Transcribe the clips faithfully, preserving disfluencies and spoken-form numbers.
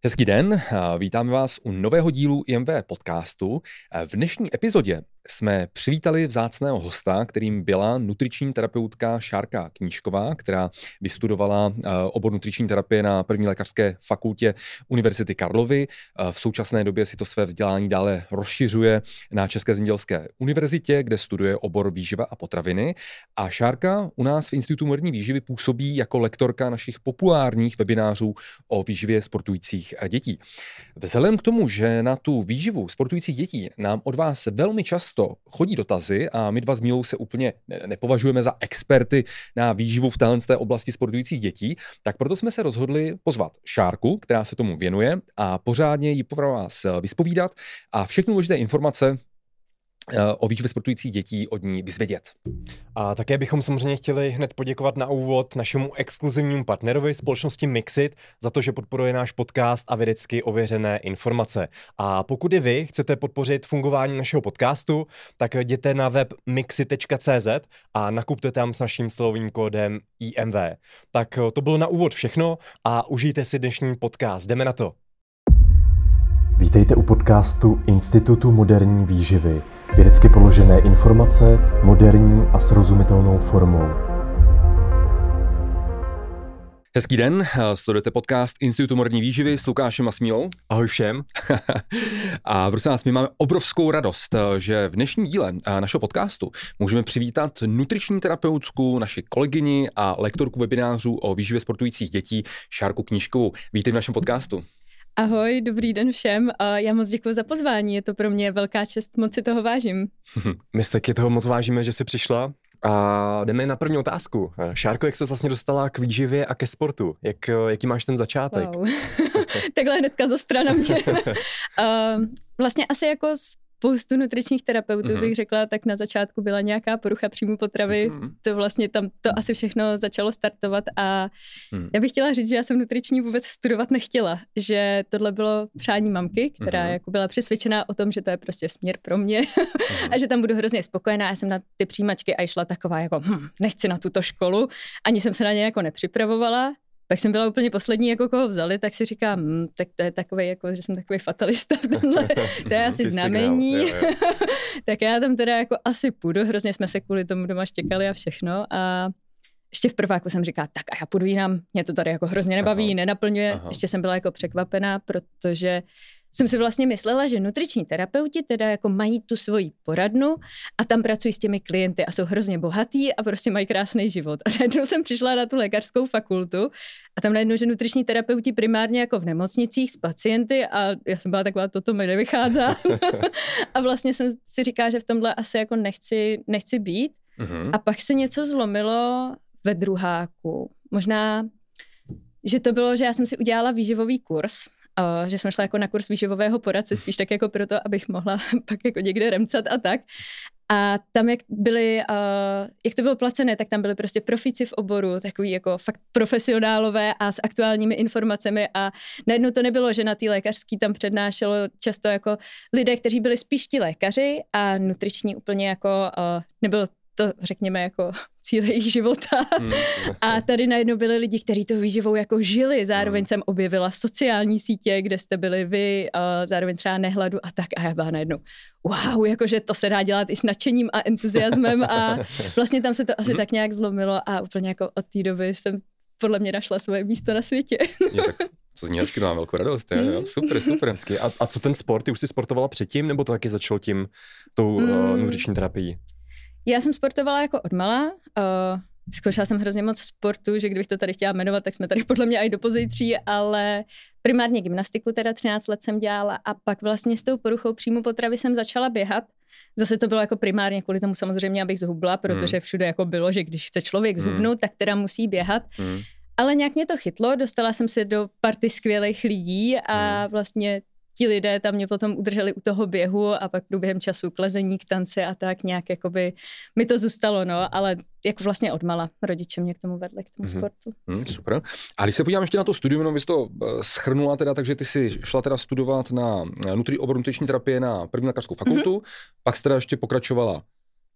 Hezký den, vítáme vás u nového dílu I M V podcastu. V dnešní epizodě jsme přivítali vzácného hosta, kterým byla nutriční terapeutka Šárka Knížková, která vystudovala obor nutriční terapie na první lékařské fakultě Univerzity Karlovy. V současné době si to své vzdělání dále rozšiřuje na České zemědělské univerzitě, kde studuje obor výživa a potraviny. A Šárka u nás v Institutu moderní výživy působí jako lektorka našich populárních webinářů o výživě sportujících dětí. Vzhledem k tomu, že na tu výživu sportujících dětí nám od vás velmi často chodí dotazy a my dva s Mílou se úplně nepovažujeme za experty na výživu v téhle oblasti sportujících dětí, tak proto jsme se rozhodli pozvat Šárku, která se tomu věnuje, a pořádně ji pro vás vyspovídat a všechny důležité informace o výživě sportujících dětí od ní vyzvědět. A také bychom samozřejmě chtěli hned poděkovat na úvod našemu exkluzivnímu partnerovi společnosti Mixit za to, že podporuje náš podcast a vědecky ověřené informace. A pokud i vy chcete podpořit fungování našeho podcastu, tak jděte na web mixit tečka cé zet a nakupte tam s naším slovním kódem I M V. Tak to bylo na úvod všechno a užijte si dnešní podcast. Jdeme na to. Vítejte u podcastu Institutu moderní výživy. Vědecky položené informace, moderní a srozumitelnou formou. Hezký den, sledujete podcast Institutu moderní výživy s Lukášem a s Mílou. Ahoj všem. A prosím vás, my máme obrovskou radost, že v dnešním díle našeho podcastu můžeme přivítat nutriční terapeutku, naši kolegyni a lektorku webinářů o výživě sportujících dětí Šárku Knížkovou. Vítej v našem podcastu. Ahoj, dobrý den všem. Já moc děkuji za pozvání, je to pro mě velká čest, moc si toho vážím. My si taky toho moc vážíme, že jsi přišla. A jdeme na první otázku. Šárko, jak jsi vlastně dostala k výživě a ke sportu? Jak, jaký máš ten začátek? Wow. Takhle hnedka zostra na mě. uh, vlastně asi jako spoustu nutričních terapeutů mm-hmm. bych řekla, tak na začátku byla nějaká porucha příjmu potravy, mm-hmm. to vlastně tam to asi všechno začalo startovat a mm. já bych chtěla říct, že já jsem nutriční vůbec studovat nechtěla, že tohle bylo přání mamky, která mm-hmm. jako byla přesvědčená o tom, že to je prostě směr pro mě mm-hmm. a že tam budu hrozně spokojená. Já jsem na ty přijímačky a šla taková jako hm, nechci na tuto školu, ani jsem se na ně jako nepřipravovala. Tak jsem byla úplně poslední, jako koho vzali, tak si říkám, hm, tak to je takovej, jako, že jsem takový fatalista v tomhle, to je asi znamení. Jo, jo. Tak já tam teda jako asi půjdu, hrozně jsme se kvůli tomu doma štěkali a všechno a ještě v prváku jsem říkala, tak a já půjdu jinam, mě to tady jako hrozně nebaví, aha, nenaplňuje, aha. Ještě jsem byla jako překvapená, protože jsem si vlastně myslela, že nutriční terapeuti teda jako mají tu svoji poradnu a tam pracují s těmi klienty a jsou hrozně bohatý a prostě mají krásný život. A najednou jsem přišla na tu lékařskou fakultu a tam najednou, že nutriční terapeuti primárně jako v nemocnicích s pacienty a já jsem byla taková, toto mi nevychází. A vlastně jsem si říkala, že v tomhle asi jako nechci, nechci být. Mm-hmm. A pak se něco zlomilo ve druháku. Možná, že to bylo, že já jsem si udělala výživový kurz, Uh, že jsem šla jako na kurz výživového poradce, spíš tak jako proto, abych mohla pak jako někde remcat a tak. A tam, jak byly, uh, jak to bylo placené, tak tam byly prostě profíci v oboru, takový jako fakt profesionálové a s aktuálními informacemi a najednou to nebylo, že na té lékařský tam přednášelo často jako lidé, kteří byli spíš ti lékaři a nutriční úplně jako uh, nebyl to, řekněme, jako cíle jejich života. Mm. A tady najednou byli lidi, kteří to výživou jako žili. Zároveň mm. jsem objevila sociální sítě, kde jste byli vy, a zároveň třeba Nehladu a tak. A já byla najednou, wow, jakože to se dá dělat i s nadšením a entuziasmem. A vlastně tam se to asi mm. tak nějak zlomilo a úplně jako od té doby jsem podle mě našla svoje místo na světě. Je, tak to zní hezky, to mám velkou radost. Jo, jo. Super, super. A, a co ten sport? Ty už jsi sportovala předtím, nebo to taky začalo tím, tou mm. uh, nutriční terapií? Já jsem sportovala jako odmala, uh, zkoušela jsem hrozně moc sportu, že kdybych to tady chtěla jmenovat, tak jsme tady podle mě i do pozítří, ale primárně gymnastiku teda třináct let jsem dělala a pak vlastně s tou poruchou příjmu potravy jsem začala běhat. Zase to bylo jako primárně kvůli tomu samozřejmě, abych zhubla, protože všude jako bylo, že když chce člověk zhubnout, tak teda musí běhat. Mm. Ale nějak mě to chytlo, dostala jsem se do party skvělých lidí a vlastně ti lidé tam mě potom udrželi u toho běhu a pak během času k lezení, k tanci a tak nějak jakoby mi to zůstalo, no, ale jako vlastně odmala rodiče mě k tomu vedli, k tomu mm-hmm. sportu. Mm, super. A když se podívám ještě na to studium, no, vy jsi to shrnula teda, takže ty jsi šla teda studovat na nutri, obor nutriční terapie na první lékařskou fakultu, mm-hmm. pak jsi teda ještě pokračovala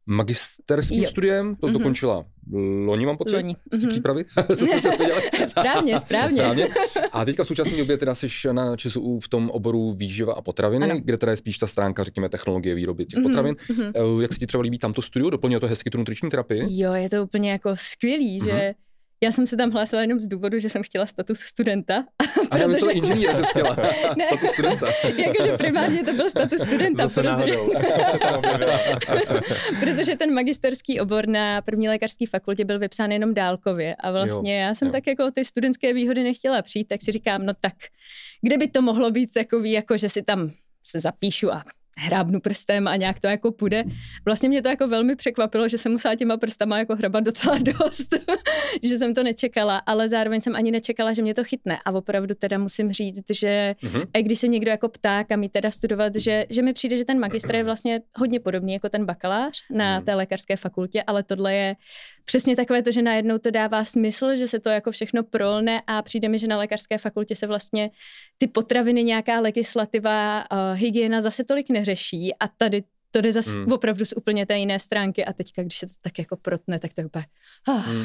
magisterským jo. studiem, to mm-hmm. dokončila loni, mám pocit, loni. z té mm-hmm. přípravy. Co jste se dělali? Správně, správně. správně. A teďka v současné době teda jsi na ČSÚ v tom oboru výživa a potraviny, ano. kde teda je spíš ta stránka, řekněme, technologie výroby těch mm-hmm. potravin. Mm-hmm. Jak se ti třeba líbí tamto studio? Doplňuje to hezky tu nutriční terapii? Jo, je to úplně jako skvělý, mm-hmm. že já jsem se tam hlásila jenom z důvodu, že jsem chtěla status studenta. A já myslím inženýra, že jsi chtěla. Status studenta. Jakože primárně to byl status studenta. Zase náhodou. Protože ten magisterský obor na první lékařské fakultě byl vypsán jenom dálkově a vlastně jo, já jsem jo. tak jako ty studentské výhody nechtěla přijít, tak si říkám, no tak, kde by to mohlo být takový, jako že si tam se zapíšu a hrábnu prstem a nějak to jako půjde. Vlastně mě to jako velmi překvapilo, že jsem musela těma prstama jako hrabat docela dost, že jsem to nečekala, ale zároveň jsem ani nečekala, že mě to chytne a opravdu teda musím říct, že mm-hmm. i když se někdo jako ptá, kam jít teda studovat, že, že mi přijde, že ten magistr je vlastně hodně podobný jako ten bakalář na té lékařské fakultě, ale tohle je přesně takové to, že najednou to dává smysl, že se to jako všechno prolne a přijde mi, že na lékařské fakultě se vlastně ty potraviny, nějaká legislativa, uh, hygiena zase tolik neřeší a tady to jde zase mm. opravdu z úplně té jiné stránky a teďka, když se to tak jako protne, tak to je úplně... Ah. Mm.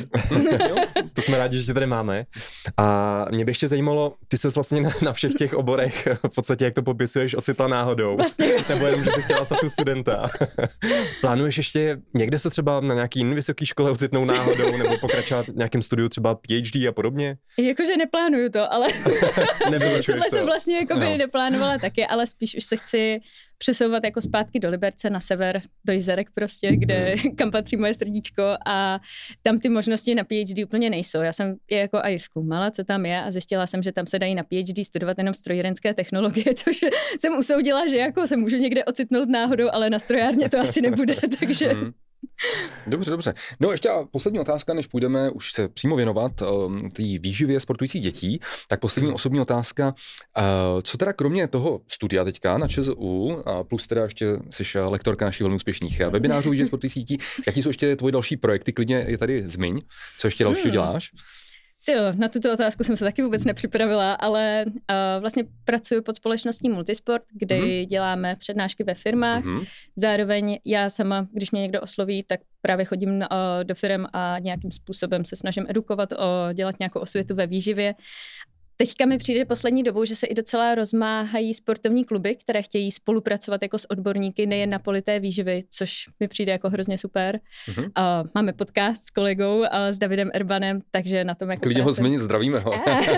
To jsme rádi, že tě tady máme. A mě by ještě zajímalo, ty ses vlastně na, na všech těch oborech, v podstatě jak to popisuješ, ocitla náhodou. Vlastně. Nebo jenom, že jsi chtěla status studenta. Plánuješ ještě někde se třeba na nějaký jiný vysoký škole ocitnout náhodou, nebo pokračovat v nějakém studiu třeba P H D a podobně? Jakože neplánuju to, ale... Nevylučuješ to. jsem vlastně jako by no. neplánovala taky, ale spíš už se chci přesouvat jako zpátky do Liberce na sever, do Jizerek prostě, kde, kam patří moje srdíčko a tam ty možnosti na P H D úplně nejsou. Já jsem je jako i zkoumala, co tam je a zjistila jsem, že tam se dají na P H D studovat jenom strojírenské technologie, což jsem usoudila, že jako se můžu někde ocitnout náhodou, ale na strojárně to asi nebude, takže... Mm. Dobře, dobře. No ještě a poslední otázka, než půjdeme už se přímo věnovat um, té výživě sportujících dětí, tak poslední hmm. osobní otázka, uh, co teda kromě toho studia teďka na ČSÚ, a plus teda ještě jsi lektorka našich velmi úspěšných webinářů výživy sportujících dětí, jaký jsou ještě tvoje další projekty, klidně je tady zmiň, co ještě další hmm. děláš? Jo, na tuto otázku jsem se taky vůbec nepřipravila, ale uh, vlastně pracuji pod společností Multisport, kde mm-hmm. děláme přednášky ve firmách. Mm-hmm. Zároveň já sama, když mě někdo osloví, tak právě chodím uh, do firm a nějakým způsobem se snažím edukovat, o, dělat nějakou osvětu ve výživě. Teďka mi přijde poslední dobou, že se i docela rozmáhají sportovní kluby, které chtějí spolupracovat jako s odborníky nejen na poli té výživy, což mi přijde jako hrozně super. Mm-hmm. Uh, máme podcast s kolegou uh, s Davidem Erbanem, takže na tom jako... Klidně ho změnit, zdravíme ho.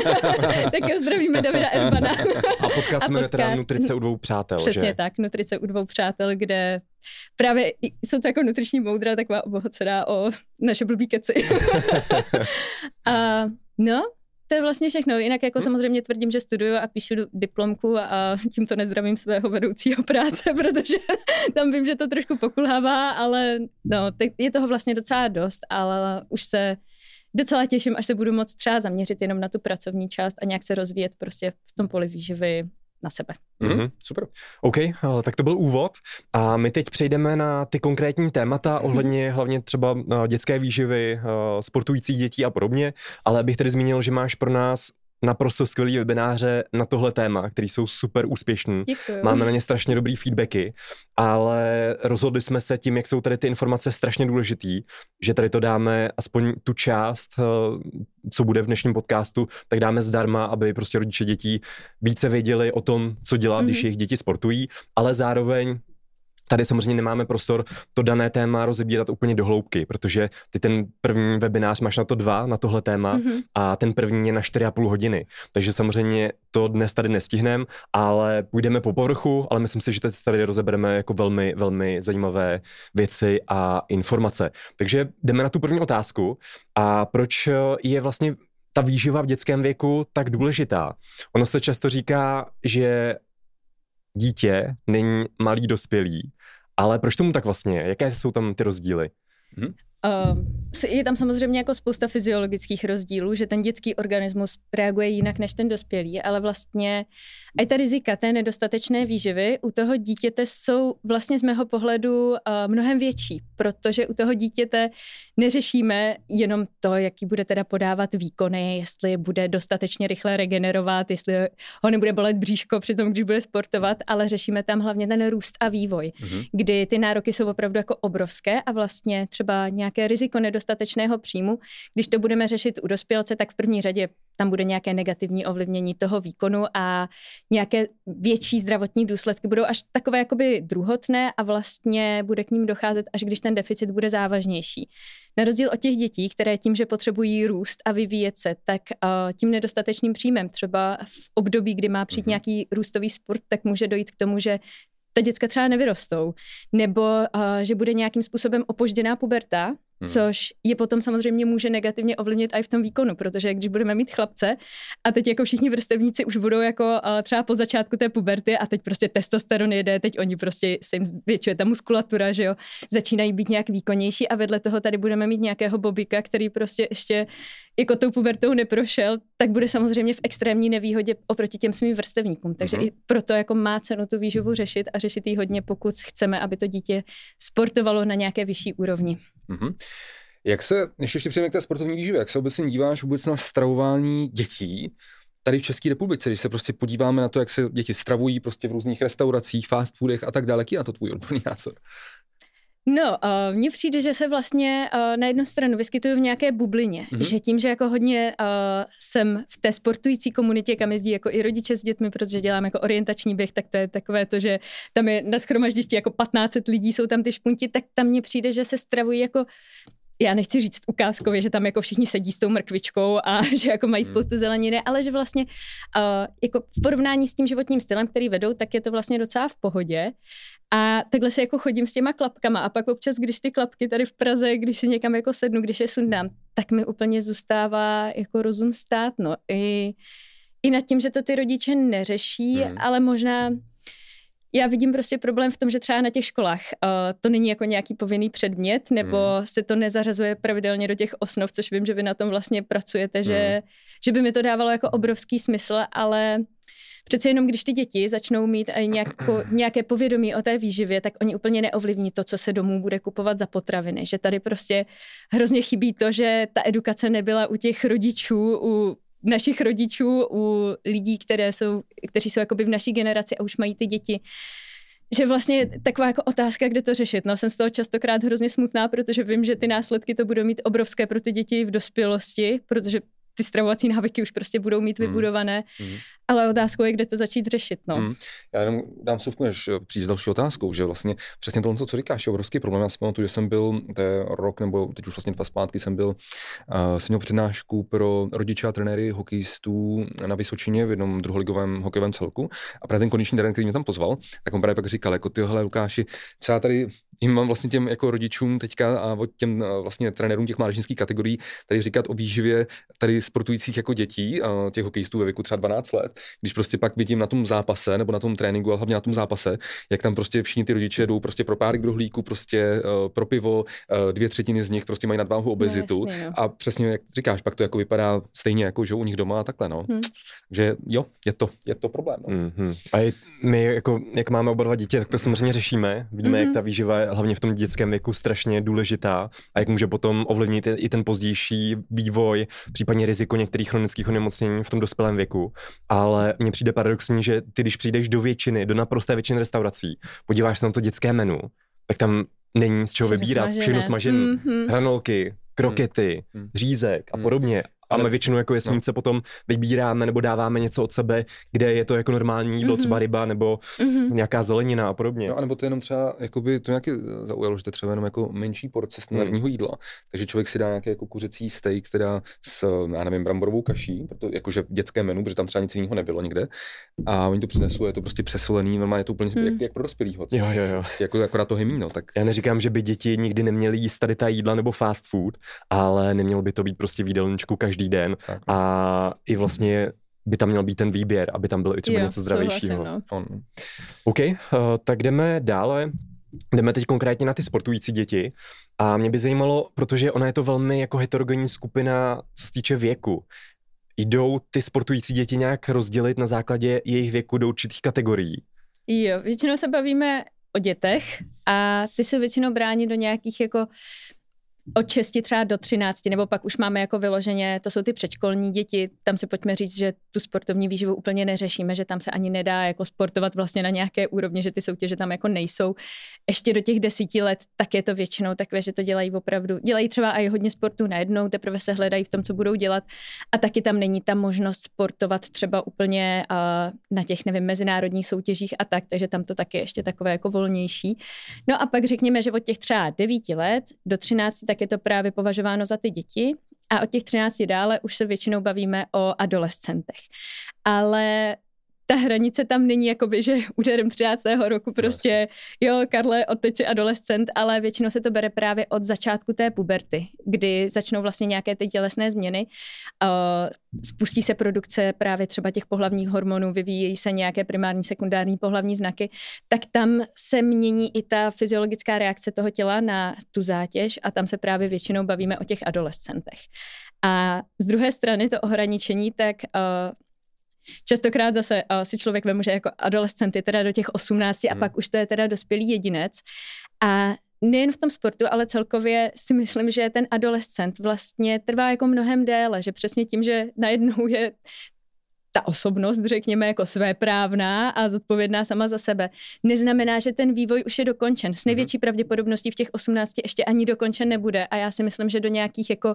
Tak jo, zdravíme Davida Erbana. A podcast se jmenuje teda Nutrice u dvou přátel, Přesně že? tak, Nutrice u dvou přátel, kde právě jsou to jako nutriční moudra, taková obohacená o naše blbý keci. A no, to je vlastně všechno. Jinak jako hmm. samozřejmě tvrdím, že studuju a píšu diplomku a tímto nezdravím svého vedoucího práce, protože tam vím, že to trošku pokulhává, ale no, je toho vlastně docela dost, ale už se docela těším, až se budu moct třeba zaměřit jenom na tu pracovní část a nějak se rozvíjet prostě v tom poli výživy na sebe. Mm-hmm. Super. OK, tak to byl úvod a my teď přejdeme na ty konkrétní témata ohledně hlavně třeba dětské výživy, sportujících dětí a podobně, ale bych tedy zmínil, že máš pro nás naprosto skvělý webináře na tohle téma, který jsou super úspěšný. Děkuju. Máme na ně strašně dobrý feedbacky, ale rozhodli jsme se tím, jak jsou tady ty informace strašně důležitý, že tady to dáme aspoň tu část, co bude v dnešním podcastu, tak dáme zdarma, aby prostě rodiče dětí více věděli o tom, co dělat, mm-hmm. když jejich děti sportují, ale zároveň tady samozřejmě nemáme prostor to dané téma rozebírat úplně do hloubky, protože ty ten první webinář máš na to dva, na tohle téma mm-hmm. a ten první je na čtyři a půl hodiny. Takže samozřejmě to dnes tady nestihneme, ale půjdeme po povrchu, ale myslím si, že teď tady rozebereme jako velmi, velmi zajímavé věci a informace. Takže jdeme na tu první otázku a proč je vlastně ta výživa v dětském věku tak důležitá? Ono se často říká, že dítě není malý dospělý, ale proč tomu tak vlastně je? Jaké jsou tam ty rozdíly? Hmm. Uh, je tam samozřejmě jako spousta fyziologických rozdílů, že ten dětský organismus reaguje jinak než ten dospělý, ale vlastně i ta rizika té nedostatečné výživy u toho dítěte jsou vlastně z mého pohledu uh, mnohem větší, protože u toho dítěte neřešíme jenom to, jaký bude teda podávat výkony, jestli bude dostatečně rychle regenerovat, jestli ho nebude bolet bříško při tom, když bude sportovat, ale řešíme tam hlavně ten růst a vývoj, mm-hmm. kdy ty nároky jsou opravdu jako obrovské a vlastně třeba nějaké riziko nedostatečného příjmu, když to budeme řešit u dospělce, tak v první řadě tam bude nějaké negativní ovlivnění toho výkonu a nějaké větší zdravotní důsledky budou až takové jakoby druhotné a vlastně bude k ním docházet, až když ten deficit bude závažnější. Na rozdíl od těch dětí, které tím, že potřebují růst a vyvíjet se, tak uh, tím nedostatečným příjmem, třeba v období, kdy má přijít mm-hmm. nějaký růstový spurt, tak může dojít k tomu, že ta děcka třeba nevyrostou, nebo uh, že bude nějakým způsobem opožděná puberta, Hmm. což je potom samozřejmě může negativně ovlivnit i v tom výkonu, protože když budeme mít chlapce a teď jako všichni vrstevníci už budou jako uh, třeba po začátku té puberty a teď prostě testosteron jede, teď oni prostě se jim zvětšuje ta muskulatura, že jo, začínají být nějak výkonnější a vedle toho tady budeme mít nějakého bobika, který prostě ještě jako tou pubertou neprošel, tak bude samozřejmě v extrémní nevýhodě oproti těm svým vrstevníkům. Takže hmm. i proto jako má cenu tu výživu řešit a řešit ji hodně, pokud chceme, aby to dítě sportovalo na nějaké vyšší úrovni. Mm-hmm. Jak se, než ještě přejdeme k té sportovní výživě, jak se obecně díváš vůbec na stravování dětí tady v České republice, když se prostě podíváme na to, jak se děti stravují prostě v různých restauracích, fast foodech a tak dále, jaký je na to tvůj odborný názor? No, uh, mně přijde, že se vlastně uh, na jednu stranu vyskytuju v nějaké bublině, mm-hmm. že tím, že jako hodně uh, jsem v té sportující komunitě, kam jezdí jako i rodiče s dětmi, protože dělám jako orientační běh, tak to je takové to, že tam je na shromaždišti jako patnáct set lidí, jsou tam ty špunti, tak tam mně přijde, že se stravují jako já nechci říct ukázkově, že tam jako všichni sedí s tou mrkvičkou a že jako mají spoustu zeleniny, ale že vlastně uh, jako v porovnání s tím životním stylem, který vedou, tak je to vlastně docela v pohodě. A takhle si jako chodím s těma klapkama a pak občas, když ty klapky tady v Praze, když si někam jako sednu, když je sundám, tak mi úplně zůstává jako rozum stát, no. I, i nad tím, že to ty rodiče neřeší, hmm. ale možná já vidím prostě problém v tom, že třeba na těch školách uh, to není jako nějaký povinný předmět, nebo hmm. se to nezařazuje pravidelně do těch osnov, což vím, že vy na tom vlastně pracujete, hmm. že, že by mi to dávalo jako obrovský smysl, ale přece jenom když ty děti začnou mít i nějako, nějaké povědomí o té výživě, tak oni úplně neovlivní to, co se domů bude kupovat za potraviny. Že tady prostě hrozně chybí to, že ta edukace nebyla u těch rodičů, u našich rodičů, u lidí, které jsou, kteří jsou jakoby v naší generaci a už mají ty děti. Že vlastně taková jako otázka, kde to řešit. No, jsem z toho častokrát hrozně smutná, protože vím, že ty následky to budou mít obrovské pro ty děti v dospělosti, protože ty stravovací návyky už prostě budou mít vybudované, mm. ale otázkou je, kde to začít řešit, no. Mm. Já jenom dám vsuvku, než přijít s další otázkou, že vlastně přesně tohle, co říkáš, je obrovský problém. Já si pamatuju, že jsem byl, to je rok, nebo teď už vlastně dva zpátky, jsem byl, uh, jsem měl přednášku pro rodiče a trenéry hokejistů na Vysočině v jednom druholigovém hokejovém celku a právě ten kondiční trenér, který mě tam pozval, tak on právě pak říkal, jako tyhle Lukáši, třeba tady jim mám vlastně těm jako rodičům teďka a od těm vlastně trenérům těch mládežnických kategorií tady říkat o výživě tady sportujících jako dětí, a těch hokejistů ve věku třeba dvanáct let, když prostě pak vidím na tom zápase nebo na tom tréninku, ale hlavně na tom zápase, jak tam prostě všichni ty rodiče jdou prostě pro párek rohlíku, prostě uh, pro pivo, uh, dvě třetiny z nich prostě mají nadváhu, obezitu no, jasně, no. A přesně jak říkáš, pak to jako vypadá stejně jako že u nich doma a takhle, no. Hmm. Takže jo, je to, je to problém. No. Mm-hmm. A je, my jako, jak máme oba dva dítě, tak to samozřejmě řešíme. Vidíme, mm-hmm. jak ta výživa je hlavně v tom dětském věku strašně důležitá a jak může potom ovlivnit i ten pozdější vývoj, případně riziko některých chronických onemocnění v tom dospělém věku. Ale mně přijde paradoxní, že ty, když přijdeš do většiny, do naprosté většiny restaurací, podíváš se na to dětské menu, tak tam není z čeho všechno vybírat, smažené. všechno smažené, mm-hmm. hranolky, krokety, mm. řízek a podobně. Ale my většinou jako jestli no. se potom vybíráme nebo dáváme něco od sebe, kde je to jako normální jídlo, mm-hmm. třeba ryba nebo mm-hmm. nějaká zelenina a podobně. No a nebo to jenom třeba, jakoby to nějaký zaujalo, že to je třeba jenom jako menší porce standardního mm. jídla. Takže člověk si dá nějaký jako kuřecí steak, teda s, já nevím, bramborovou kaší, proto jakože v dětském menu, protože tam třeba nic jiného nebylo nikde. A oni to přinesou, je to prostě přesolený, normálně je to úplně mm. jak, jak pro dospělýho. Jo, jo, jo. Prostě jako akorát to hymíno, tak. Já neříkám, že by děti nikdy neměly jíst tady ta jídla nebo fast food, ale nemělo by to být prostě v jídelníčku každý den. Tak. A i vlastně by tam měl být ten výběr, aby tam bylo i třeba jo, něco zdravějšího. No. OK, uh, tak jdeme dále. jdeme teď konkrétně na ty sportující děti a mě by zajímalo, protože ona je to velmi jako heterogenní skupina, co se týče věku. Jdou ty sportující děti nějak rozdělit na základě jejich věku do určitých kategorií? Jo, většinou se bavíme o dětech a ty jsou většinou bráni do nějakých jako od šesti třeba do třinácti, nebo pak už máme jako vyloženě, to jsou ty předškolní děti, tam si pojďme říct, že tu sportovní výživu úplně neřešíme, že tam se ani nedá jako sportovat vlastně na nějaké úrovni, že ty soutěže tam jako nejsou. Ještě do těch desíti let tak je to většinou takové, že to dělají opravdu, dělají třeba i hodně sportů najednou, teprve se hledají v tom, co budou dělat a taky tam není ta možnost sportovat třeba úplně uh, na těch, nevím, mezinárodních soutěžích a tak, takže tam to taky ještě takové jako volnější. No a pak řekněme, že od těch třeba devíti let do třinácti tak je to právě považováno za ty děti a od těch třinácti dále už se většinou bavíme o adolescentech. Ale ta hranice tam není jakoby, že úderem třináctého roku prostě, jo, Karle, od teď si adolescent, ale většinou se to bere právě od začátku té puberty, kdy začnou vlastně nějaké ty tělesné změny, uh, spustí se produkce právě třeba těch pohlavních hormonů, vyvíjejí se nějaké primární, sekundární pohlavní znaky, tak tam se mění i ta fyziologická reakce toho těla na tu zátěž a tam se právě většinou bavíme o těch adolescentech. A z druhé strany to ohraničení, tak uh, častokrát zase uh, si člověk veme, že jako adolescent je teda do těch osmnácti hmm. a pak už to je teda dospělý jedinec. A nejen v tom sportu, ale celkově si myslím, že ten adolescent vlastně trvá jako mnohem déle, že přesně tím, že najednou je ta osobnost, řekněme, jako svéprávná a zodpovědná sama za sebe, neznamená, že ten vývoj už je dokončen. S největší pravděpodobností v těch osmnácti ještě ani dokončen nebude a já si myslím, že do nějakých jako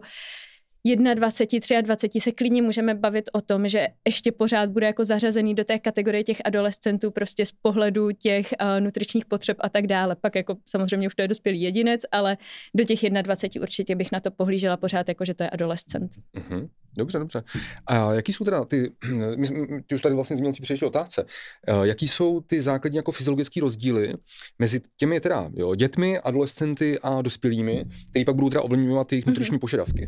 dvacet jedna, dvacet tři se klidně můžeme bavit o tom, že ještě pořád bude jako zařazený do té kategorie těch adolescentů prostě z pohledu těch uh, nutričních potřeb a tak dále. Pak jako samozřejmě už to je dospělý jedinec, ale do těch dvacet jedna určitě bych na to pohlížela pořád jako, že to je adolescent. Mm-hmm. Dobře, dobře. A jaký jsou teda ty, ty už tady vlastně zmínil ty předešlé otázce, jaký jsou ty základní jako fyziologické rozdíly mezi těmi teda jo, dětmi, adolescenty a dospělými, který pak budou teda ovlivňovat ty nutriční mm-hmm. požadavky?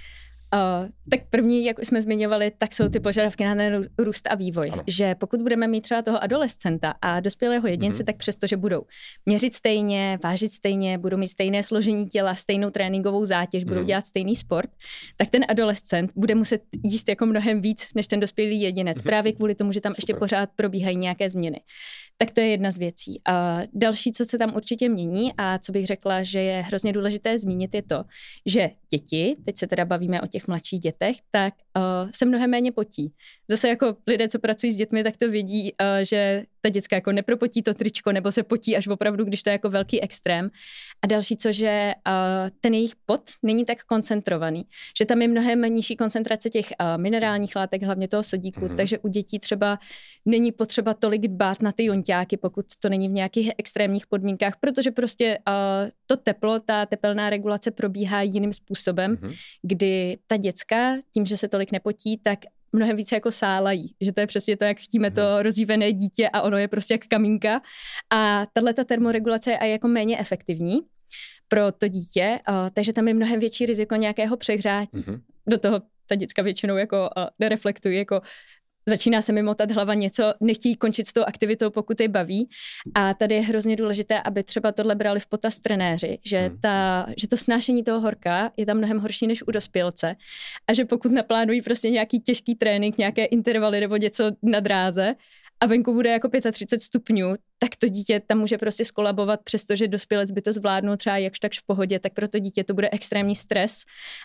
Uh, tak první, jak už jsme zmiňovali, tak jsou ty požadavky na ten růst a vývoj. Ano. Že pokud budeme mít třeba toho adolescenta a dospělého jedince, mm-hmm. tak přesto, že budou měřit stejně, vážit stejně, budou mít stejné složení těla, stejnou tréninkovou zátěž, mm-hmm. budou dělat stejný sport, tak ten adolescent bude muset jíst jako mnohem víc než ten dospělý jedinec. Mm-hmm. Právě kvůli tomu, že tam ještě pořád probíhají nějaké změny. Tak to je jedna z věcí. A další, co se tam určitě mění a co bych řekla, že je hrozně důležité zmínit, je to, že děti, teď se teda bavíme o těch mladších dětech, tak uh, se mnohem méně potí. Zase jako lidé, co pracují s dětmi, tak to vidí, uh, že ta děcka jako nepropotí to tričko, nebo se potí až opravdu, když to je jako velký extrém. A další, co, že uh, ten jejich pot není tak koncentrovaný, že tam je mnohem nižší koncentrace těch uh, minerálních látek, hlavně toho sodíku, mm-hmm. takže u dětí třeba není potřeba tolik dbát na ty jonťáky, pokud to není v nějakých extrémních podmínkách, protože prostě uh, to teplo, ta tepelná regulace probíhá jiným způsobem, mm-hmm. kdy ta děcka, tím, že se tolik nepotí, tak mnohem více jako sálají, že to je přesně to, jak chtíme to rozjívené dítě a ono je prostě jak kamínka a tato termoregulace je jako méně efektivní pro to dítě, uh, takže tam je mnohem větší riziko nějakého přehřátí. Mm-hmm. Do toho ta děcka většinou jako uh, nereflektují, jako začíná se mi motat hlava něco, nechtějí končit s tou aktivitou, pokud je baví. A tady je hrozně důležité, aby třeba tohle brali v potaz trenéři, že, ta, že to snášení toho horka je tam mnohem horší než u dospělce a že pokud naplánují prostě nějaký těžký trénink, nějaké intervaly nebo něco na dráze a venku bude jako třicet pět stupňů, tak to dítě tam může prostě skolabovat, přestože dospělec by to zvládnul třeba jakž takž v pohodě, tak pro to dítě to bude extrémní stres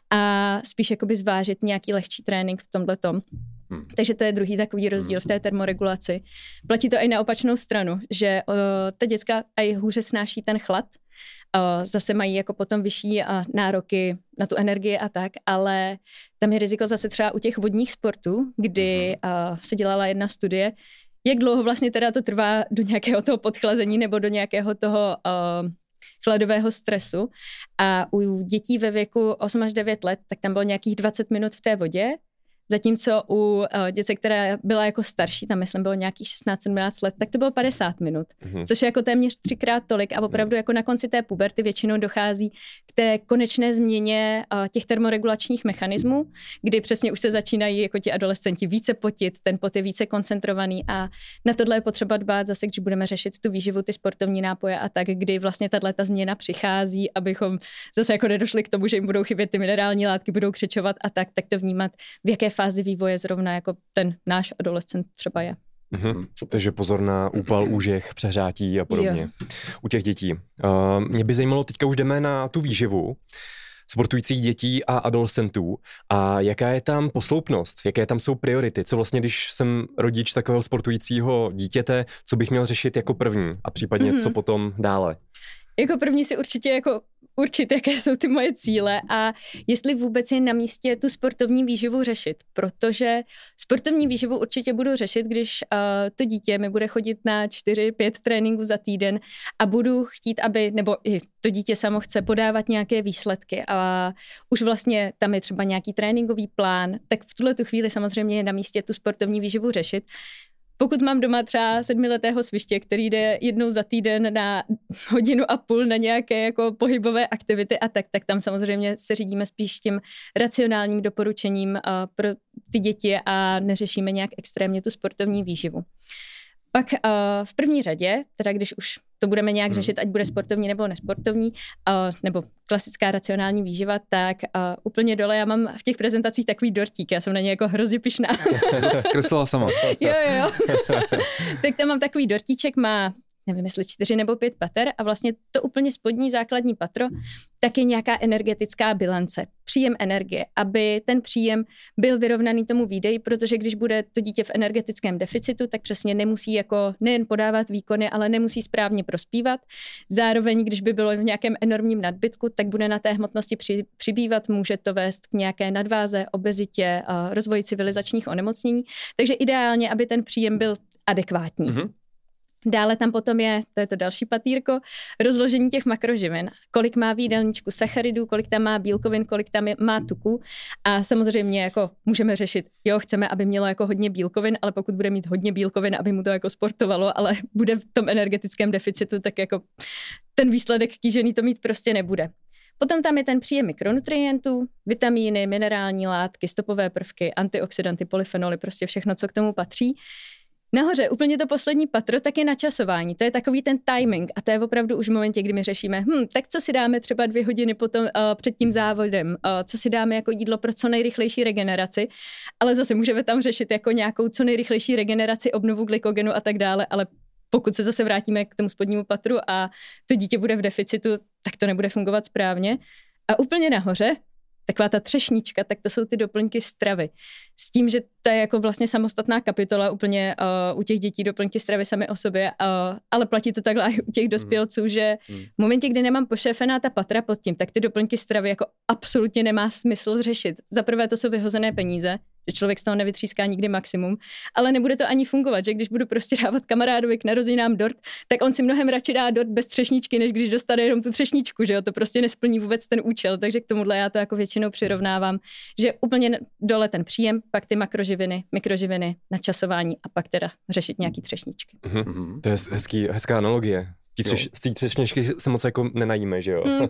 a spíš jakoby zvážit nějaký lehčí trénink v tomhletom. Hmm. Takže to je druhý takový rozdíl v té termoregulaci. Platí to i na opačnou stranu, že uh, ta děcka i hůře snáší ten chlad, uh, zase mají jako potom vyšší uh, nároky na tu energii a tak, ale tam je riziko zase třeba u těch vodních sportů, kdy uh, se dělala jedna studie, jak dlouho vlastně teda to trvá do nějakého toho podchlazení nebo do nějakého toho uh, chladového stresu a u dětí ve věku osm až devět let, tak tam bylo nějakých dvacet minut v té vodě, Zatímco u uh, dětce, která byla jako starší, tam myslím bylo nějakých šestnáct sedmnáct let, tak to bylo padesát minut, mm-hmm. což je jako téměř třikrát tolik a opravdu mm. jako na konci té puberty většinou dochází k té konečné změně uh, těch termoregulačních mechanismů, kdy přesně už se začínají jako ti adolescenti více potit, ten pot je více koncentrovaný a na tohle je potřeba dbát zase, když budeme řešit tu výživu, ty sportovní nápoje a tak, kdy vlastně tato změna přichází, abychom zase jako nedošli k tomu, že jim budou chybět ty minerální látky, budou křečovat a tak, tak to vnímat, v jaké fázi vývoje zrovna jako ten náš adolescent třeba je. Mm-hmm. Takže pozor na úpal, úžeh, přehřátí a podobně jo. u těch dětí. Uh, mě by zajímalo, teďka už jdeme na tu výživu sportujících dětí a adolescentů a jaká je tam posloupnost, jaké tam jsou priority, co vlastně, když jsem rodič takového sportujícího dítěte, co bych měl řešit jako první a případně mm-hmm. co potom dále? Jako první si určitě jako určit, jaké jsou ty moje cíle a jestli vůbec je na místě tu sportovní výživu řešit, protože sportovní výživu určitě budu řešit, když uh, to dítě mi bude chodit na čtyři pět tréninků za týden a budu chtít, aby, nebo i to dítě samo chce podávat nějaké výsledky a už vlastně tam je třeba nějaký tréninkový plán, tak v tuhle tu chvíli samozřejmě je na místě tu sportovní výživu řešit. Pokud mám doma třeba sedmiletého sviště, který jde jednou za týden na hodinu a půl na nějaké jako pohybové aktivity a tak, tak tam samozřejmě se řídíme spíš tím racionálním doporučením uh, pro ty děti a neřešíme nějak extrémně tu sportovní výživu. Pak uh, v první řadě, teda když už to budeme nějak řešit, ať bude sportovní nebo nesportovní, uh, nebo klasická racionální výživa, tak uh, úplně dole já mám v těch prezentacích takový dortík, já jsem na ně jako hrozně pyšná. Kreslila sama. jo, jo, jo. Tak tam mám takový dortíček, má nevím, jestli čtyři nebo pět pater a vlastně to úplně spodní základní patro, tak je nějaká energetická bilance, příjem energie, aby ten příjem byl vyrovnaný tomu výdeji, protože když bude to dítě v energetickém deficitu, tak přesně nemusí jako nejen podávat výkony, ale nemusí správně prospívat. Zároveň, když by bylo v nějakém enormním nadbytku, tak bude na té hmotnosti při, přibývat, může to vést k nějaké nadváze, obezitě, rozvoji civilizačních onemocnění. Takže ideálně, aby ten příjem byl adekvátní. Mm-hmm. Dále tam potom je, to je to další patýrko, rozložení těch makroživin. Kolik má v jídelníčku sacharidů, kolik tam má bílkovin, kolik tam je, má tuku. A samozřejmě jako můžeme řešit, jo, chceme, aby mělo jako hodně bílkovin, ale pokud bude mít hodně bílkovin, aby mu to jako sportovalo, ale bude v tom energetickém deficitu, tak jako ten výsledek kýžený to mít prostě nebude. Potom tam je ten příjem mikronutrientů, vitamíny, minerální látky, stopové prvky, antioxidanty, polyfenoly, prostě všechno, co k tomu patří. Nahoře, úplně to poslední patro, tak je načasování. To je takový ten timing a to je opravdu už v momentě, kdy my řešíme, hm, tak co si dáme třeba dvě hodiny potom uh, před tím závodem, uh, co si dáme jako jídlo pro co nejrychlejší regeneraci, ale zase můžeme tam řešit jako nějakou co nejrychlejší regeneraci, obnovu glykogenu a tak dále, ale pokud se zase vrátíme k tomu spodnímu patru a to dítě bude v deficitu, tak to nebude fungovat správně. A úplně nahoře, taková ta třešnička, tak to jsou ty doplňky stravy. S tím, že to je jako vlastně samostatná kapitola úplně uh, u těch dětí doplňky stravy sami o sobě, uh, ale platí to takhle i u těch dospělců, mm. že v momentě, kdy nemám pošéfená ta patra pod tím, tak ty doplňky stravy jako absolutně nemá smysl řešit. Za prvé to jsou vyhozené peníze, že člověk z toho nevytříská nikdy maximum, ale nebude to ani fungovat, že když budu prostě dávat kamarádovi k narozeninám dort, tak on si mnohem radši dá dort bez třešničky, než když dostane jenom tu třešničku, že jo, to prostě nesplní vůbec ten účel, takže k tomuhle já to jako většinou přirovnávám, že úplně dole ten příjem, pak ty makroživiny, mikroživiny, načasování a pak teda řešit nějaký třešničky. Mm-hmm. To je hezký, hezká analogie. Třeš, z té třešničky se moc jako nenajíme, že jo? Mm.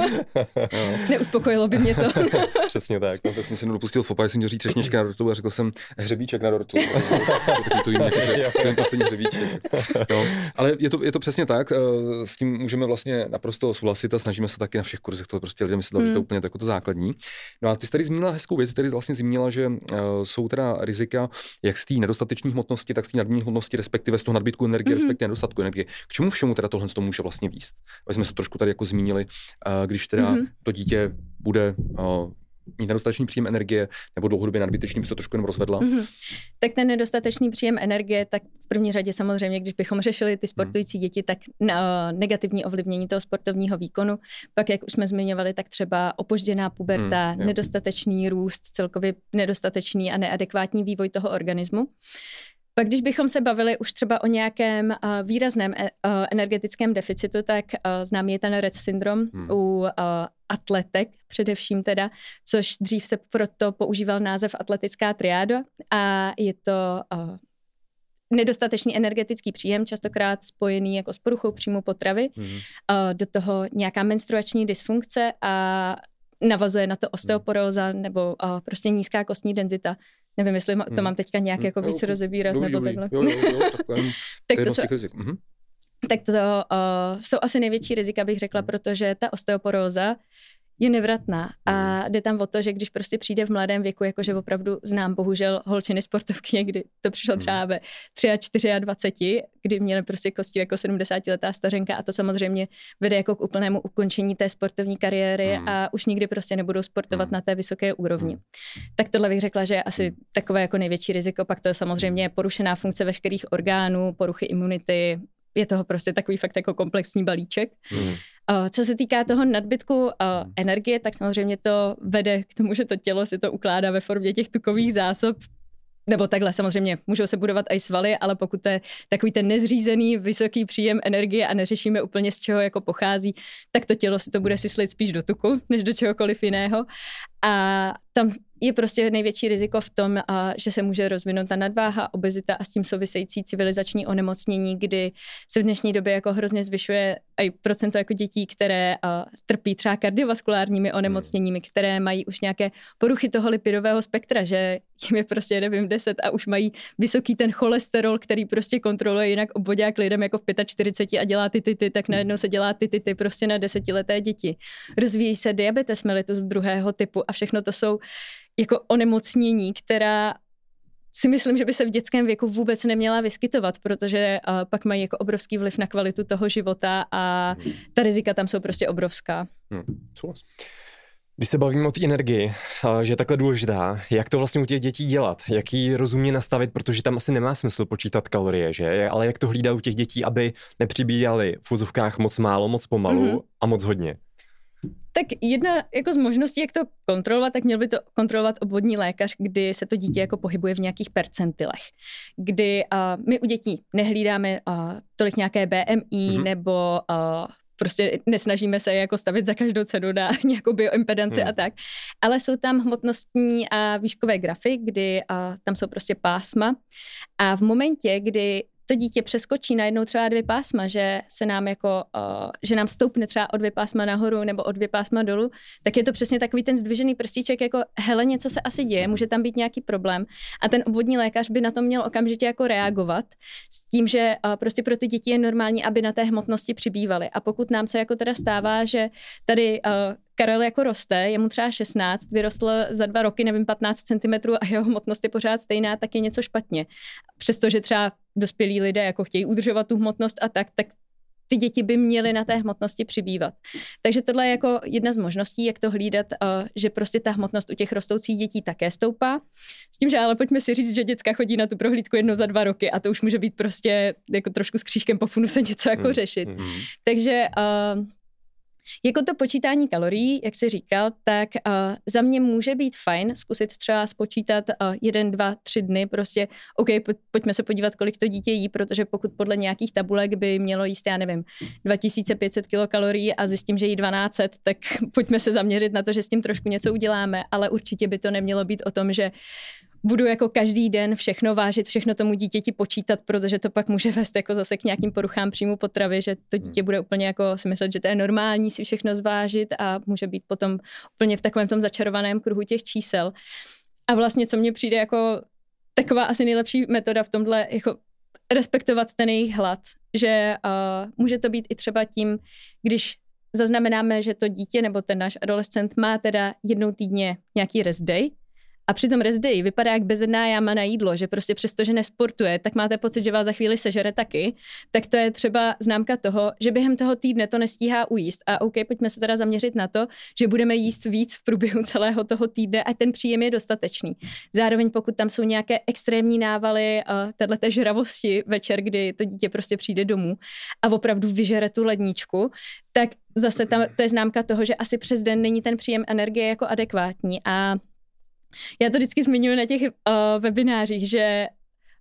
Neuspokojilo by mě to. Přesně tak. No, tak jsem si dopustil fopa, jsem chtěl říct třešnička na dortu a řekl jsem hřebíček na dortu. Takový to jiný, že ten poslední hřebíček. No. Ale je to, je to přesně tak, s tím můžeme vlastně naprosto souhlasit a snažíme se taky na všech kurzech to prostě lidem myslet, mm. že to je úplně jako to základní. No a ty jsi tady zmínila hezkou věc, tady vlastně zmínila, že uh, jsou teda rizika jak z té nedostatečné hmotnosti, tak z té nadměrné hmotnosti, respektive z toho nadbytku energie, mm. respektive nedostatku energie. K čemu všemu teda tohle to může vlastně výst? My jsme se to trošku tady jako zmínili, když teda mm-hmm. to dítě bude uh, mít nedostatečný příjem energie nebo dlouhodobě nadbytečný, by se to trošku jenom rozvedla. Mm-hmm. Tak ten nedostatečný příjem energie, tak v první řadě samozřejmě, když bychom řešili ty sportující mm. děti, tak na negativní ovlivnění toho sportovního výkonu. Pak, jak už jsme zmiňovali, tak třeba opožděná puberta, mm, nedostatečný růst, celkově nedostatečný a neadekvátní vývoj toho organismu. Pak když bychom se bavili už třeba o nějakém uh, výrazném uh, energetickém deficitu, tak uh, známý je ten Rett syndrom hmm. u uh, atletek, především teda, což dřív se proto používal název atletická triáda a je to uh, nedostatečný energetický příjem, častokrát spojený jako s poruchou příjmu potravy, mm. uh, do toho nějaká menstruační dysfunkce a navazuje na to osteoporóza nebo uh, prostě nízká kostní denzita. Nevím, jestli to hmm. mám teďka nějak jako víc rozebírat jo, nebo jo, takhle. Jo, jo, jo, takhle. tak to jsou, mhm. tak to uh, jsou asi největší rizika, bych řekla, protože ta osteoporóza je nevratná a jde tam o to, že když prostě přijde v mladém věku, jakože opravdu znám bohužel holčiny sportovky, kdy to přišlo třeba ve dvacet tři, kdy měly prostě kosti jako sedmdesátiletá stařenka a to samozřejmě vede jako k úplnému ukončení té sportovní kariéry hmm. a už nikdy prostě nebudou sportovat hmm. na té vysoké úrovni. Hmm. Tak tohle bych řekla, že je asi takové jako největší riziko, pak to je samozřejmě porušená funkce veškerých orgánů, poruchy imunity, je toho prostě takový fakt jako komplexní balíček. Hmm. Co se týká toho nadbytku uh, energie, tak samozřejmě to vede k tomu, že to tělo si to ukládá ve formě těch tukových zásob, nebo takhle samozřejmě můžou se budovat i svaly, ale pokud to je takový ten nezřízený vysoký příjem energie a neřešíme úplně z čeho jako pochází, tak to tělo si to bude syslit spíš do tuku, než do čehokoliv jiného. A tam je prostě největší riziko v tom, že se může rozvinout ta nadváha, obezita a s tím související civilizační onemocnění, kdy se v dnešní době jako hrozně zvyšuje i procento jako dětí, které trpí třeba kardiovaskulárními onemocněními, které mají už nějaké poruchy toho lipidového spektra, že jim je prostě, nevím, deset a už mají vysoký ten cholesterol, který prostě kontroluje jinak obvodák lidem jako v čtyřiceti pěti a dělá ty, ty, ty, tak najednou se dělá ty, ty, ty prostě na desetileté děti. Rozvíjí se diabetes mellitus druhého typu a všechno to jsou jako onemocnění, která si myslím, že by se v dětském věku vůbec neměla vyskytovat, protože uh, pak mají jako obrovský vliv na kvalitu toho života a ta rizika tam jsou prostě obrovská. Hmm. Když se bavíme o té energii, že je takhle důležitá, jak to vlastně u těch dětí dělat? Jak ji rozumně nastavit, protože tam asi nemá smysl počítat kalorie, že? Ale jak to hlídat u těch dětí, aby nepřibíjali v úzovkách moc málo, moc pomalu mm-hmm. a moc hodně? Tak jedna jako z možností, jak to kontrolovat, tak měl by to kontrolovat obvodní lékař, kdy se to dítě jako pohybuje v nějakých percentilech. Kdy uh, my u dětí nehlídáme uh, tolik nějaké B M I mm-hmm. nebo uh, prostě nesnažíme se jako stavit za každou cenu na nějakou bioimpedanci hmm. a tak, ale jsou tam hmotnostní a výškové grafy, kdy a, tam jsou prostě pásma a v momentě, kdy to dítě přeskočí najednou třeba dvě pásma, že se nám jako, uh, že nám stoupne třeba o dvě pásma nahoru nebo o dvě pásma dolů, tak je to přesně takový ten zdvižený prstíček, jako hele, něco se asi děje, může tam být nějaký problém a ten obvodní lékař by na to měl okamžitě jako reagovat s tím, že uh, prostě pro ty děti je normální, aby na té hmotnosti přibývaly a pokud nám se jako teda stává, že tady uh, Karel jako roste, je mu třeba šestnáct, vyrostl za dva roky, nevím, patnáct centimetrů a jeho hmotnost je pořád stejná, tak je něco špatně. Přestože třeba dospělí lidé jako chtějí udržovat tu hmotnost a tak, tak ty děti by měly na té hmotnosti přibývat. Takže tohle je jako jedna z možností, jak to hlídat, že prostě ta hmotnost u těch rostoucích dětí také stoupá. S tím, že ale pojďme si říct, že děcka chodí na tu prohlídku jednou za dva roky a to už může být prostě jako trošku s křížkem po funuse něco jako řešit. Mm-hmm. Takže uh, jako to počítání kalorií, jak jsi říkal, tak uh, za mě může být fajn zkusit třeba spočítat uh, jeden, dva, tři dny, prostě OK, pojďme se podívat, kolik to dítě jí, protože pokud podle nějakých tabulek by mělo jíst, já nevím, dva tisíce pět set kilokalorií a zjistím, že jí dvanáct set, tak pojďme se zaměřit na to, že s tím trošku něco uděláme, ale určitě by to nemělo být o tom, že budu jako každý den všechno vážit, všechno tomu dítěti počítat, protože to pak může vést jako zase k nějakým poruchám příjmu potravy, že to dítě bude úplně jako si myslet, že to je normální si všechno zvážit a může být potom úplně v takovém tom začarovaném kruhu těch čísel. A vlastně, co mně přijde jako taková asi nejlepší metoda v tomhle, jako respektovat ten jejich hlad, že uh, může to být i třeba tím, když zaznamenáme, že to dítě nebo ten náš adolescent má teda jednou týdně nějaký rest day, a při tom rest day vypadá jak bezedná jáma na jídlo, že prostě přesto, že nesportuje, tak máte pocit, že vás za chvíli sežere taky, tak to je třeba známka toho, že během toho týdne to nestíhá ujíst. A OK, pojďme se teda zaměřit na to, že budeme jíst víc v průběhu celého toho týdne a ten příjem je dostatečný. Zároveň pokud tam jsou nějaké extrémní návaly téhleté žravosti večer, kdy to dítě prostě přijde domů a opravdu vyžere tu ledničku, tak zase tam, to je známka toho, že asi přes den není ten příjem energie jako adekvátní. A já to vždycky zmiňuji na těch uh, webinářích, že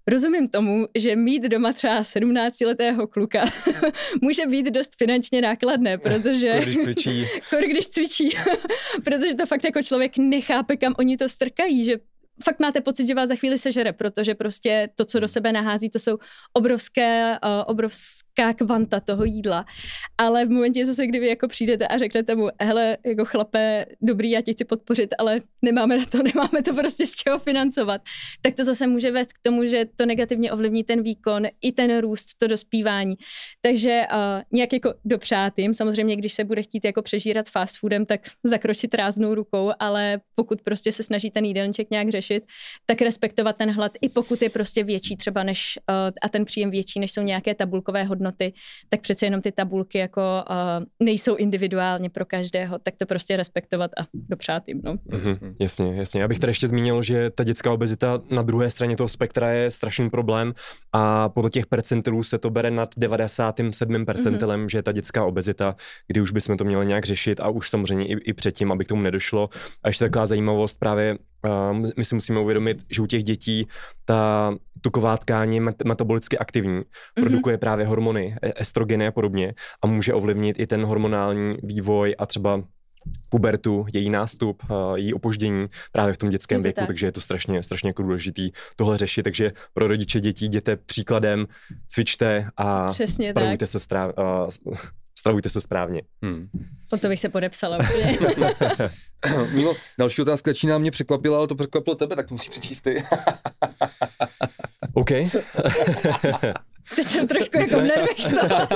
rozumím tomu, že mít doma třeba sedmnáctiletého kluka může být dost finančně nákladné, protože... Kor, když cvičí. Kor, když cvičí. Protože to fakt jako člověk nechápe, kam oni to strkají, že fakt máte pocit, že vás za chvíli sežere, protože prostě to, co do sebe nahází, to jsou obrovské, uh, obrovská kvanta toho jídla. Ale v momentě zase, kdy vy jako přijdete a řeknete mu, hele, jako chlape, dobrý, já tě chci podpořit, ale nemáme na to, nemáme to prostě z čeho financovat, tak to zase může vést k tomu, že to negativně ovlivní ten výkon, i ten růst, to dospívání. Takže uh, nějak jako dopřát jim, samozřejmě, když se bude chtít jako přežírat fast foodem, tak zakročit ráznou rukou, ale pokud prostě se snaží ten jídelníček nějak řešit, tak respektovat ten hlad, i pokud je prostě větší třeba než, uh, a ten příjem větší, než jsou nějaké tabulkové hodnoty, tak přece jenom ty tabulky jako uh, nejsou individuálně pro každého, tak to prostě respektovat a dopřát jim, no. Mm-hmm, jasně, jasně. Já bych tady ještě zmínil, že ta dětská obezita na druhé straně toho spektra je strašný problém a podle těch percentilů se to bere nad devadesátým sedmým percentilem, mm-hmm. že je ta dětská obezita, kdy už bychom to měli nějak řešit a už samozřejmě i, i předtím, aby k tomu nedošlo. A ještě taková zajímavost právě Uh, my si musíme uvědomit, že u těch dětí ta tuková tkáň je met- metabolicky aktivní, mm-hmm. produkuje právě hormony, estrogeny a podobně a může ovlivnit i ten hormonální vývoj a třeba pubertu, její nástup, uh, její opoždění právě v tom dětském věku, tak. Takže je to strašně, strašně jako důležitý tohle řešit, takže pro rodiče dětí jděte příkladem, cvičte a Přesně spravujte tak. se stráv, uh, stravujte se správně. Hmm. O to bych se podepsala úplně. Milo, další otázka začíná mě překvapila, ale to překvapilo tebe, tak to musí přečíst ty. OK. Teď jsem trošku jako v nervech z toho.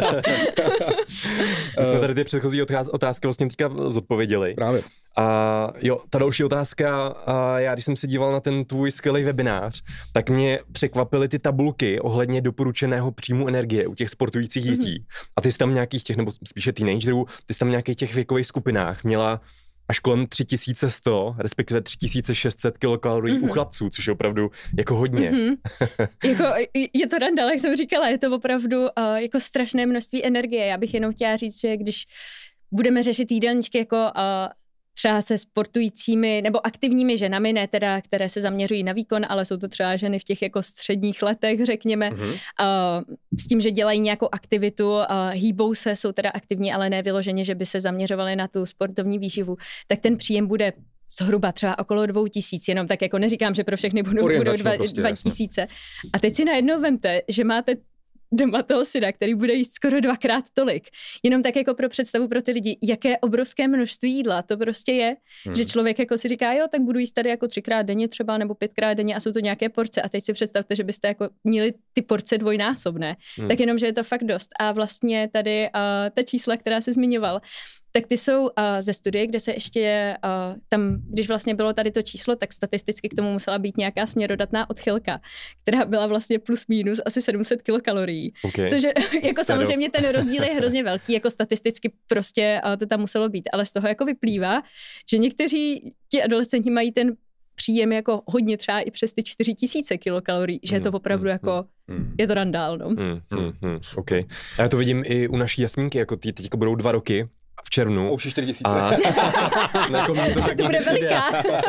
My jsme tady ty předchozí otázky vlastně teďka zodpověděli. Právě. A jo, ta další otázka, a já když jsem se díval na ten tvůj skvělý webinář, tak mě překvapily ty tabulky ohledně doporučeného příjmu energie u těch sportujících dětí. Mm-hmm. A ty jsi tam nějakých těch, nebo spíše teenagerů, ty jsi tam nějakých těch věkových skupinách měla až kolem tři tisíce sto, respektive tři tisíce šest set kilokalorií mm-hmm. u chlapců, což je opravdu jako hodně. Mm-hmm. jako, je to randál, jak jsem říkala, je to opravdu uh, jako strašné množství energie. Já bych jenom chtěla říct, že když budeme řešit jídelníčky jako uh, třeba se sportujícími nebo aktivními ženami, ne teda, které se zaměřují na výkon, ale jsou to třeba ženy v těch jako středních letech, řekněme, mm-hmm. uh, s tím, že dělají nějakou aktivitu, uh, hýbou se, jsou teda aktivní, ale ne vyloženě, že by se zaměřovali na tu sportovní výživu, tak ten příjem bude zhruba třeba okolo dvou tisíc, jenom tak jako neříkám, že pro všechny budou, budou dva, prostě, dva tisíce. A teď si najednou vemte, že máte doma toho syna, který bude jíst skoro dvakrát tolik. Jenom tak jako pro představu pro ty lidi, jaké obrovské množství jídla to prostě je, hmm. že člověk jako si říká, jo, tak budu jíst tady jako třikrát denně třeba nebo pětkrát denně a jsou to nějaké porce a teď si představte, že byste jako měli ty porce dvojnásobné. Hmm. Tak jenom, že je to fakt dost. A vlastně tady uh, ta čísla, která se zmiňoval, tak ty jsou uh, ze studie, kde se ještě uh, tam, když vlastně bylo tady to číslo, tak statisticky k tomu musela být nějaká směrodatná odchylka, která byla vlastně plus minus asi sedm set kilokalorií. Okay. Což je, jako samozřejmě ten rozdíl je hrozně velký, jako statisticky prostě uh, to tam muselo být, ale z toho jako vyplývá, že někteří ti adolescenti mají ten příjem jako hodně třeba i přes ty čtyři tisíce kilokalorií, že je to opravdu jako, je to randál, no. Hmm, hmm, hmm, OK. A já to vidím i u naší Jasmínky, jako ty teďka budou dva roky, v červnu. A už je čtyři tisíce. A... jako to, tak to bude veliká.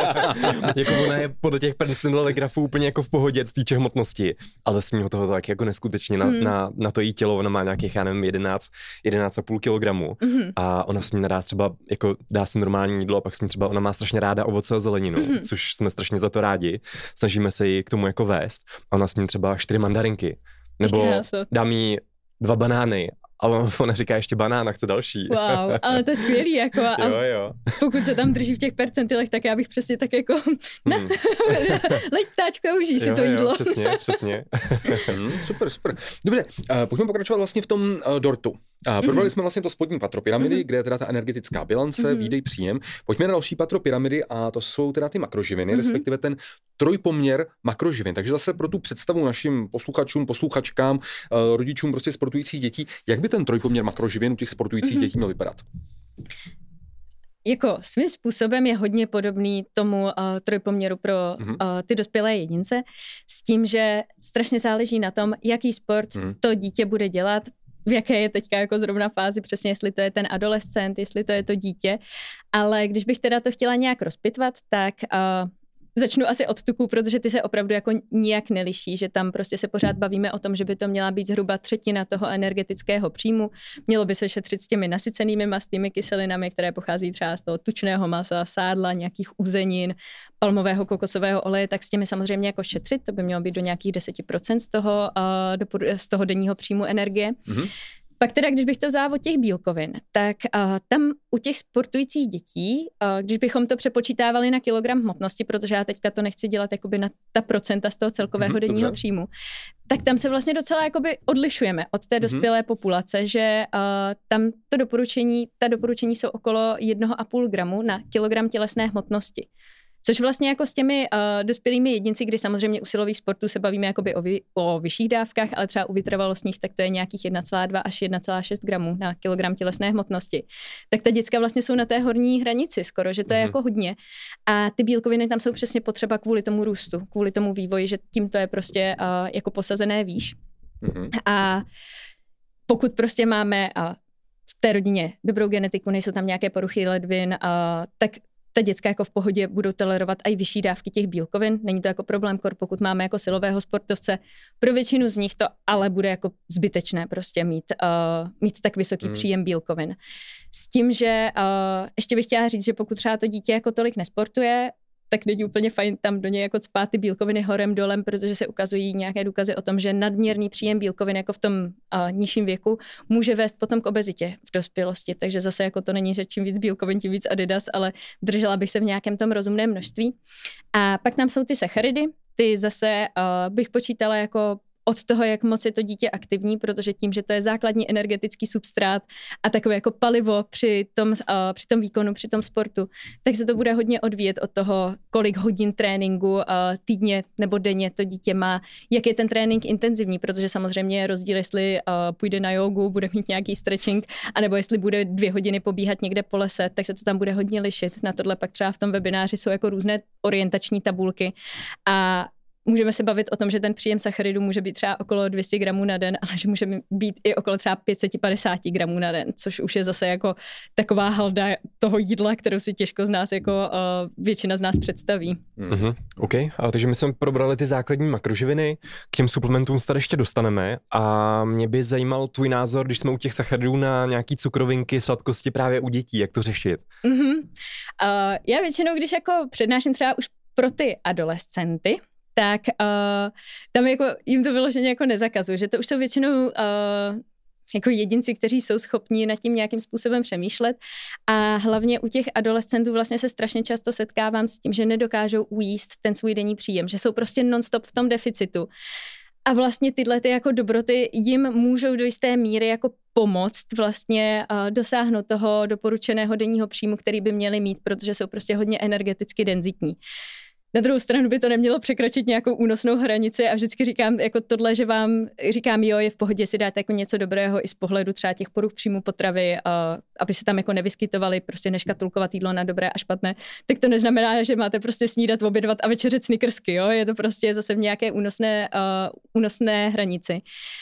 jako ona je podle těch percentile grafů úplně jako v pohodě, z týče hmotnosti, ale s ní toho tak jako neskutečně na, hmm. na, na to jí tělo, ona má nějakých, já nevím, jedenáct, jedenáct a půl kilogramů hmm. a ona s ní nadá třeba, jako dá si normální jídlo a pak s ní třeba, ona má strašně ráda ovoce a zeleninu, hmm. což jsme strašně za to rádi, snažíme se ji k tomu jako vést a ona s ní třeba čtyři mandarinky, nebo dám jí dva banány. A ona říká ještě banán a chce další. Wow, ale to je skvělý, jako a jo, jo. pokud se tam drží v těch percentilech, tak já bych přesně tak jako ne, hmm. leď ptáčko a užij si jo, to jídlo. Jo, přesně, přesně. hmm, super, super. Dobře, uh, pojďme pokračovat vlastně v tom uh, dortu. Uh, probrali mm-hmm. jsme vlastně to spodní patro pyramidy, mm-hmm. kde je teda ta energetická bilance, mm-hmm. výdej, příjem. Pojďme na další patro pyramidy a to jsou teda ty makroživiny, mm-hmm. respektive ten trojpoměr makroživin. Takže zase pro tu představu našim posluchačům, posluchačkám, uh, rodičům prostě sportujících dětí, jak by ten trojpoměr makroživin u těch sportujících mm-hmm. dětí měl vypadat? Jako svým způsobem je hodně podobný tomu uh, trojpoměru pro mm-hmm. uh, ty dospělé jedince, s tím, že strašně záleží na tom, jaký sport mm-hmm. to dítě bude dělat, v jaké je teďka jako zrovna fázi, přesně jestli to je ten adolescent, jestli to je to dítě, ale když bych teda to chtěla nějak rozpitvat, tak uh, začnu asi od tuků, protože ty se opravdu jako nijak neliší, že tam prostě se pořád bavíme o tom, že by to měla být zhruba třetina toho energetického příjmu. Mělo by se šetřit s těmi nasycenými mastnými kyselinami, které pochází třeba z toho tučného masa, sádla, nějakých uzenin, palmového kokosového oleje, tak s těmi samozřejmě jako šetřit, to by mělo být do nějakých deset procent z toho, uh, do, z toho denního příjmu energie. Mm-hmm. Pak teda, když bych to vzala od těch bílkovin, tak uh, tam u těch sportujících dětí, uh, když bychom to přepočítávali na kilogram hmotnosti, protože já teďka to nechci dělat jakoby na ta procenta z toho celkového mm-hmm, denního dobře. příjmu, tak tam se vlastně docela jakoby odlišujeme od té dospělé mm-hmm. populace, že uh, tam to doporučení, ta doporučení jsou okolo jednoho a půl gramu na kilogram tělesné hmotnosti. Což vlastně jako s těmi uh, dospělými jedinci, kdy samozřejmě u silových sportů se bavíme jakoby o, vy, o vyšších dávkách, ale třeba u vytrvalostních, tak to je nějakých jedna celá dva až jedna celá šest gramů na kilogram tělesné hmotnosti. Tak ta děcka vlastně jsou na té horní hranici skoro, že to je mm. jako hodně. A ty bílkoviny tam jsou přesně potřeba kvůli tomu růstu, kvůli tomu vývoji, že tím to je prostě uh, jako posazené výš. Mm. A pokud prostě máme uh, v té rodině dobrou genetiku, nejsou tam nějaké poruchy ledvin, uh, tak ta děcka jako v pohodě budou tolerovat i vyšší dávky těch bílkovin. Není to jako problém, pokud máme jako silového sportovce. Pro většinu z nich to ale bude jako zbytečné prostě mít, uh, mít tak vysoký mm. příjem bílkovin. S tím, že uh, ještě bych chtěla říct, že pokud třeba to dítě jako tolik nesportuje, tak není úplně fajn tam do něj jako cpát ty bílkoviny horem dolem, protože se ukazují nějaké důkazy o tom, že nadměrný příjem bílkovin jako v tom uh, nižším věku může vést potom k obezitě v dospělosti. Takže zase jako to není, že čím víc bílkovin, tím víc Adidas, ale držela bych se v nějakém tom rozumném množství. A pak tam jsou ty sacharidy, ty zase uh, bych počítala jako od toho, jak moc je to dítě aktivní, protože tím, že to je základní energetický substrát a takové jako palivo při tom, uh, při tom výkonu, při tom sportu, tak se to bude hodně odvíjet od toho, kolik hodin tréninku uh, týdně nebo denně to dítě má, jak je ten trénink intenzivní, protože samozřejmě je rozdíl, jestli uh, půjde na jogu, bude mít nějaký stretching, anebo jestli bude dvě hodiny pobíhat někde po lese, tak se to tam bude hodně lišit. Na tohle pak třeba v tom webináři jsou jako různé orientační tabulky a můžeme se bavit o tom, že ten příjem sacharidů může být třeba okolo dvě stě gramů na den, ale že může být i okolo třeba pět set padesát gramů na den, což už je zase jako taková halda toho jídla, kterou si těžko z nás jako uh, většina z nás představí. Mm-hmm. OK, a takže my jsme probrali ty základní makroživiny, k těm suplementům se tady ještě dostaneme a mě by zajímal tvůj názor, když jsme u těch sacharidů, na nějaký cukrovinky, sladkosti právě u dětí, jak to řešit? Mm-hmm. Uh, já většinou, když jako přednáším třeba už pro ty adolescenty, tak uh, tam jako jim to vyloženě jako nezakazuju, že to už jsou většinou uh, jako jedinci, kteří jsou schopní nad tím nějakým způsobem přemýšlet a hlavně u těch adolescentů vlastně se strašně často setkávám s tím, že nedokážou ujíst ten svůj denní příjem, že jsou prostě non-stop v tom deficitu. A vlastně tyhle ty jako dobroty jim můžou do jisté míry jako pomoct vlastně uh, dosáhnout toho doporučeného denního příjmu, který by měli mít, protože jsou prostě hodně energeticky denzitní. Na druhou stranu by to nemělo překročit nějakou únosnou hranici a vždycky říkám jako tohle, že vám říkám, jo, je v pohodě si dát jako něco dobrého i z pohledu třeba těch poruch příjmu potravy, a aby se tam jako nevyskytovaly, prostě neškatulkovat jídlo na dobré a špatné, tak to neznamená, že máte prostě snídat, obědvat a večeřet snickersky, jo, je to prostě zase v nějaké únosné, uh, únosné hranici.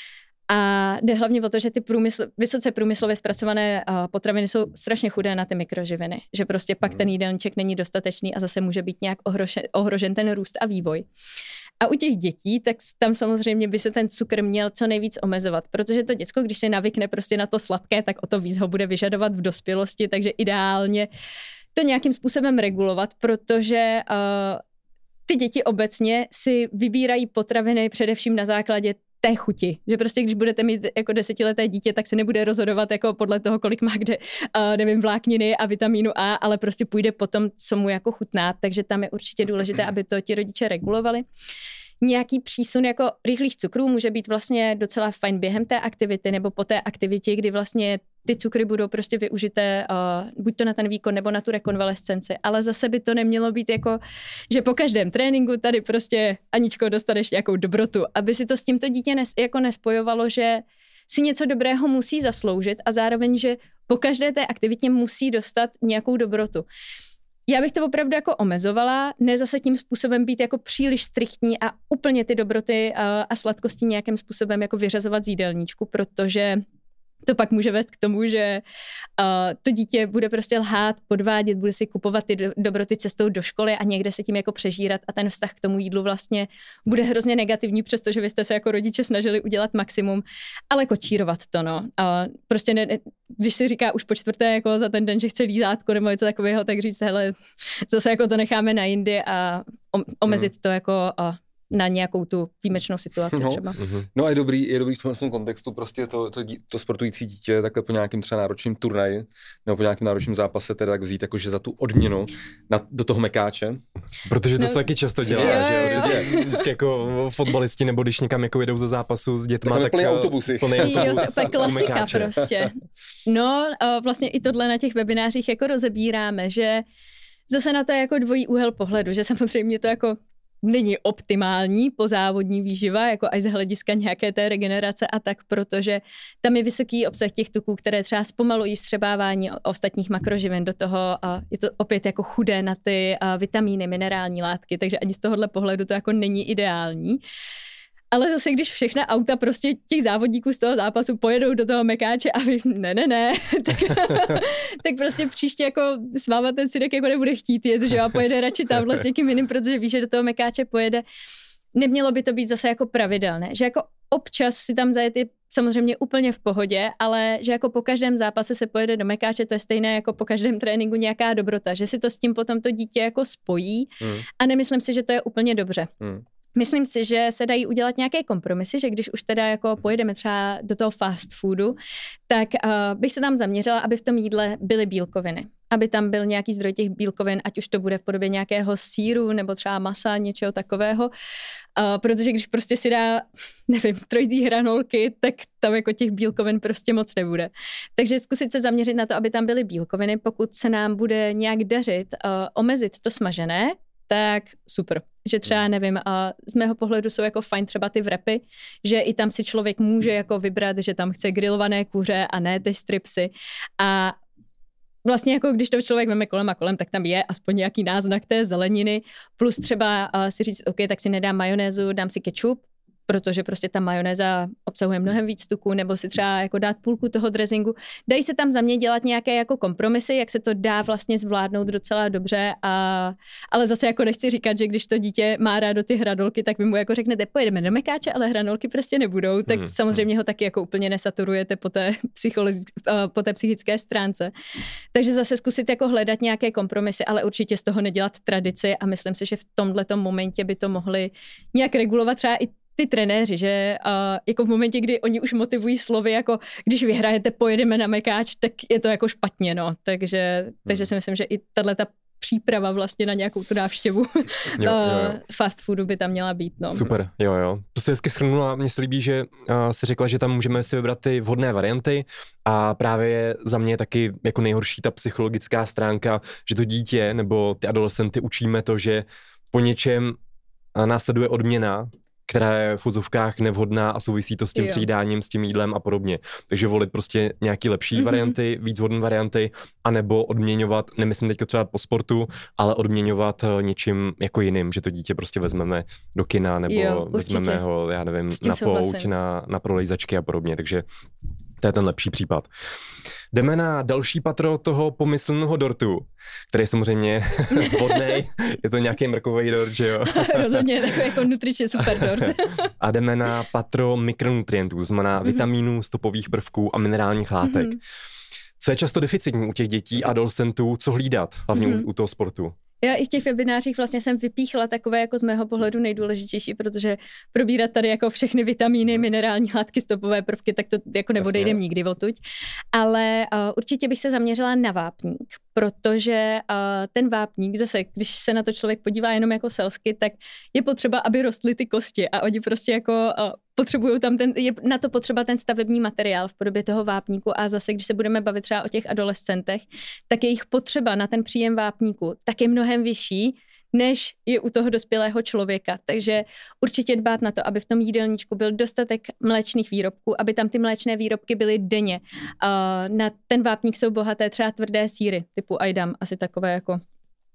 A jde hlavně o to, že ty průmysl, vysoce průmyslově zpracované uh, potraviny jsou strašně chudé na ty mikroživiny, že prostě pak ten jídelníček není dostatečný a zase může být nějak ohrožen, ohrožen ten růst a vývoj. A u těch dětí, tak tam samozřejmě by se ten cukr měl co nejvíc omezovat, protože to děcko, když se navykne prostě na to sladké, tak o to víc ho bude vyžadovat v dospělosti, takže ideálně to nějakým způsobem regulovat, protože uh, ty děti obecně si vybírají potraviny především na základě té chuti, že prostě když budete mít jako desetileté dítě, tak se nebude rozhodovat jako podle toho, kolik má kde, uh, nevím, vlákniny a vitamínu A, ale prostě půjde po tom, co mu jako chutná, takže tam je určitě důležité, aby to ti rodiče regulovali. Nějaký přísun jako rychlých cukrů může být vlastně docela fajn během té aktivity nebo po té aktivitě, kdy vlastně ty cukry budou prostě využité uh, buď to na ten výkon nebo na tu rekonvalescenci, ale zase by to nemělo být jako, že po každém tréninku tady prostě Aničko dostaneš nějakou dobrotu, aby si to s tímto dítě nes, jako nespojovalo, že si něco dobrého musí zasloužit a zároveň, že po každé té aktivitě musí dostat nějakou dobrotu. Já bych to opravdu jako omezovala, ne zase tím způsobem být jako příliš striktní a úplně ty dobroty a, a sladkosti nějakým způsobem jako vyřazovat z jídelníčku, protože to pak může vést k tomu, že uh, to dítě bude prostě lhát, podvádět, bude si kupovat ty do, dobroty cestou do školy a někde se tím jako přežírat a ten vztah k tomu jídlu vlastně bude hrozně negativní, přestože vy jste se jako rodiče snažili udělat maximum, ale kočírovat to, no. Uh, prostě ne, když si říká už po čtvrté jako za ten den, že chce lízátko nebo něco takového, tak říct, hele, zase jako to necháme na jindy a omezit mm. to jako uh, na nějakou tu výjimečnou situaci no, třeba. Uh-huh. No a je dobrý, je dobrý v tomhle kontextu prostě to, to, to sportující dítě takhle po nějakém třeba náročném turnaji nebo po nějakém náročném zápase teda tak vzít jakože za tu odměnu na, do toho mekáče. Protože to no, se taky často dělá, jo, že jo, jo. Vždycky jako fotbalisti nebo když někam jako jedou ze zápasu s dětma, tak, tak plný autobusy. Plný autobus, jo, to je klasika prostě. No vlastně i tohle na těch webinářích jako rozebíráme, že zase na to je jako dvojí úhel pohledu, že samozřejmě to jako není optimální pozávodní výživa, jako až z hlediska nějaké té regenerace a tak, protože tam je vysoký obsah těch tuků, které třeba zpomalují vstřebávání ostatních makroživin do toho a je to opět jako chudé na ty vitamíny, minerální látky, takže ani z tohohle pohledu to jako není ideální. Ale zase, když všechna auta prostě těch závodníků z toho zápasu pojedou do toho mekáče a vy, ne, ne, ne, tak, tak prostě příště jako s váma ten synek jako nebude chtít jet, že jo, a pojede radši tamhle s někým jiným, protože ví, že do toho mekáče pojede. Nemělo by to být zase jako pravidelné, že jako občas si tam zajet je samozřejmě úplně v pohodě, ale že jako po každém zápase se pojede do mekáče, to je stejné jako po každém tréninku nějaká dobrota, že si to s tím potom to dítě jako spojí hmm. a nemyslím si, že to je úplně dobře. Hmm. Myslím si, že se dají udělat nějaké kompromisy, že když už teda jako pojedeme třeba do toho fast foodu, tak uh, bych se tam zaměřila, aby v tom jídle byly bílkoviny. Aby tam byl nějaký zdroj těch bílkovin, ať už to bude v podobě nějakého sýru nebo třeba masa, něčeho takového. Uh, protože když prostě si dá, nevím, trojitý hranolky, tak tam jako těch bílkovin prostě moc nebude. Takže zkusit se zaměřit na to, aby tam byly bílkoviny. Pokud se nám bude nějak dařit uh, omezit to smažené, tak super. Že třeba, nevím, a z mého pohledu jsou jako fajn třeba ty wrapy, že i tam si člověk může jako vybrat, že tam chce grilované kuře a ne ty stripsy. A vlastně jako když to člověk veme kolem a kolem, tak tam je aspoň nějaký náznak té zeleniny, plus třeba uh, si říct, OK, tak si nedám majonézu, dám si kečup, protože prostě ta majonéza obsahuje mnohem víc tuků, nebo si třeba jako dát půlku toho dressingu. Dají se tam za mě dělat nějaké jako kompromisy, jak se to dá vlastně zvládnout docela dobře, a, ale zase jako nechci říkat, že když to dítě má rádo ty hranolky, tak vy mu jako řeknete, pojedeme do mekáče, ale hranolky prostě nebudou, tak mm. samozřejmě ho taky jako úplně nesaturujete po té, psychologi- po té psychické stránce. Takže zase zkusit jako hledat nějaké kompromisy, ale určitě z toho nedělat tradici a myslím si, že v tomhletom momentě by to mohli nějak regulovat třeba i ty trenéři, že uh, jako v momentě, kdy oni už motivují slovy, jako když vyhrajete, pojedeme na mekáč, tak je to jako špatně, no. Takže, takže si myslím, že i tato příprava vlastně na nějakou tu návštěvu jo, jo, jo. fast foodu by tam měla být, no. Super, jo, jo. To se hezky shrnula, mně se líbí, že uh, si řekla, že tam můžeme si vybrat ty vhodné varianty a právě za mě taky jako nejhorší ta psychologická stránka, že to dítě nebo ty adolescenty učíme to, že po něčem následuje odměna, která je v úzovkách nevhodná a souvisí to s tím přijídáním, s tím jídlem a podobně. Takže volit prostě nějaký lepší mm-hmm. varianty, víc vhodné varianty, anebo odměňovat, nemyslím teďka třeba po sportu, ale odměňovat něčím jako jiným, že to dítě prostě vezmeme do kina, nebo jo, vezmeme ho, já nevím, na pouť, na, na prolejzačky a podobně, takže to je ten lepší případ. Jdeme na další patro toho pomyslného dortu, který je samozřejmě vodnej, je to nějaký mrkový dort, že jo? Rozhodně, takový jako nutričně super dort. A jdeme na patro mikronutrientů, znamená mm-hmm. vitamínů, stopových prvků a minerálních látek. Mm-hmm. Co je často deficitní u těch dětí a adolescentů, co hlídat, hlavně mm-hmm. u, u toho sportu? Já i v těch webinářích vlastně jsem vypíchla takové jako z mého pohledu nejdůležitější, protože probírat tady jako všechny vitamíny, minerální látky, stopové prvky, tak to jako neodejdem nikdy odtuď. Ale uh, určitě bych se zaměřila na vápník, protože uh, ten vápník zase, když se na to člověk podívá jenom jako selsky, tak je potřeba, aby rostly ty kosti a oni prostě jako uh, potřebují tam ten, je na to potřeba ten stavební materiál v podobě toho vápníku a zase, když se budeme bavit třeba o těch adolescentech, tak jejich potřeba na ten příjem vápníku tak je mnohem vyšší, než je u toho dospělého člověka. Takže určitě dbát na to, aby v tom jídelníčku byl dostatek mléčných výrobků, aby tam ty mléčné výrobky byly denně. Uh, na ten vápník jsou bohaté třeba tvrdé sýry, typu Ajdam, asi takové jako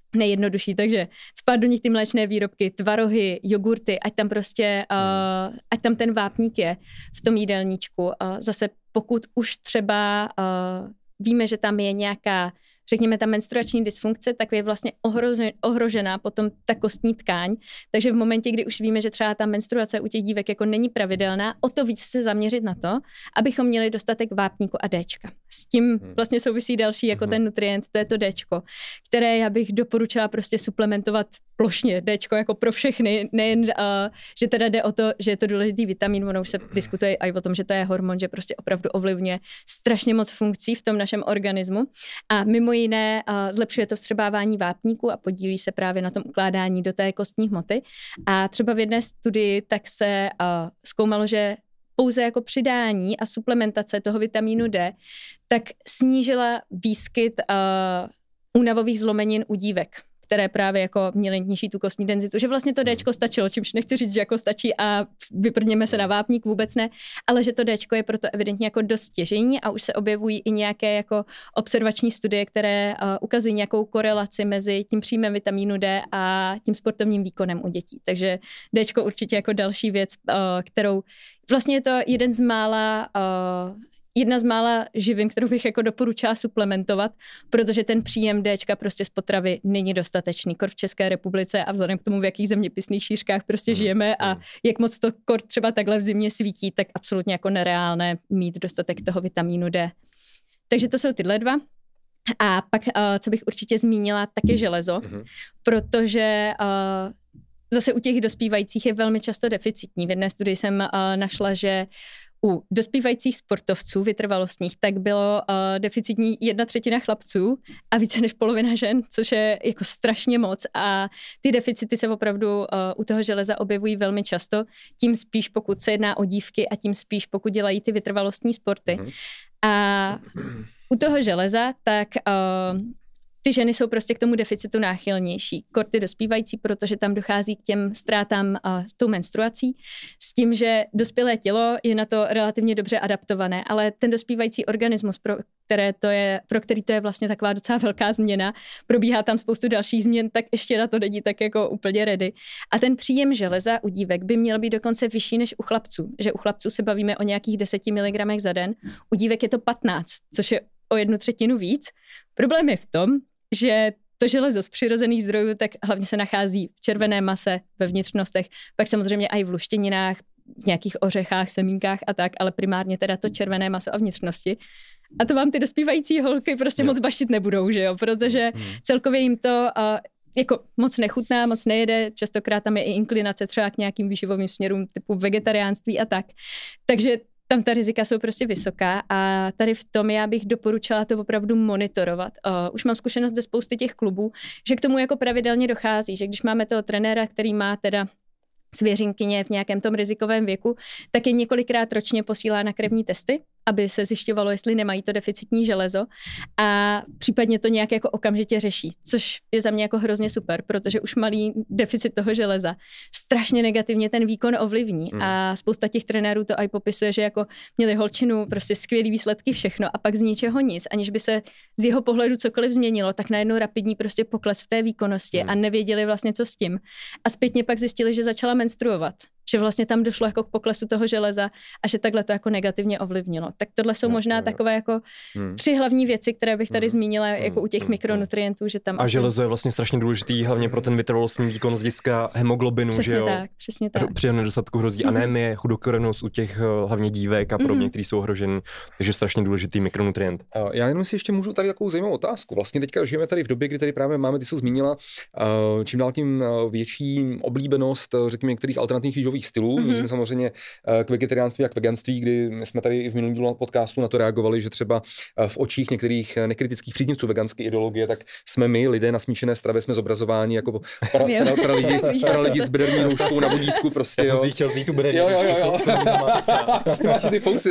nejjednodušší, takže spát do nich ty mléčné výrobky, tvarohy, jogurty, ať tam prostě, uh, ať tam ten vápník je v tom jídelníčku. Uh, zase pokud už třeba uh, víme, že tam je nějaká, řekněme, ta menstruační dysfunkce, tak je vlastně ohroze, ohrožená potom ta kostní tkáň. Takže v momentě, kdy už víme, že třeba ta menstruace u těch dívek jako není pravidelná, o to víc se zaměřit na to, abychom měli dostatek vápníku a Déčka. S tím vlastně souvisí další jako ten nutrient, to je to Déčko, které já bych doporučila prostě suplementovat plošně, Déčko jako pro všechny, nejen, uh, že teda jde o to, že je to důležitý vitamin, ono už se diskutuje i o tom, že to je hormon, že prostě opravdu ovlivňuje strašně moc funkcí v tom našem organismu a mimo jiné uh, zlepšuje to vstřebávání vápníku a podílí se právě na tom ukládání do té kostní hmoty. A třeba v jedné studii tak se uh, zkoumalo, že pouze jako přidání a suplementace toho vitamínu D, tak snížila výskyt uh, únavových zlomenin u dívek, které právě jako měly nižší tu kostní denzitu, že vlastně to Déčko stačilo, čímž nechci říct, že jako stačí a vyprdněme se na vápník, vůbec ne, ale že to Déčko je proto evidentně jako dost stěžejní a už se objevují i nějaké jako observační studie, které uh, ukazují nějakou korelaci mezi tím příjmem vitamínu D a tím sportovním výkonem u dětí. Takže Déčko určitě jako další věc, uh, kterou vlastně je to jeden z mála uh, jedna z mála živin, kterou bych jako doporučila suplementovat, protože ten příjem Déčka prostě z potravy není dostatečný. Kor v České republice a vzhledem k tomu, v jakých zeměpisných šířkách prostě žijeme a jak moc to kor třeba takhle v zimě svítí, tak absolutně jako nereálné mít dostatek toho vitamínu D. Takže to jsou tyhle dva. A pak, uh, co bych určitě zmínila, tak je železo, protože uh, zase u těch dospívajících je velmi často deficitní. V jedné studii jsem uh, našla, že u dospívajících sportovců vytrvalostních tak bylo uh, deficitní jedna třetina chlapců a více než polovina žen, což je jako strašně moc a ty deficity se opravdu uh, u toho železa objevují velmi často, tím spíš pokud se jedná o dívky a tím spíš pokud dělají ty vytrvalostní sporty. Mm. A u toho železa tak uh, ty ženy jsou prostě k tomu deficitu náchylnější. Kor ty dospívající, protože tam dochází k těm ztrátám uh, tou menstruací, s tím, že dospělé tělo je na to relativně dobře adaptované, ale ten dospívající organismus, pro, které to je, pro který to je vlastně taková docela velká změna, probíhá tam spoustu dalších změn, tak ještě na to není tak jako úplně ready. A ten příjem železa u dívek by měl být dokonce vyšší než u chlapců, že u chlapců se bavíme o nějakých deseti miligramech za den, u dívek je to patnáct, což je o jednu třetinu víc. Problém je v tom, že to železo z přirozených zdrojů tak hlavně se nachází v červené mase, ve vnitřnostech, pak samozřejmě i v luštěninách, v nějakých ořechách, semínkách a tak, ale primárně teda to červené maso a vnitřnosti. A to vám ty dospívající holky prostě no. moc baštit nebudou, že jo, protože hmm. celkově jim to uh, jako moc nechutná, moc nejede, častokrát tam je i inklinace třeba k nějakým výživovým směrům typu vegetariánství a tak. Takže tam ta rizika jsou prostě vysoká a tady v tom já bych doporučila to opravdu monitorovat. Uh, už mám zkušenost ze spousty těch klubů, že k tomu jako pravidelně dochází, že když máme toho trenéra, který má teda svěřinkyně v nějakém tom rizikovém věku, tak je několikrát ročně posílá na krevní testy, aby se zjišťovalo, jestli nemají to deficitní železo a případně to nějak jako okamžitě řeší, což je za mě jako hrozně super, protože už malý deficit toho železa strašně negativně ten výkon ovlivní mm. a spousta těch trenérů to i popisuje, že jako měli holčinu, prostě skvělý výsledky, všechno a pak z ničeho nic, aniž by se z jeho pohledu cokoliv změnilo, tak najednou rapidní prostě pokles v té výkonnosti mm. a nevěděli vlastně, co s tím. A zpětně pak zjistili, že začala menstruovat, že vlastně tam došlo jako k poklesu toho železa a že takhle to jako negativně ovlivnilo. Tak tohle jsou možná takové jako hmm. tři hlavní věci, které bych tady zmínila hmm. jako u těch hmm. mikronutrientů, že tam... A asi... železo je vlastně strašně důležitý, hlavně pro ten vytrvalostní výkon z hlediska hemoglobinu, přesně že jo? Tak, přesně tak. Při nedostatku hrozí mm-hmm. anémie, chudokrevnost u těch hlavně dívek a podobně, mm-hmm. kteří jsou ohroženi, takže strašně důležitý mikronutrient. Já jenom si ještě můžu tady takovou zajímavou otázku. Vlastně teďka žijeme tady v době, kdy tady právě máme, ty jsi zmínila, čím dál tím větší oblíbenost, řekněme, některých alternativních výživových stylů. Mm-hmm. Myslím samozřejmě k vegetariánství a k veganství, kdy my jsme tady i v minulém dílu podcastu na to reagovali, že třeba v očích některých nekritických příznivců veganské ideologie, tak jsme my, lidé na smíšené stravě, jsme zobrazováni jako pra, pra, pra, lidi, pra lidi s bederní nůžkou na vodítku prostě. Já jsem si chtěl vzít tu bederní nůžku, co ty máš ty fousy.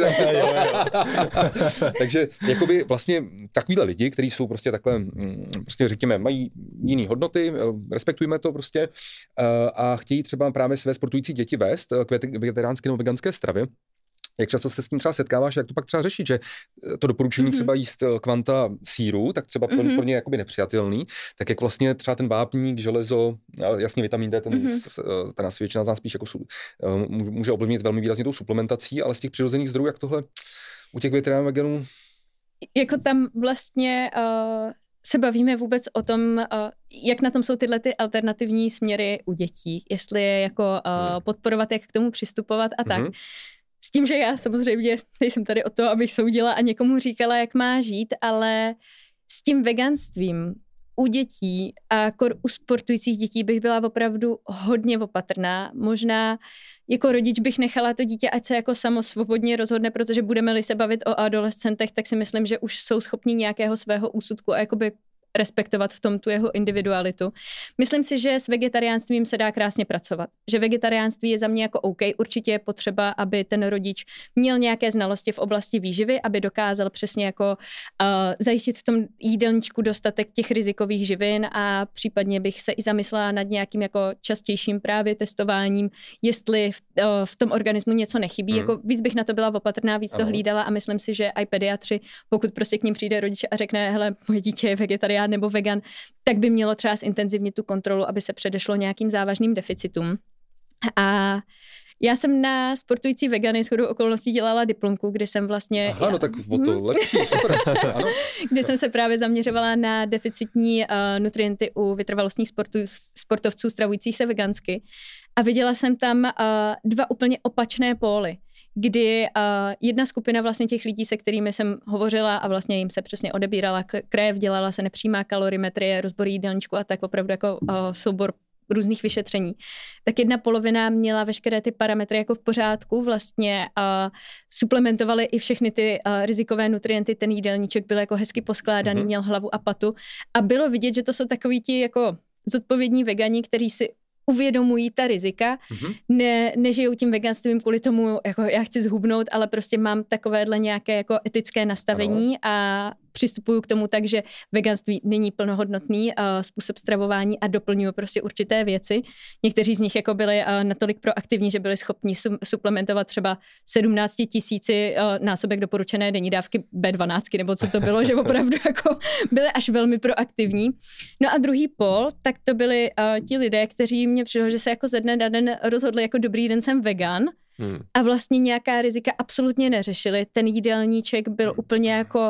Takže jakoby vlastně takovýhle lidi, kteří jsou prostě takhle, prostě řekněme, mají jiný hodnoty, respektujeme to prostě a chtějí třeba právě své sportující děti vést k vegetariánské nebo veganské stravě, Jak často se s tím třeba setkáváš, jak to pak třeba řešit, že to doporučení mm-hmm. třeba jíst kvanta síru, tak třeba mm-hmm. pro ně jakoby nepřijatelný, tak jak vlastně třeba ten vápník, železo, jasně vitamin D, ten, mm-hmm. ten asi většina z nás spíš jako může ovlivnit velmi výrazně tou suplementací, ale z těch přirozených zdrojů, jak tohle u těch vegetariánů veganů? Jako tam vlastně uh, se bavíme vůbec o tom, uh, jak na tom jsou tyhle ty alternativní směry u dětí, jestli je jako uh, podporovat, jak k tomu přistupovat a tak. Mm-hmm. S tím, že já samozřejmě nejsem tady o to, abych soudila a někomu říkala, jak má žít, ale s tím veganstvím u dětí a u sportujících dětí bych byla opravdu hodně opatrná. Možná jako rodič bych nechala to dítě, ať se jako samo svobodně rozhodne, protože budeme-li se bavit o adolescentech, tak si myslím, že už jsou schopni nějakého svého úsudku a jakoby respektovat v tom tu jeho individualitu. Myslím si, že s vegetariánstvím se dá krásně pracovat. Že vegetariánství je za mě jako OK, určitě je potřeba, aby ten rodič měl nějaké znalosti v oblasti výživy, aby dokázal přesně jako uh, zajistit v tom jídelníčku dostatek těch rizikových živin a případně bych se i zamyslela nad nějakým jako častějším právě testováním, jestli v, uh, v tom organismu něco nechybí. Hmm. Jako víc bych na to byla opatrná, víc ano. to hlídala a myslím si, že i pediatři, pokud prostě k ním přijde rodič a řekne, hele, moje dítě je vegetarián nebo vegan, tak by mělo třeba zintenzivnit tu kontrolu, aby se předešlo nějakým závažným deficitům. A já jsem na sportující vegany shodou okolností dělala diplomku, kde jsem vlastně... Aha, no tak o to lepší, super. Ano. Kde jsem se právě zaměřovala na deficitní uh, nutrienty u vytrvalostních sportu, sportovců stravujících se vegansky. A viděla jsem tam uh, dva úplně opačné póly, kdy uh, jedna skupina vlastně těch lidí, se kterými jsem hovořila a vlastně jim se přesně odebírala krev, dělala se nepřímá kalorimetrie, rozbor jídelníčku a tak opravdu jako uh, soubor různých vyšetření, tak jedna polovina měla veškeré ty parametry jako v pořádku, vlastně uh, suplementovali i všechny ty uh, rizikové nutrienty, ten jídelníček byl jako hezky poskládaný, mm-hmm. měl hlavu a patu a bylo vidět, že to jsou takoví ti jako zodpovědní vegani, kteří si uvědomují ta rizika, mm-hmm. ne, nežijou tím veganstvím kvůli tomu, jako já chci zhubnout, ale prostě mám takovéhle nějaké jako etické nastavení ano. a přistupuju k tomu tak, že veganství není plnohodnotný uh, způsob stravování a doplňuju prostě určité věci. Někteří z nich jako byli uh, natolik proaktivní, že byli schopni su- suplementovat třeba sedmnáct tisíci uh, násobek doporučené denní dávky bé dvanáct, nebo co to bylo, že opravdu jako byli až velmi proaktivní. No a druhý pól, tak to byli uh, ti lidé, kteří mě přišlo, že se jako ze dne na den rozhodli jako dobrý den, jsem vegan. Hmm. A vlastně nějaká rizika absolutně neřešili. Ten jídelníček byl úplně jako,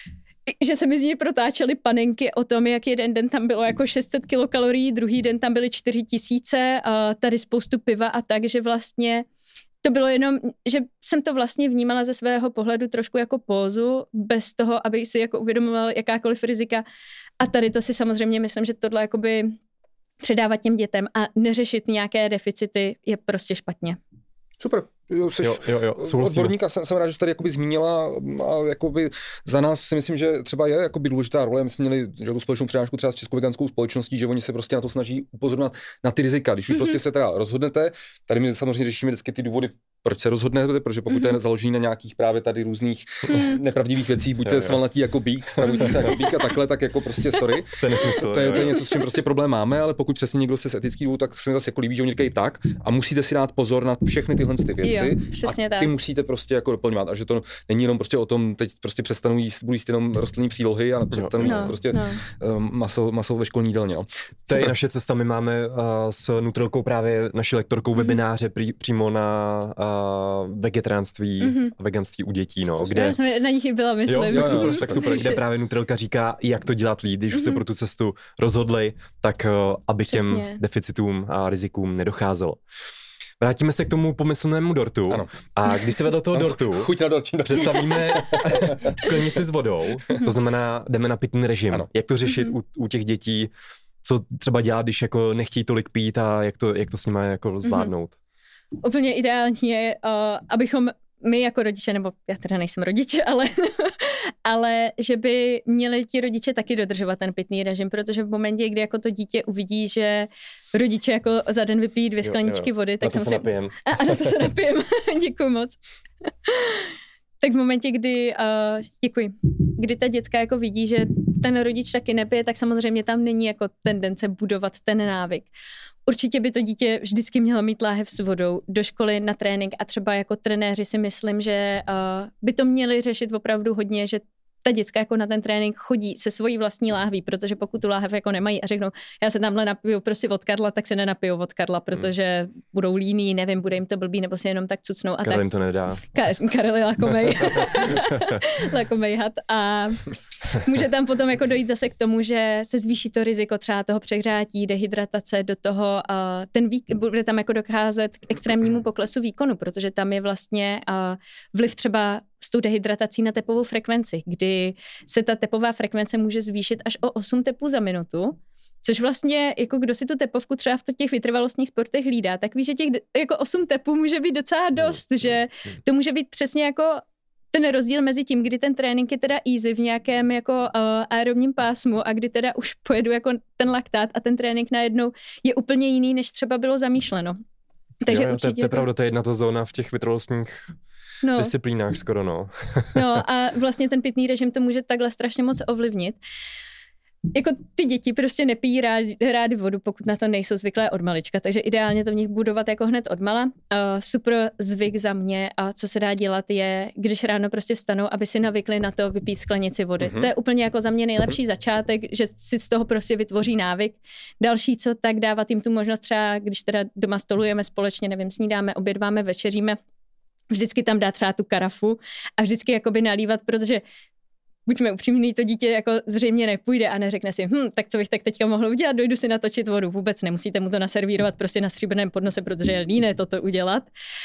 že se mi z něj protáčely panenky o tom, jak jeden den tam bylo jako šest set kilokalorií, druhý den tam byly čtyři tisíce, a tady spoustu piva a tak, že vlastně to bylo jenom, že jsem to vlastně vnímala ze svého pohledu trošku jako pózu, bez toho, aby si jako uvědomoval jakákoliv rizika. A tady to si samozřejmě myslím, že tohle jakoby předávat těm dětem a neřešit nějaké deficity je prostě špatně. Super. Jo, jsi jo, jo, jo, odborník a jsem, jsem rád, že to tady jakoby zmínila a jakoby za nás si myslím, že třeba je jakoby důležitá role. My jsme měli že tu společnou přednášku třeba s Českou veganskou společností, že oni se prostě na to snaží upozorňovat na ty rizika. Když už mm-hmm. prostě se teda rozhodnete, tady my samozřejmě řešíme vždycky ty důvody, proč se rozhodnete, protože pokud mm-hmm. je založený na nějakých právě tady různých mm. nepravdivých věcích, buďte svalnatí jako bík, stravujte se jako bík a takhle, tak jako prostě sorry. To je nesmysl. To je, to je něco, s čím prostě problém máme, ale pokud přesně někdo se z etických důvodů, tak se mi zase jako líbí, že oni říkají tak a musíte si dát pozor na všechny tyhle ty věci. Jo, a ty musíte prostě jako doplňovat a že to není jenom prostě o tom, teď prostě přestanu jíst, budu jíst jenom rostlinné přílohy a přestanu jíst no, prostě no. maso, maso ve školní jídelně. No. To je naše cesta, my máme uh, s Nutrilkou právě naší lektorkou mm-hmm. webináře pří, přímo na uh, vegetariánství mm-hmm. a veganství u dětí, no, kde... Já jsem na nich byla, myslím. Jo, jo, jo, jo, tak super, kde právě Nutrilka říká, jak to dělat líp, když mm-hmm. už se pro tu cestu rozhodli, tak uh, aby k těm deficitům a rizikům nedocházelo. Vrátíme se k tomu pomyslnému dortu. Ano. A když se vedle toho dortu chuť na dortu. představíme sklenici s vodou, to znamená, jdeme na pitný režim. Ano. Jak to řešit mm-hmm. u, u těch dětí, co třeba dělat, když jako nechtějí tolik pít a jak to, jak to s nimi jako zvládnout? Mm-hmm. Úplně ideální je, uh, abychom my jako rodiče, nebo já teda nejsem rodiče, ale, ale že by měli ti rodiče taky dodržovat ten pitný režim, protože v momentě, kdy jako to dítě uvidí, že rodiče jako za den vypijí dvě skleničky vody, tak samozřejmě... Na to se napijem. A, a na to se napijem. Děkuji moc. Tak v momentě, kdy, uh, děkuji, kdy ta děcka jako vidí, že ten rodič taky nepije, tak samozřejmě tam není jako tendence budovat ten návyk. určitě by to dítě vždycky mělo mít láhev s vodou do školy na trénink a třeba jako trenéři si myslím, že uh, by to měli řešit opravdu hodně, že ta děcka jako na ten trénink chodí se svojí vlastní láhví, protože pokud tu láhev jako nemají a řeknou, já se tamhle napiju prostě od Karla, tak se nenapijou od Karla, protože hmm. budou líní, nevím, bude jim to blbý, nebo si jenom tak cucnou. A Karel tak. jim to nedá. Ka- Karel je lakomej. lakomej had. A může tam potom jako dojít zase k tomu, že se zvýší to riziko třeba toho přehrátí, dehydratace, do toho uh, ten vík, bude tam jako docházet k extrémnímu poklesu výkonu, protože tam je vlastně uh, vliv třeba s tou dehydratací na tepovou frekvenci, kdy se ta tepová frekvence může zvýšit až o osm tepů za minutu, což vlastně, jako kdo si tu tepovku třeba v těch vytrvalostních sportech hlídá, tak ví, že těch jako osm tepů může být docela dost, že to může být přesně jako ten rozdíl mezi tím, kdy ten trénink je teda easy v nějakém jako uh, aerobním pásmu a kdy teda už pojedu jako ten laktát a ten trénink najednou je úplně jiný, než třeba bylo zamýšleno. Takže jo, jo, určitě to, to je pravda, to je jedna ta zóna v těch vytrvalostních no. disciplínách skoro, no. No a vlastně ten pitný režim to může takhle strašně moc ovlivnit. Jako ty děti prostě nepijí rádi, rádi vodu, pokud na to nejsou zvyklé od malička, takže ideálně to v nich budovat jako hned od mala. Uh, super zvyk za mě a co se dá dělat je, když ráno prostě vstanou, aby si navykli na to vypít sklenici vody. Mm-hmm. To je úplně jako za mě nejlepší začátek, že si z toho prostě vytvoří návyk. Další, co tak dávat jim tu možnost třeba, když teda doma stolujeme společně, nevím, snídáme, obědváme, večeříme, vždycky tam dá třeba tu karafu a vždycky jakoby nalívat, protože buďme upřímní, to dítě jako zřejmě nepůjde a neřekne si, hm, tak co bych tak teďka mohl udělat, dojdu si natočit vodu. Vůbec nemusíte mu to naservírovat prostě na stříbrném podnose, protože je líné toto udělat.